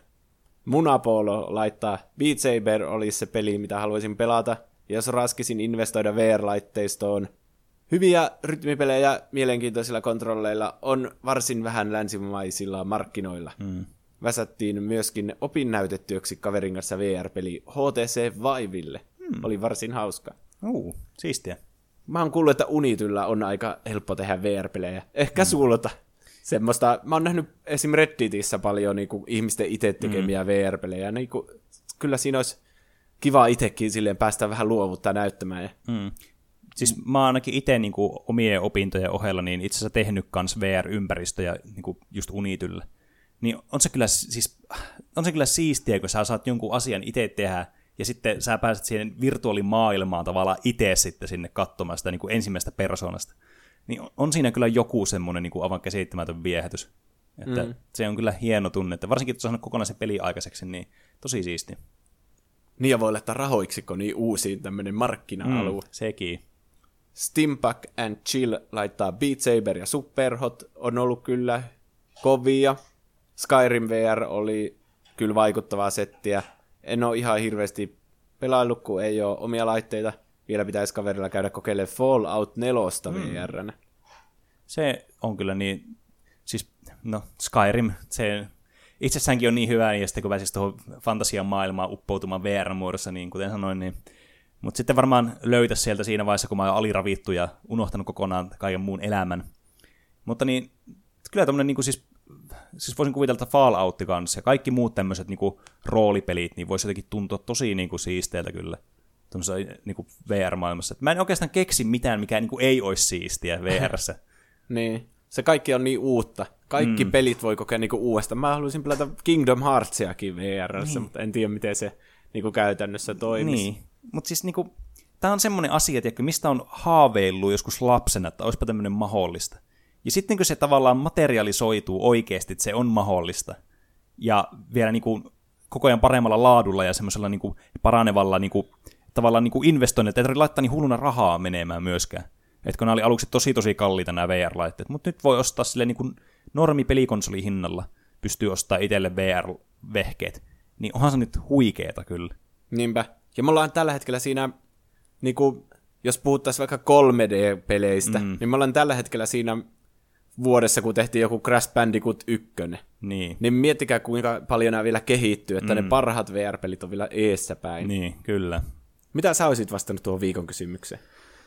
Speaker 2: Munapolo laittaa, Beat Saber olisi se peli, mitä haluaisin pelata. Ja jos raskisin investoida V R-laitteistoon, hyviä rytmipelejä mielenkiintoisilla kontrolleilla on varsin vähän länsimaisilla markkinoilla. Mm. Väsättiin myöskin opinnäytetyöksi kaverin kanssa V R-peli H T C Vivelle. Hmm. Oli varsin hauska.
Speaker 1: Uh, siistiä.
Speaker 2: Mä oon kuullut, että Unityllä on aika helppo tehdä V R-pelejä. Ehkä hmm. sulta. Semmoista, mä oon nähnyt esim. Redditissä paljon niin kuin, ihmisten itse tekemiä hmm. V R-pelejä. Niin kuin, kyllä siinä olisi kiva itsekin silleen päästä vähän luovuttaa näyttämään.
Speaker 1: Hmm. Siis mä oon ainakin itse niin kuin, omien opintojen ohella niin itse asiassa tehnyt kans V R-ympäristöjä niin kuin just Unityllä. Niin on se, kyllä, siis, on se kyllä siistiä, kun sä saat jonkun asian itse tehdä, ja sitten sä pääset siihen virtuaalimaailmaan tavallaan itse sitten sinne katsomaan sitä niin kuin ensimmäistä persoonasta. Niin on siinä kyllä joku semmoinen niin kuin aivan käsittämätön viehätys. Että mm. se on kyllä hieno tunne, että varsinkin, että sä saanut kokonaisen peli aikaiseksi, niin tosi siistiä.
Speaker 2: Niin ja voi laittaa rahoiksiko niin uusiin tämmöinen markkina-alue.
Speaker 1: Mm, sekin.
Speaker 2: Steampunk and Chill laittaa Beat Saber ja Superhot on ollut kyllä kovia. Skyrim V R oli kyllä vaikuttavaa settiä. En ole ihan hirveästi pelaillut, kun ei ole omia laitteita. Vielä pitäisi kaverilla käydä kokeilemaan Fallout neljä mm. V R:nä.
Speaker 1: Se on kyllä niin, siis no Skyrim, se itsessäänkin on niin hyvä, ja sitten kun pääsisi tuohon fantasian maailmaan uppoutumaan V R-muodossa, niin kuten sanoin, niin mutta sitten varmaan löytäisi sieltä siinä vaiheessa, kun mä oon aliravittu ja unohtanut kokonaan kaiken muun elämän. Mutta niin, kyllä tämmöinen niin kuin siis Siis voisin kuvitella, että Fallout kanssa ja kaikki muut tämmöiset niinku roolipelit, niin voisi jotenkin tuntua tosi niinku siisteiltä kyllä tuollaisessa niinku V R-maailmassa. Mä en oikeastaan keksi mitään, mikä niinku ei olisi siistiä V R:ssä.
Speaker 2: Niin, se kaikki on niin uutta. Kaikki mm. pelit voi kokea niinku uudestaan. Mä haluaisin pelata Kingdom Heartsiakin V R:ssä, niin. Mutta en tiedä, miten se niinku käytännössä toimisi.
Speaker 1: Niin, mutta siis niinku, tää on semmoinen asia, tiedätkö, mistä on haaveillut joskus lapsena, että olisipa tämmöinen mahdollista. Ja sitten kun se tavallaan materialisoituu oikeasti, että se on mahdollista, ja vielä niin kuin koko ajan paremmalla laadulla ja semmoisella niin kuin paranevalla niin kuin, tavallaan niin kuin investoinnilla, ei tarvitse laittaa niin hulluna rahaa menemään myöskään. Että kun nämä oli aluksi tosi tosi kalliita nämä V R-laitteet, mutta nyt voi ostaa silleen niin kuin normi pelikonsolihinnalla, pystyy ostamaan itselle V R-vehkeet, niin onhan se nyt huikeeta kyllä.
Speaker 2: Niinpä. Ja me ollaan tällä hetkellä siinä niinku, jos puhuttaisiin vaikka kolme D-peleistä, mm. niin me ollaan tällä hetkellä siinä vuodessa, kun tehtiin joku Crash Bandicoot yksi.
Speaker 1: Niin.
Speaker 2: Niin miettikää, kuinka paljon nämä vielä kehittyy, että mm. ne parhaat V R-pelit on vielä eessä päin.
Speaker 1: Niin, kyllä.
Speaker 2: Mitä sä olisit vastannut tuohon viikon kysymykseen?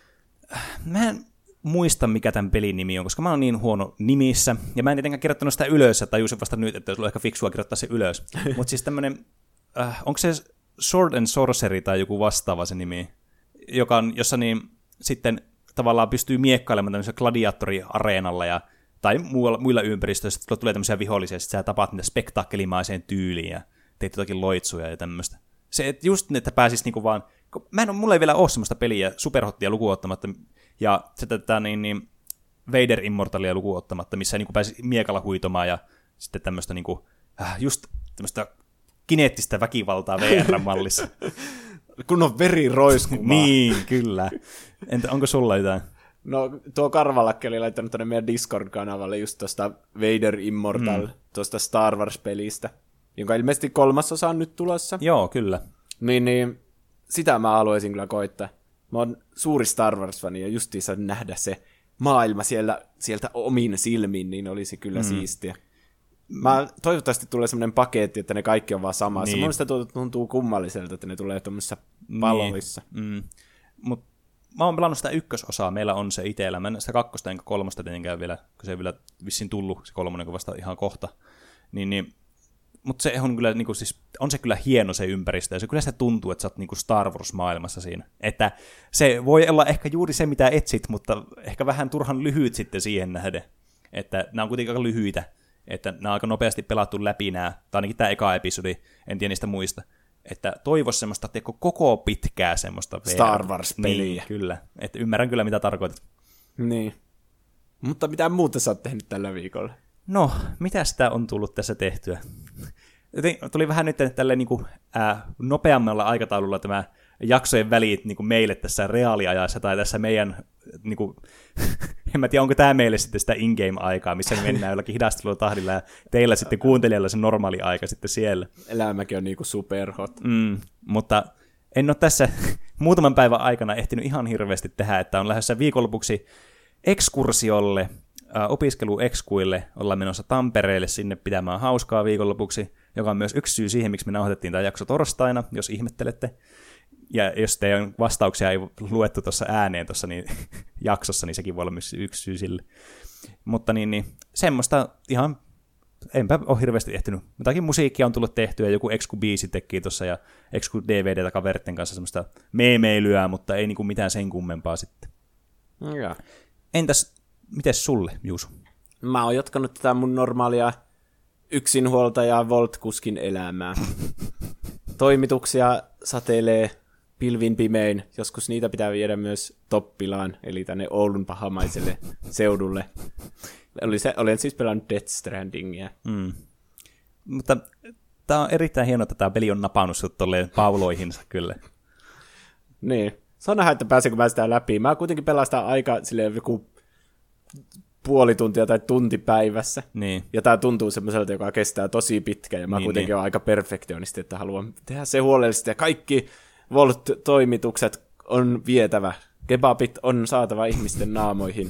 Speaker 1: Mä en muista, mikä tämän pelin nimi on, koska mä oon niin huono nimissä, ja mä en tietenkään kirjoittanut sitä ylös, tai tajusin vasta nyt, että olisi ollut ehkä fiksua kirjoittaa se ylös. Mutta siis tämmönen, äh, onko se Sword and Sorcery tai joku vastaava se nimi, joka on, jossa niin sitten tavallaan pystyy miekkailemaan tämmöisellä gladiaattoriareenalla ja tai muilla, muilla ympäristöissä, että tulee tämmöisiä vihollisia, ja sitten sä tapaat niitä spektaakkelimaiseen tyyliin, ja teet jotakin loitsuja ja tämmöistä. Se, että just että pääsis niinku vaan, mä en ole, mulla ei vielä ole semmoista peliä, superhottia lukuun ottamatta, ja se tätä niin, niin Vader Immortalia lukuun ottamatta, missä niinku pääsi miekalla huitomaan, ja sitten tämmöistä niinku, äh, just tämmöistä kineettistä väkivaltaa V R-mallissa.
Speaker 2: Kun on veri roiskumaan.
Speaker 1: Niin, kyllä. Entä onko sulla jotain?
Speaker 2: No, tuo Karvalakki oli laittanut tuonne meidän Discord-kanavalle just tuosta Vader Immortal, mm. tuosta Star Wars-pelistä, jonka ilmeisesti kolmas osa on nyt tulossa.
Speaker 1: Joo, kyllä.
Speaker 2: Niin, niin sitä mä haluaisin kyllä koittaa. Mä oon suuri Star Wars-fani, ja justiinsa nähdä se maailma siellä, sieltä omin silmin, niin olisi kyllä mm. siistiä. Mä, toivottavasti tulee semmoinen paketti, että ne kaikki on vaan samassa. Niin. Mun mielestä tuntuu kummalliselta, että ne tulee tuommoisissa paloissa.
Speaker 1: Niin. Mm. Mut mä oon pelannut sitä ykkösosaa, meillä on se itsellä. Mä en sitä kakkosta enkä kolmosta tietenkään vielä, kun se ei vielä vissiin tullut, se kolmonen, kun vasta ihan kohta. Niin, niin. Mutta se on kyllä, niinku, siis, on se kyllä hieno se ympäristö, ja se kyllä se tuntuu, että sä oot niinku Star Wars-maailmassa siinä. Että se voi olla ehkä juuri se, mitä etsit, mutta ehkä vähän turhan lyhyt sitten siihen nähden. Että nämä on kuitenkin aika lyhyitä. Että nämä on aika nopeasti pelattu läpi nämä, tai ainakin tämä eka episodi, en tiedä niistä muista. Että toivoisi semmoista teko koko pitkää semmoista V R.
Speaker 2: Star Wars-peliä.
Speaker 1: Niin, kyllä. Että ymmärrän kyllä, mitä tarkoitat.
Speaker 2: Niin. Mutta mitä muuta sä oot tehnyt tällä viikolla?
Speaker 1: No, mitä sitä on tullut tässä tehtyä? Tuli vähän nyt tälleen niin kuin, ää, nopeammalla aikataululla tämä jaksojen välit niin kuin meille tässä reaaliajassa tai tässä meidän, niin kuin, en mä tiedä, onko tämä meille sitten sitä in-game-aikaa, missä me mennään jollakin hidastelutahdilla ja teillä sitten kuuntelijalla se normaali aika sitten siellä.
Speaker 2: Elämäkin on niin kuin superhot.
Speaker 1: Mm, mutta en ole tässä muutaman päivän aikana ehtinyt ihan hirveästi tehdä, että on lähdössä viikonlopuksi ekskursiolle, ää, opiskeluekskuille, ollaan menossa Tampereelle sinne pitämään hauskaa viikonlopuksi, joka on myös yksi syy siihen, miksi me nauhoitettiin tämä jakso torstaina, jos ihmettelette. Ja jos teidän vastauksia ei luettu tuossa ääneen tuossa niin, jaksossa, niin sekin voi olla myös yksi syy sille. Mutta niin, niin semmoista ihan, enpä ole hirveästi ehtinyt. Jotakin musiikkia on tullut tehtyä, joku Exku-biisi teki tuossa ja Exku-D V D-ta kaveritten kanssa semmoista meemeilyä, mutta ei niinku mitään sen kummempaa sitten.
Speaker 2: Ja.
Speaker 1: Entäs, mites sulle, Juuso?
Speaker 2: Mä oon jatkanut tätä mun normaalia yksinhuoltajaa Volt-kuskin elämää. Toimituksia satelee pilvin pimein. Joskus niitä pitää viedä myös Toppilaan, eli tänne Oulun pahamaiselle seudulle. Oli se, olen siis pelannut Death Strandingia.
Speaker 1: Mm. Mutta tämä on erittäin hienoa, että tämä peli on napannut sut tolleen pauloihinsa kyllä.
Speaker 2: Niin. Se on nähdä, että pääsenkö mä sitä läpi. Mä kuitenkin pelaan sitä aika silleen joku puoli tuntia tai tunti päivässä.
Speaker 1: Niin.
Speaker 2: Ja tää tuntuu semmoiselta, joka kestää tosi pitkään. Ja mä niin, kuitenkin niin. olen aika perfektionisti, että haluan tehdä se huolellisesti. Ja kaikki Volt-toimitukset on vietävä. Kebabit on saatava ihmisten naamoihin.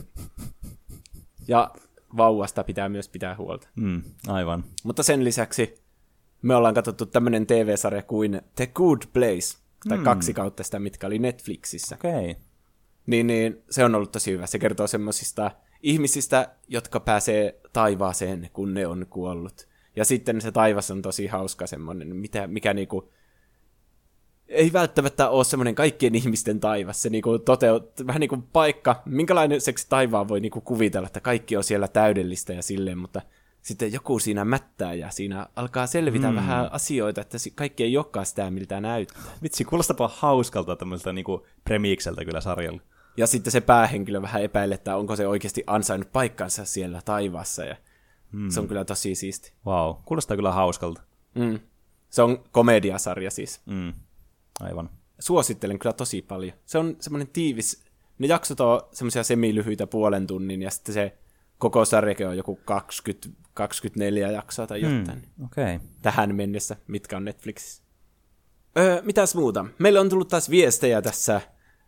Speaker 2: Ja vauvasta pitää myös pitää huolta.
Speaker 1: Mm, aivan.
Speaker 2: Mutta sen lisäksi me ollaan katsottu tämmönen T V-sarja kuin The Good Place. Tai mm. kaksi kautta sitä, mitkä oli Netflixissä.
Speaker 1: Okei. Okay.
Speaker 2: Niin, niin se on ollut tosi hyvä. Se kertoo semmosista ihmisistä, jotka pääsee taivaaseen, kun ne on kuollut. Ja sitten se taivas on tosi hauska semmoinen, mitä, mikä niinku ei välttämättä ole semmoinen kaikkien ihmisten taivas. Se niinku toteut, vähän niin kuin paikka, minkälaiseksi taivaan voi niinku kuvitella, että kaikki on siellä täydellistä ja silleen, mutta sitten joku siinä mättää ja siinä alkaa selvitä mm. vähän asioita, että kaikki ei olekaan sitä, miltä näyttää.
Speaker 1: Vitsi, kuulostapa hauskalta tämmöiseltä niinku premiikseltä kyllä sarjalla.
Speaker 2: Ja sitten se päähenkilö vähän epäilee, että onko se oikeasti ansainnut paikkansa siellä taivaassa. Ja mm. se on kyllä tosi siisti.
Speaker 1: Vau, wow. Kuulostaa kyllä hauskalta.
Speaker 2: Mm. Se on komediasarja siis.
Speaker 1: Mm. Aivan.
Speaker 2: Suosittelen kyllä tosi paljon. Se on semmoinen tiivis. Ne jaksot on semmoisia semilyhyitä puolen tunnin ja sitten se koko sarjakin on joku kaksikymmentä, kaksikymmentäneljä jaksoa tai jotain.
Speaker 1: Mm. Okay.
Speaker 2: Tähän mennessä, mitkä on Netflixissä. Öö, mitäs muuta? Meillä on tullut taas viestejä tässä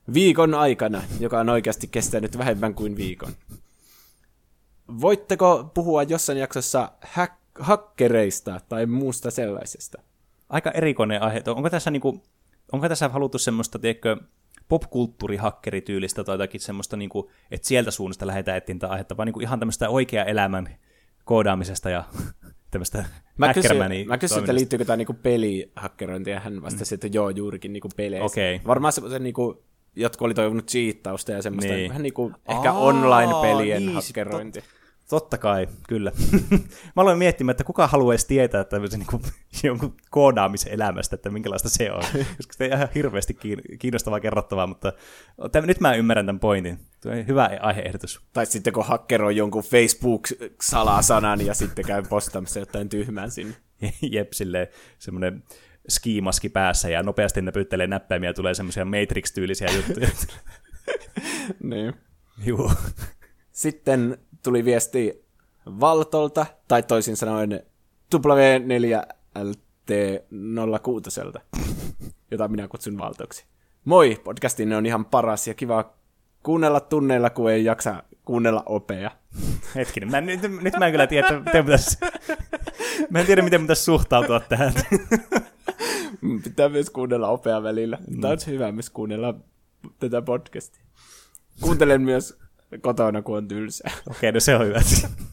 Speaker 2: viikon aikana, joka on oikeasti kestänyt vähemmän kuin viikon. Voitteko puhua jossain jaksossa hack- hakkereista tai muusta sellaisesta?
Speaker 1: Aika erikoinen aihe. Onko tässä, niinku, onko tässä haluttu semmoista, tiedätkö, popkulttuurihakerityylistä tai jotakin semmoista, niinku, että sieltä suunnasta lähdetään etsimään tätä aihetta, vaan niinku ihan tämmöistä oikea elämän koodaamisesta ja tämmöistä hackermania.
Speaker 2: Mä kysyin, että liittyykö tämä niinku pelihakkerointiin, ja hän vastasi, että joo, juurikin niinku peleissä.
Speaker 1: Okay.
Speaker 2: Varmaan semmoisen, niinku, jotkut oli toivonut cheattausta ja semmoista,
Speaker 1: niin.
Speaker 2: vähän niinku ehkä online-pelien niin, hakkerointi.
Speaker 1: Totta kai, kyllä. Mä aloin miettimään, että kuka haluaisi tietää tämmöisen niin jonkun koodaamisen elämästä, että minkälaista se on. Koska se ei ihan hirveästi kiinnostavaa kerrottavaa, mutta tämän, nyt mä ymmärrän tämän pointin. Tuo on hyvä aihe-ehdotus.
Speaker 2: Tai sitten kun hakkeroi jonkun Facebook-salasanan ja sitten käy postaamassa jotain tyhmää sinne.
Speaker 1: Jep, silleen semmoinen skimaski päässä ja nopeasti näpyttelee näppäimiä ja tulee semmoisia Matrix-tyylisiä juttuja.
Speaker 2: Niin.
Speaker 1: Juu.
Speaker 2: Sitten tuli viesti Valtolta, tai toisin sanoen W neljä L T nolla kuusi, jota minä kutsun Valtoksi. Moi, podcastinne on ihan paras ja kiva kuunnella tunneilla, kun ei jaksa kuunnella opea.
Speaker 1: Hetkinen, mä, nyt, nyt mä en kyllä tiedä, miten pitäisi, mä en tiedä, miten pitäisi suhtautua tähän.
Speaker 2: Pitää myös kuunnella opea välillä. Tämä on hyvä myös kuunnella tätä podcastia. Kuuntelen myös kotona, kun on tylsää.
Speaker 1: Okei, no se on hyvä.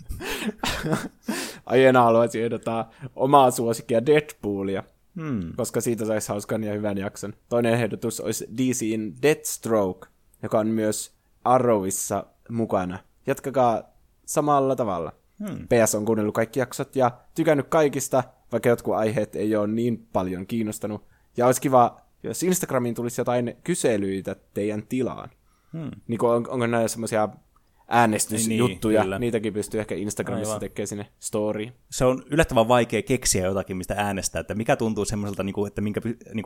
Speaker 2: Aiena haluaisin ehdottaa omaa suosikkia Deadpoolia,
Speaker 1: hmm.
Speaker 2: koska siitä saisi hauskan ja hyvän jakson. Toinen ehdotus olisi D C:n Deathstroke, joka on myös Arrowissa mukana. Jatkakaa samalla tavalla.
Speaker 1: Hmm.
Speaker 2: P S on kuunnellut kaikki jaksot ja tykännyt kaikista, vaikka jotkut aiheet ei ole niin paljon kiinnostanut. Ja olisi kiva, jos Instagramiin tulisi jotain kyselyitä teidän tilaan. Hmm. Niin on, onko näitä semmoisia äänestysjuttuja, niin, niitäkin pystyy ehkä Instagramissa tekemään sinne storyin.
Speaker 1: Se on yllättävän vaikea keksiä jotakin, mistä äänestää, että mikä tuntuu semmoiselta, että minkä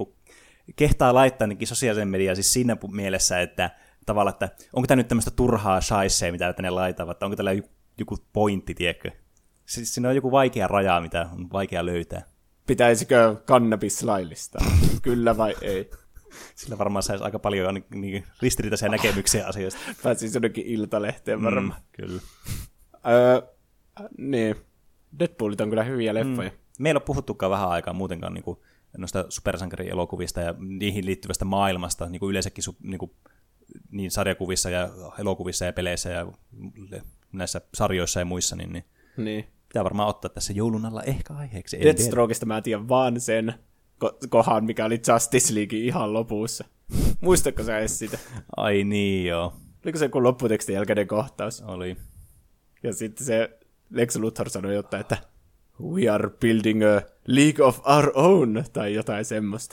Speaker 1: kehtaa laittaa sosiaalisen mediaan siis siinä mielessä, että tavallaan, että onko tämä nyt tämmöistä turhaa shaisee, mitä ne laitavat, onko tällä joku pointti, tiedätkö? Siis siinä on joku vaikea raja, mitä on vaikea löytää.
Speaker 2: Pitäisikö kannabis laillistaa? Kyllä vai ei?
Speaker 1: Sillä varmaan saisi aika paljon niin ristiriitaisia näkemyksiä asioista.
Speaker 2: Pääsisi jonnekin Iltalehteen varmaan.
Speaker 1: Mm, kyllä.
Speaker 2: Öö, niin. Deadpoolit on kyllä hyviä leffoja. Mm.
Speaker 1: Meillä on puhuttukaan vähän aikaa muutenkaan niin kuin noista supersankarielokuvista ja niihin liittyvästä maailmasta, niin kuin yleensäkin niin, kuin, niin sarjakuvissa ja elokuvissa ja peleissä ja näissä sarjoissa ja muissa, niin, niin,
Speaker 2: niin.
Speaker 1: pitää varmaan ottaa tässä joulun alla ehkä aiheeksi.
Speaker 2: Deathstrokeista mä tiedän vaan sen kohan, mikä oli Justice League ihan lopussa. Muistatko sä edes sitä?
Speaker 1: Ai niin, joo.
Speaker 2: Oliko se joku lopputekstin jälkeinen kohtaus?
Speaker 1: Oli.
Speaker 2: Ja sitten se Lex Luthor sanoi jotain, että we are building a league of our own, tai jotain semmoista.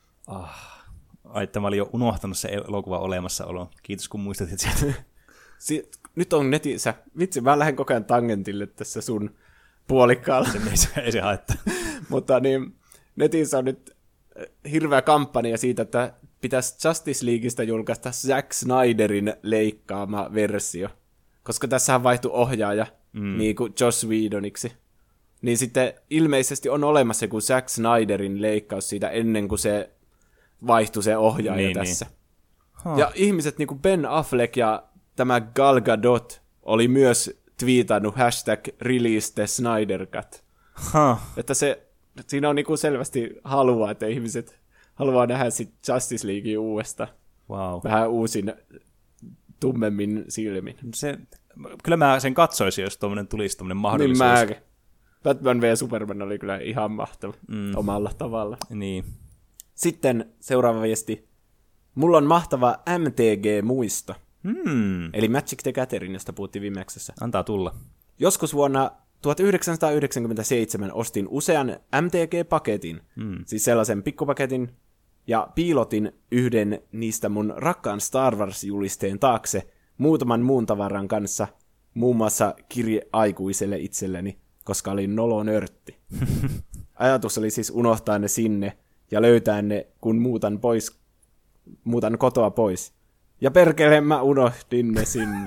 Speaker 1: Ah, ai, että mä olin jo unohtanut se elokuva olemassaolo. Kiitos, kun muistutit siitä.
Speaker 2: si- Nyt on netissä. Vitsi, mä lähden koko ajan tangentille tässä sun puolikkaalla.
Speaker 1: Se, ei, se, ei se haittaa.
Speaker 2: Mutta niin, netissä on nyt hirveä kampanja siitä, että pitäisi Justice Leagueista julkaista Zack Snyderin leikkaama versio. Koska tässähän vaihtui ohjaaja mm. niin kuin Joss Whedoniksi. Niin sitten ilmeisesti on olemassa joku Zack Snyderin leikkaus siitä ennen kuin se vaihtui se ohjaaja niin, tässä. Niin. Huh. Ja ihmiset niin kuin Ben Affleck ja tämä Gal Gadot oli myös twiitannut hashtag release the Snyder Cut.
Speaker 1: Huh.
Speaker 2: Että se, siinä on niin kuin selvästi halua, että ihmiset haluaa nähdä sit Justice Leaguea uudestaan.
Speaker 1: Wow.
Speaker 2: Vähän uusin tummemmin silmin.
Speaker 1: Se, kyllä mä sen katsoisin, jos tuommoinen tulisi tuommoinen mahdollisuus.
Speaker 2: Niin mäkin. Batman v Superman oli kyllä ihan mahtava mm. omalla tavalla.
Speaker 1: Niin.
Speaker 2: Sitten seuraava viesti. Mulla on mahtava M T G-muisto.
Speaker 1: Hmm.
Speaker 2: Eli Magic the Gathering, josta puhuttiin viimeksessä.
Speaker 1: Antaa tulla.
Speaker 2: Joskus vuonna tuhatyhdeksänsataayhdeksänkymmentäseitsemän ostin usean M T G-paketin, hmm. siis sellaisen pikkupaketin, ja piilotin yhden niistä mun rakkaan Star Wars-julisteen taakse muutaman muun tavaran kanssa, muun muassa kirje aikuiselle itselleni, koska olin nolonörtti. Ajatus oli siis unohtaa ne sinne ja löytää ne, kun muutan, pois, muutan kotoa pois. Ja perkele mä unohdin ne sinne.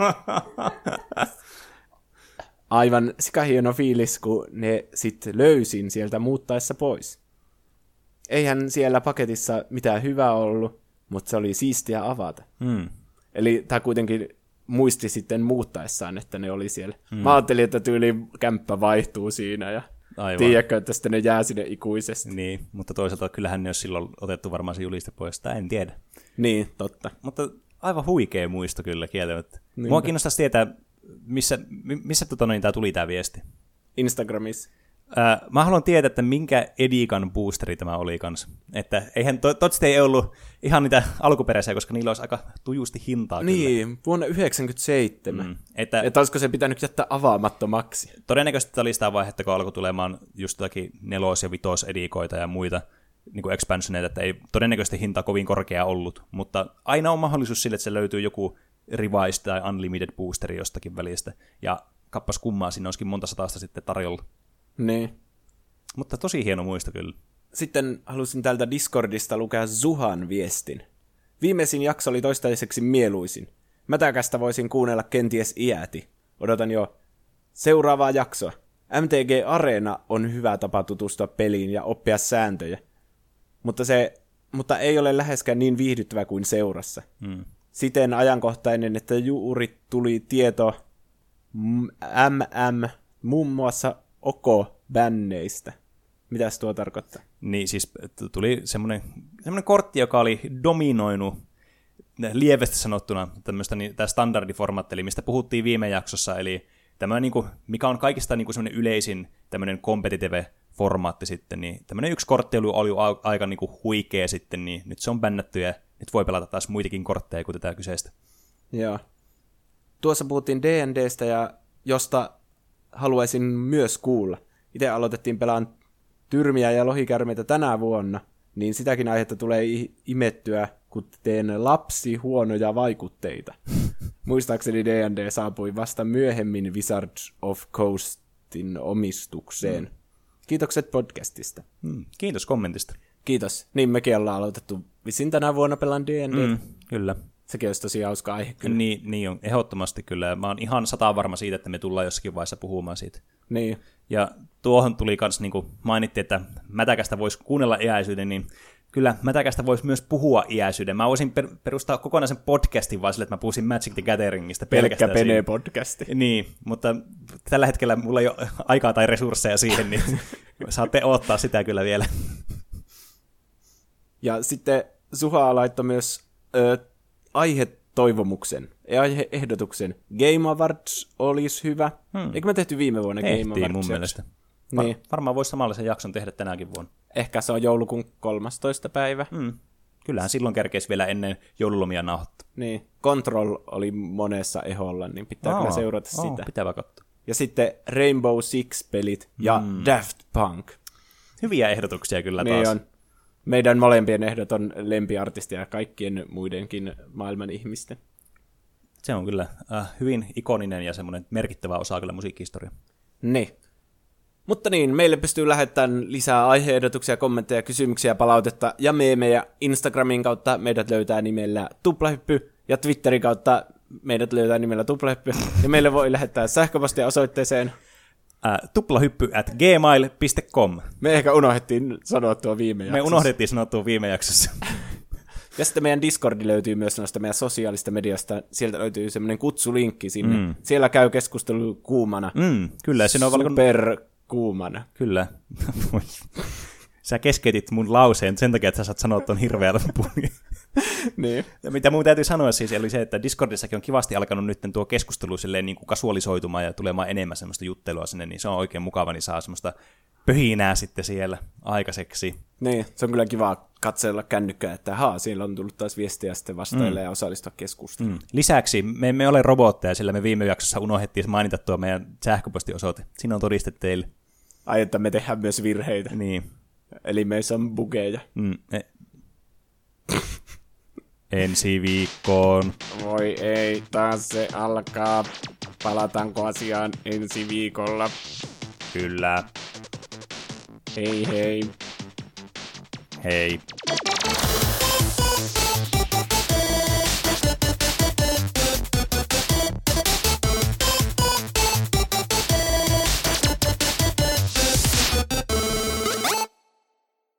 Speaker 2: Aivan sikahieno fiilis, kun ne sit löysin sieltä muuttaessa pois. Eihän siellä paketissa mitään hyvää ollut, mutta se oli siistiä avata.
Speaker 1: Mm.
Speaker 2: Eli tämä kuitenkin muisti sitten muuttaessaan, että ne oli siellä. Mm. Mä ajattelin, että tyyli kämppä vaihtuu siinä ja aivan. Tiedätkö, että sitten ne jää sinne ikuisesti.
Speaker 1: Niin, mutta toisaalta kyllähän ne olisi silloin otettu varmaan se juliste pois, tai en tiedä.
Speaker 2: Niin, totta.
Speaker 1: Mutta aivan huikea muisto kyllä kieltämättä. Niinpä. Mua kiinnostaisi tietää, missä, missä tota, niin, tämä tuli tämä viesti.
Speaker 2: Instagramissa.
Speaker 1: Äh, mä haluan tietää, että minkä Edikan boosteri tämä oli kanssa. Että eihän to, toivottavasti ei ollut ihan niitä alkuperäisiä, koska niillä olisi aika tujusti hintaa.
Speaker 2: Niin,
Speaker 1: kyllä.
Speaker 2: Vuonna yhdeksänkymmentäseitsemän. Mm,
Speaker 1: että,
Speaker 2: että olisiko se pitänyt jättää avaamattomaksi?
Speaker 1: Todennäköisesti oli sitä vaihetta, kun alkoi tulemaan just jotakin nelos- ja vitos-edikoita ja muita niin kuin expansioneita, että ei todennäköisesti hinta kovin korkea ollut. Mutta aina on mahdollisuus sille, että se löytyy joku revised tai unlimited boosteri jostakin välistä. Ja kappas kummaa, siinä olisikin monta satasta sitten tarjolla.
Speaker 2: Niin.
Speaker 1: Mutta tosi hieno muisto kyllä.
Speaker 2: Sitten halusin täältä Discordista lukea Zuhan viestin. Viimeisin jakso oli toistaiseksi mieluisin. Mätäkästä voisin kuunnella kenties iäti. Odotan jo seuraavaa jaksoa. M T G Arena on hyvä tapa tutustua peliin ja oppia sääntöjä. Mutta se mutta ei ole läheskään niin viihdyttävä kuin seurassa. Hmm. Siten ajankohtainen, että juuri tuli tieto M M muun muassa Oko-bänneistä. Mitäs tuo tarkoittaa?
Speaker 1: Niin, siis tuli semmoinen, semmoinen kortti, joka oli dominoinut lievästi sanottuna tämmöistä niin, tämä standardiformaatti, eli mistä puhuttiin viime jaksossa, eli tämä, niin kuin, mikä on kaikista niin kuin semmoinen yleisin tämmöinen competitive-formaatti sitten, niin tämmöinen yksi kortti oli, oli aika niin kuin huikea sitten, niin nyt se on bännätty ja nyt voi pelata taas muitakin kortteja kuin tätä kyseistä.
Speaker 2: Joo. Tuossa puhuttiin D and D:stä, ja josta haluaisin myös kuulla. Itse aloitettiin pelaan tyrmiä ja lohikärmeitä tänä vuonna, niin sitäkin aihetta tulee imettyä, kun teen lapsi huonoja vaikutteita. Muistaakseni D and D saapui vasta myöhemmin Wizards of Coastin omistukseen. Mm. Kiitokset podcastista.
Speaker 1: Mm, kiitos kommentista.
Speaker 2: Kiitos. Niin mekin ollaan aloitettu visin tänä vuonna pelaan D and D.
Speaker 1: Mm, kyllä.
Speaker 2: Sekin olisi tosi hauska aihe kyllä.
Speaker 1: Niin, niin on, ehdottomasti kyllä. Mä oon ihan sataa varma siitä, että me tullaan jossakin vaiheessa puhumaan siitä.
Speaker 2: Niin.
Speaker 1: Ja tuohon tuli kans, niin kuin mainittiin, että Mätäkästä voisi kuunnella iäisyyden, niin kyllä Mätäkästä voisi myös puhua iäisyyden. Mä voisin per- perustaa kokonaisen podcastin vaan sille, että mä puhuisin Magic the Gatheringista pelkästään.
Speaker 2: Pelkkä Pene-podcasti.
Speaker 1: Niin, mutta tällä hetkellä mulla ei ole aikaa tai resursseja siihen, niin saatte odottaa sitä kyllä vielä.
Speaker 2: Ja sitten Suha laittoi myös ö, aihetoivomuksen, aiheehdotuksen. Game Awards olisi hyvä. Hmm. Eikö me tehty viime vuonna
Speaker 1: Tehtiin,
Speaker 2: Game Awards?
Speaker 1: mun mielestä.
Speaker 2: Niin.
Speaker 1: Varmaan voisi samanlaisen jakson tehdä tänäkin vuonna.
Speaker 2: Ehkä se on joulukuun kolmastoista päivä.
Speaker 1: Hmm. Kyllähän silloin kerkeisi vielä ennen joululomia nauhoittaa.
Speaker 2: Niin. Control oli monessa eholla, niin pitää Aa, kyllä seurata
Speaker 1: oh,
Speaker 2: sitä.
Speaker 1: Pitää katsoa.
Speaker 2: Ja sitten Rainbow Six-pelit ja hmm. Daft Punk.
Speaker 1: Hyviä ehdotuksia kyllä
Speaker 2: niin
Speaker 1: taas.
Speaker 2: On. Meidän molempien ehdot on lempiartistia ja kaikkien muidenkin maailman ihmisten.
Speaker 1: Se on kyllä äh, hyvin ikoninen ja semmoinen merkittävä osa kyllä musiikkihistoria.
Speaker 2: Niin. Mutta niin, meille pystyy lähettämään lisää aihe-ehdotuksia, kommentteja, kysymyksiä, palautetta ja meemejä Instagramin kautta. Meidät löytää nimellä Tuplahyppy ja Twitterin kautta meidät löytää nimellä Tuplahyppy. Ja meille voi lähettää sähköpostia osoitteeseen
Speaker 1: Uh, tuplahyppy at gmail dot com.
Speaker 2: Me ehkä unohdettiin sanoa tuo viime jaksossa.
Speaker 1: Me unohdettiin sanoa tuo viime jaksossa.
Speaker 2: Ja sitten meidän Discordi löytyy myös noista meidän sosiaalista mediasta. Sieltä löytyy semmoinen kutsulinkki sinne. Mm. Siellä käy keskustelu kuumana.
Speaker 1: Mm, kyllä. Siinä on
Speaker 2: super valkon... kuumana.
Speaker 1: Kyllä. Sä keskeytit mun lauseen sen takia, että sä saat sanoa tuon hirveä loppuun.
Speaker 2: Niin.
Speaker 1: Ja mitä mun täytyy sanoa siis, oli se, että Discordissakin on kivasti alkanut nyt tuo keskustelu silleen niin kuin kasualisoitumaan ja tulemaan enemmän semmoista juttelua sinne, niin se on oikein mukava, niin saa semmoista pöhinää sitten siellä aikaiseksi.
Speaker 2: Niin, se on kyllä kiva katsella kännykkää, että haa, siellä on tullut taas viestiä sitten vastaille mm. ja osallistua keskusteluun. Mm.
Speaker 1: Lisäksi me emme ole robotteja, sillä me viime jaksossa unohdettiin mainita tuo meidän sähköpostiosoite. Siinä on todiste teille.
Speaker 2: Ai, että me tehdään myös virheitä.
Speaker 1: Niin.
Speaker 2: Eli meissä on bugeja.
Speaker 1: Mm. E- Ensi viikkoon.
Speaker 2: Voi ei, taas se alkaa. Palataanko asiaan ensi viikolla?
Speaker 1: Kyllä.
Speaker 2: Hei hei.
Speaker 1: Hei.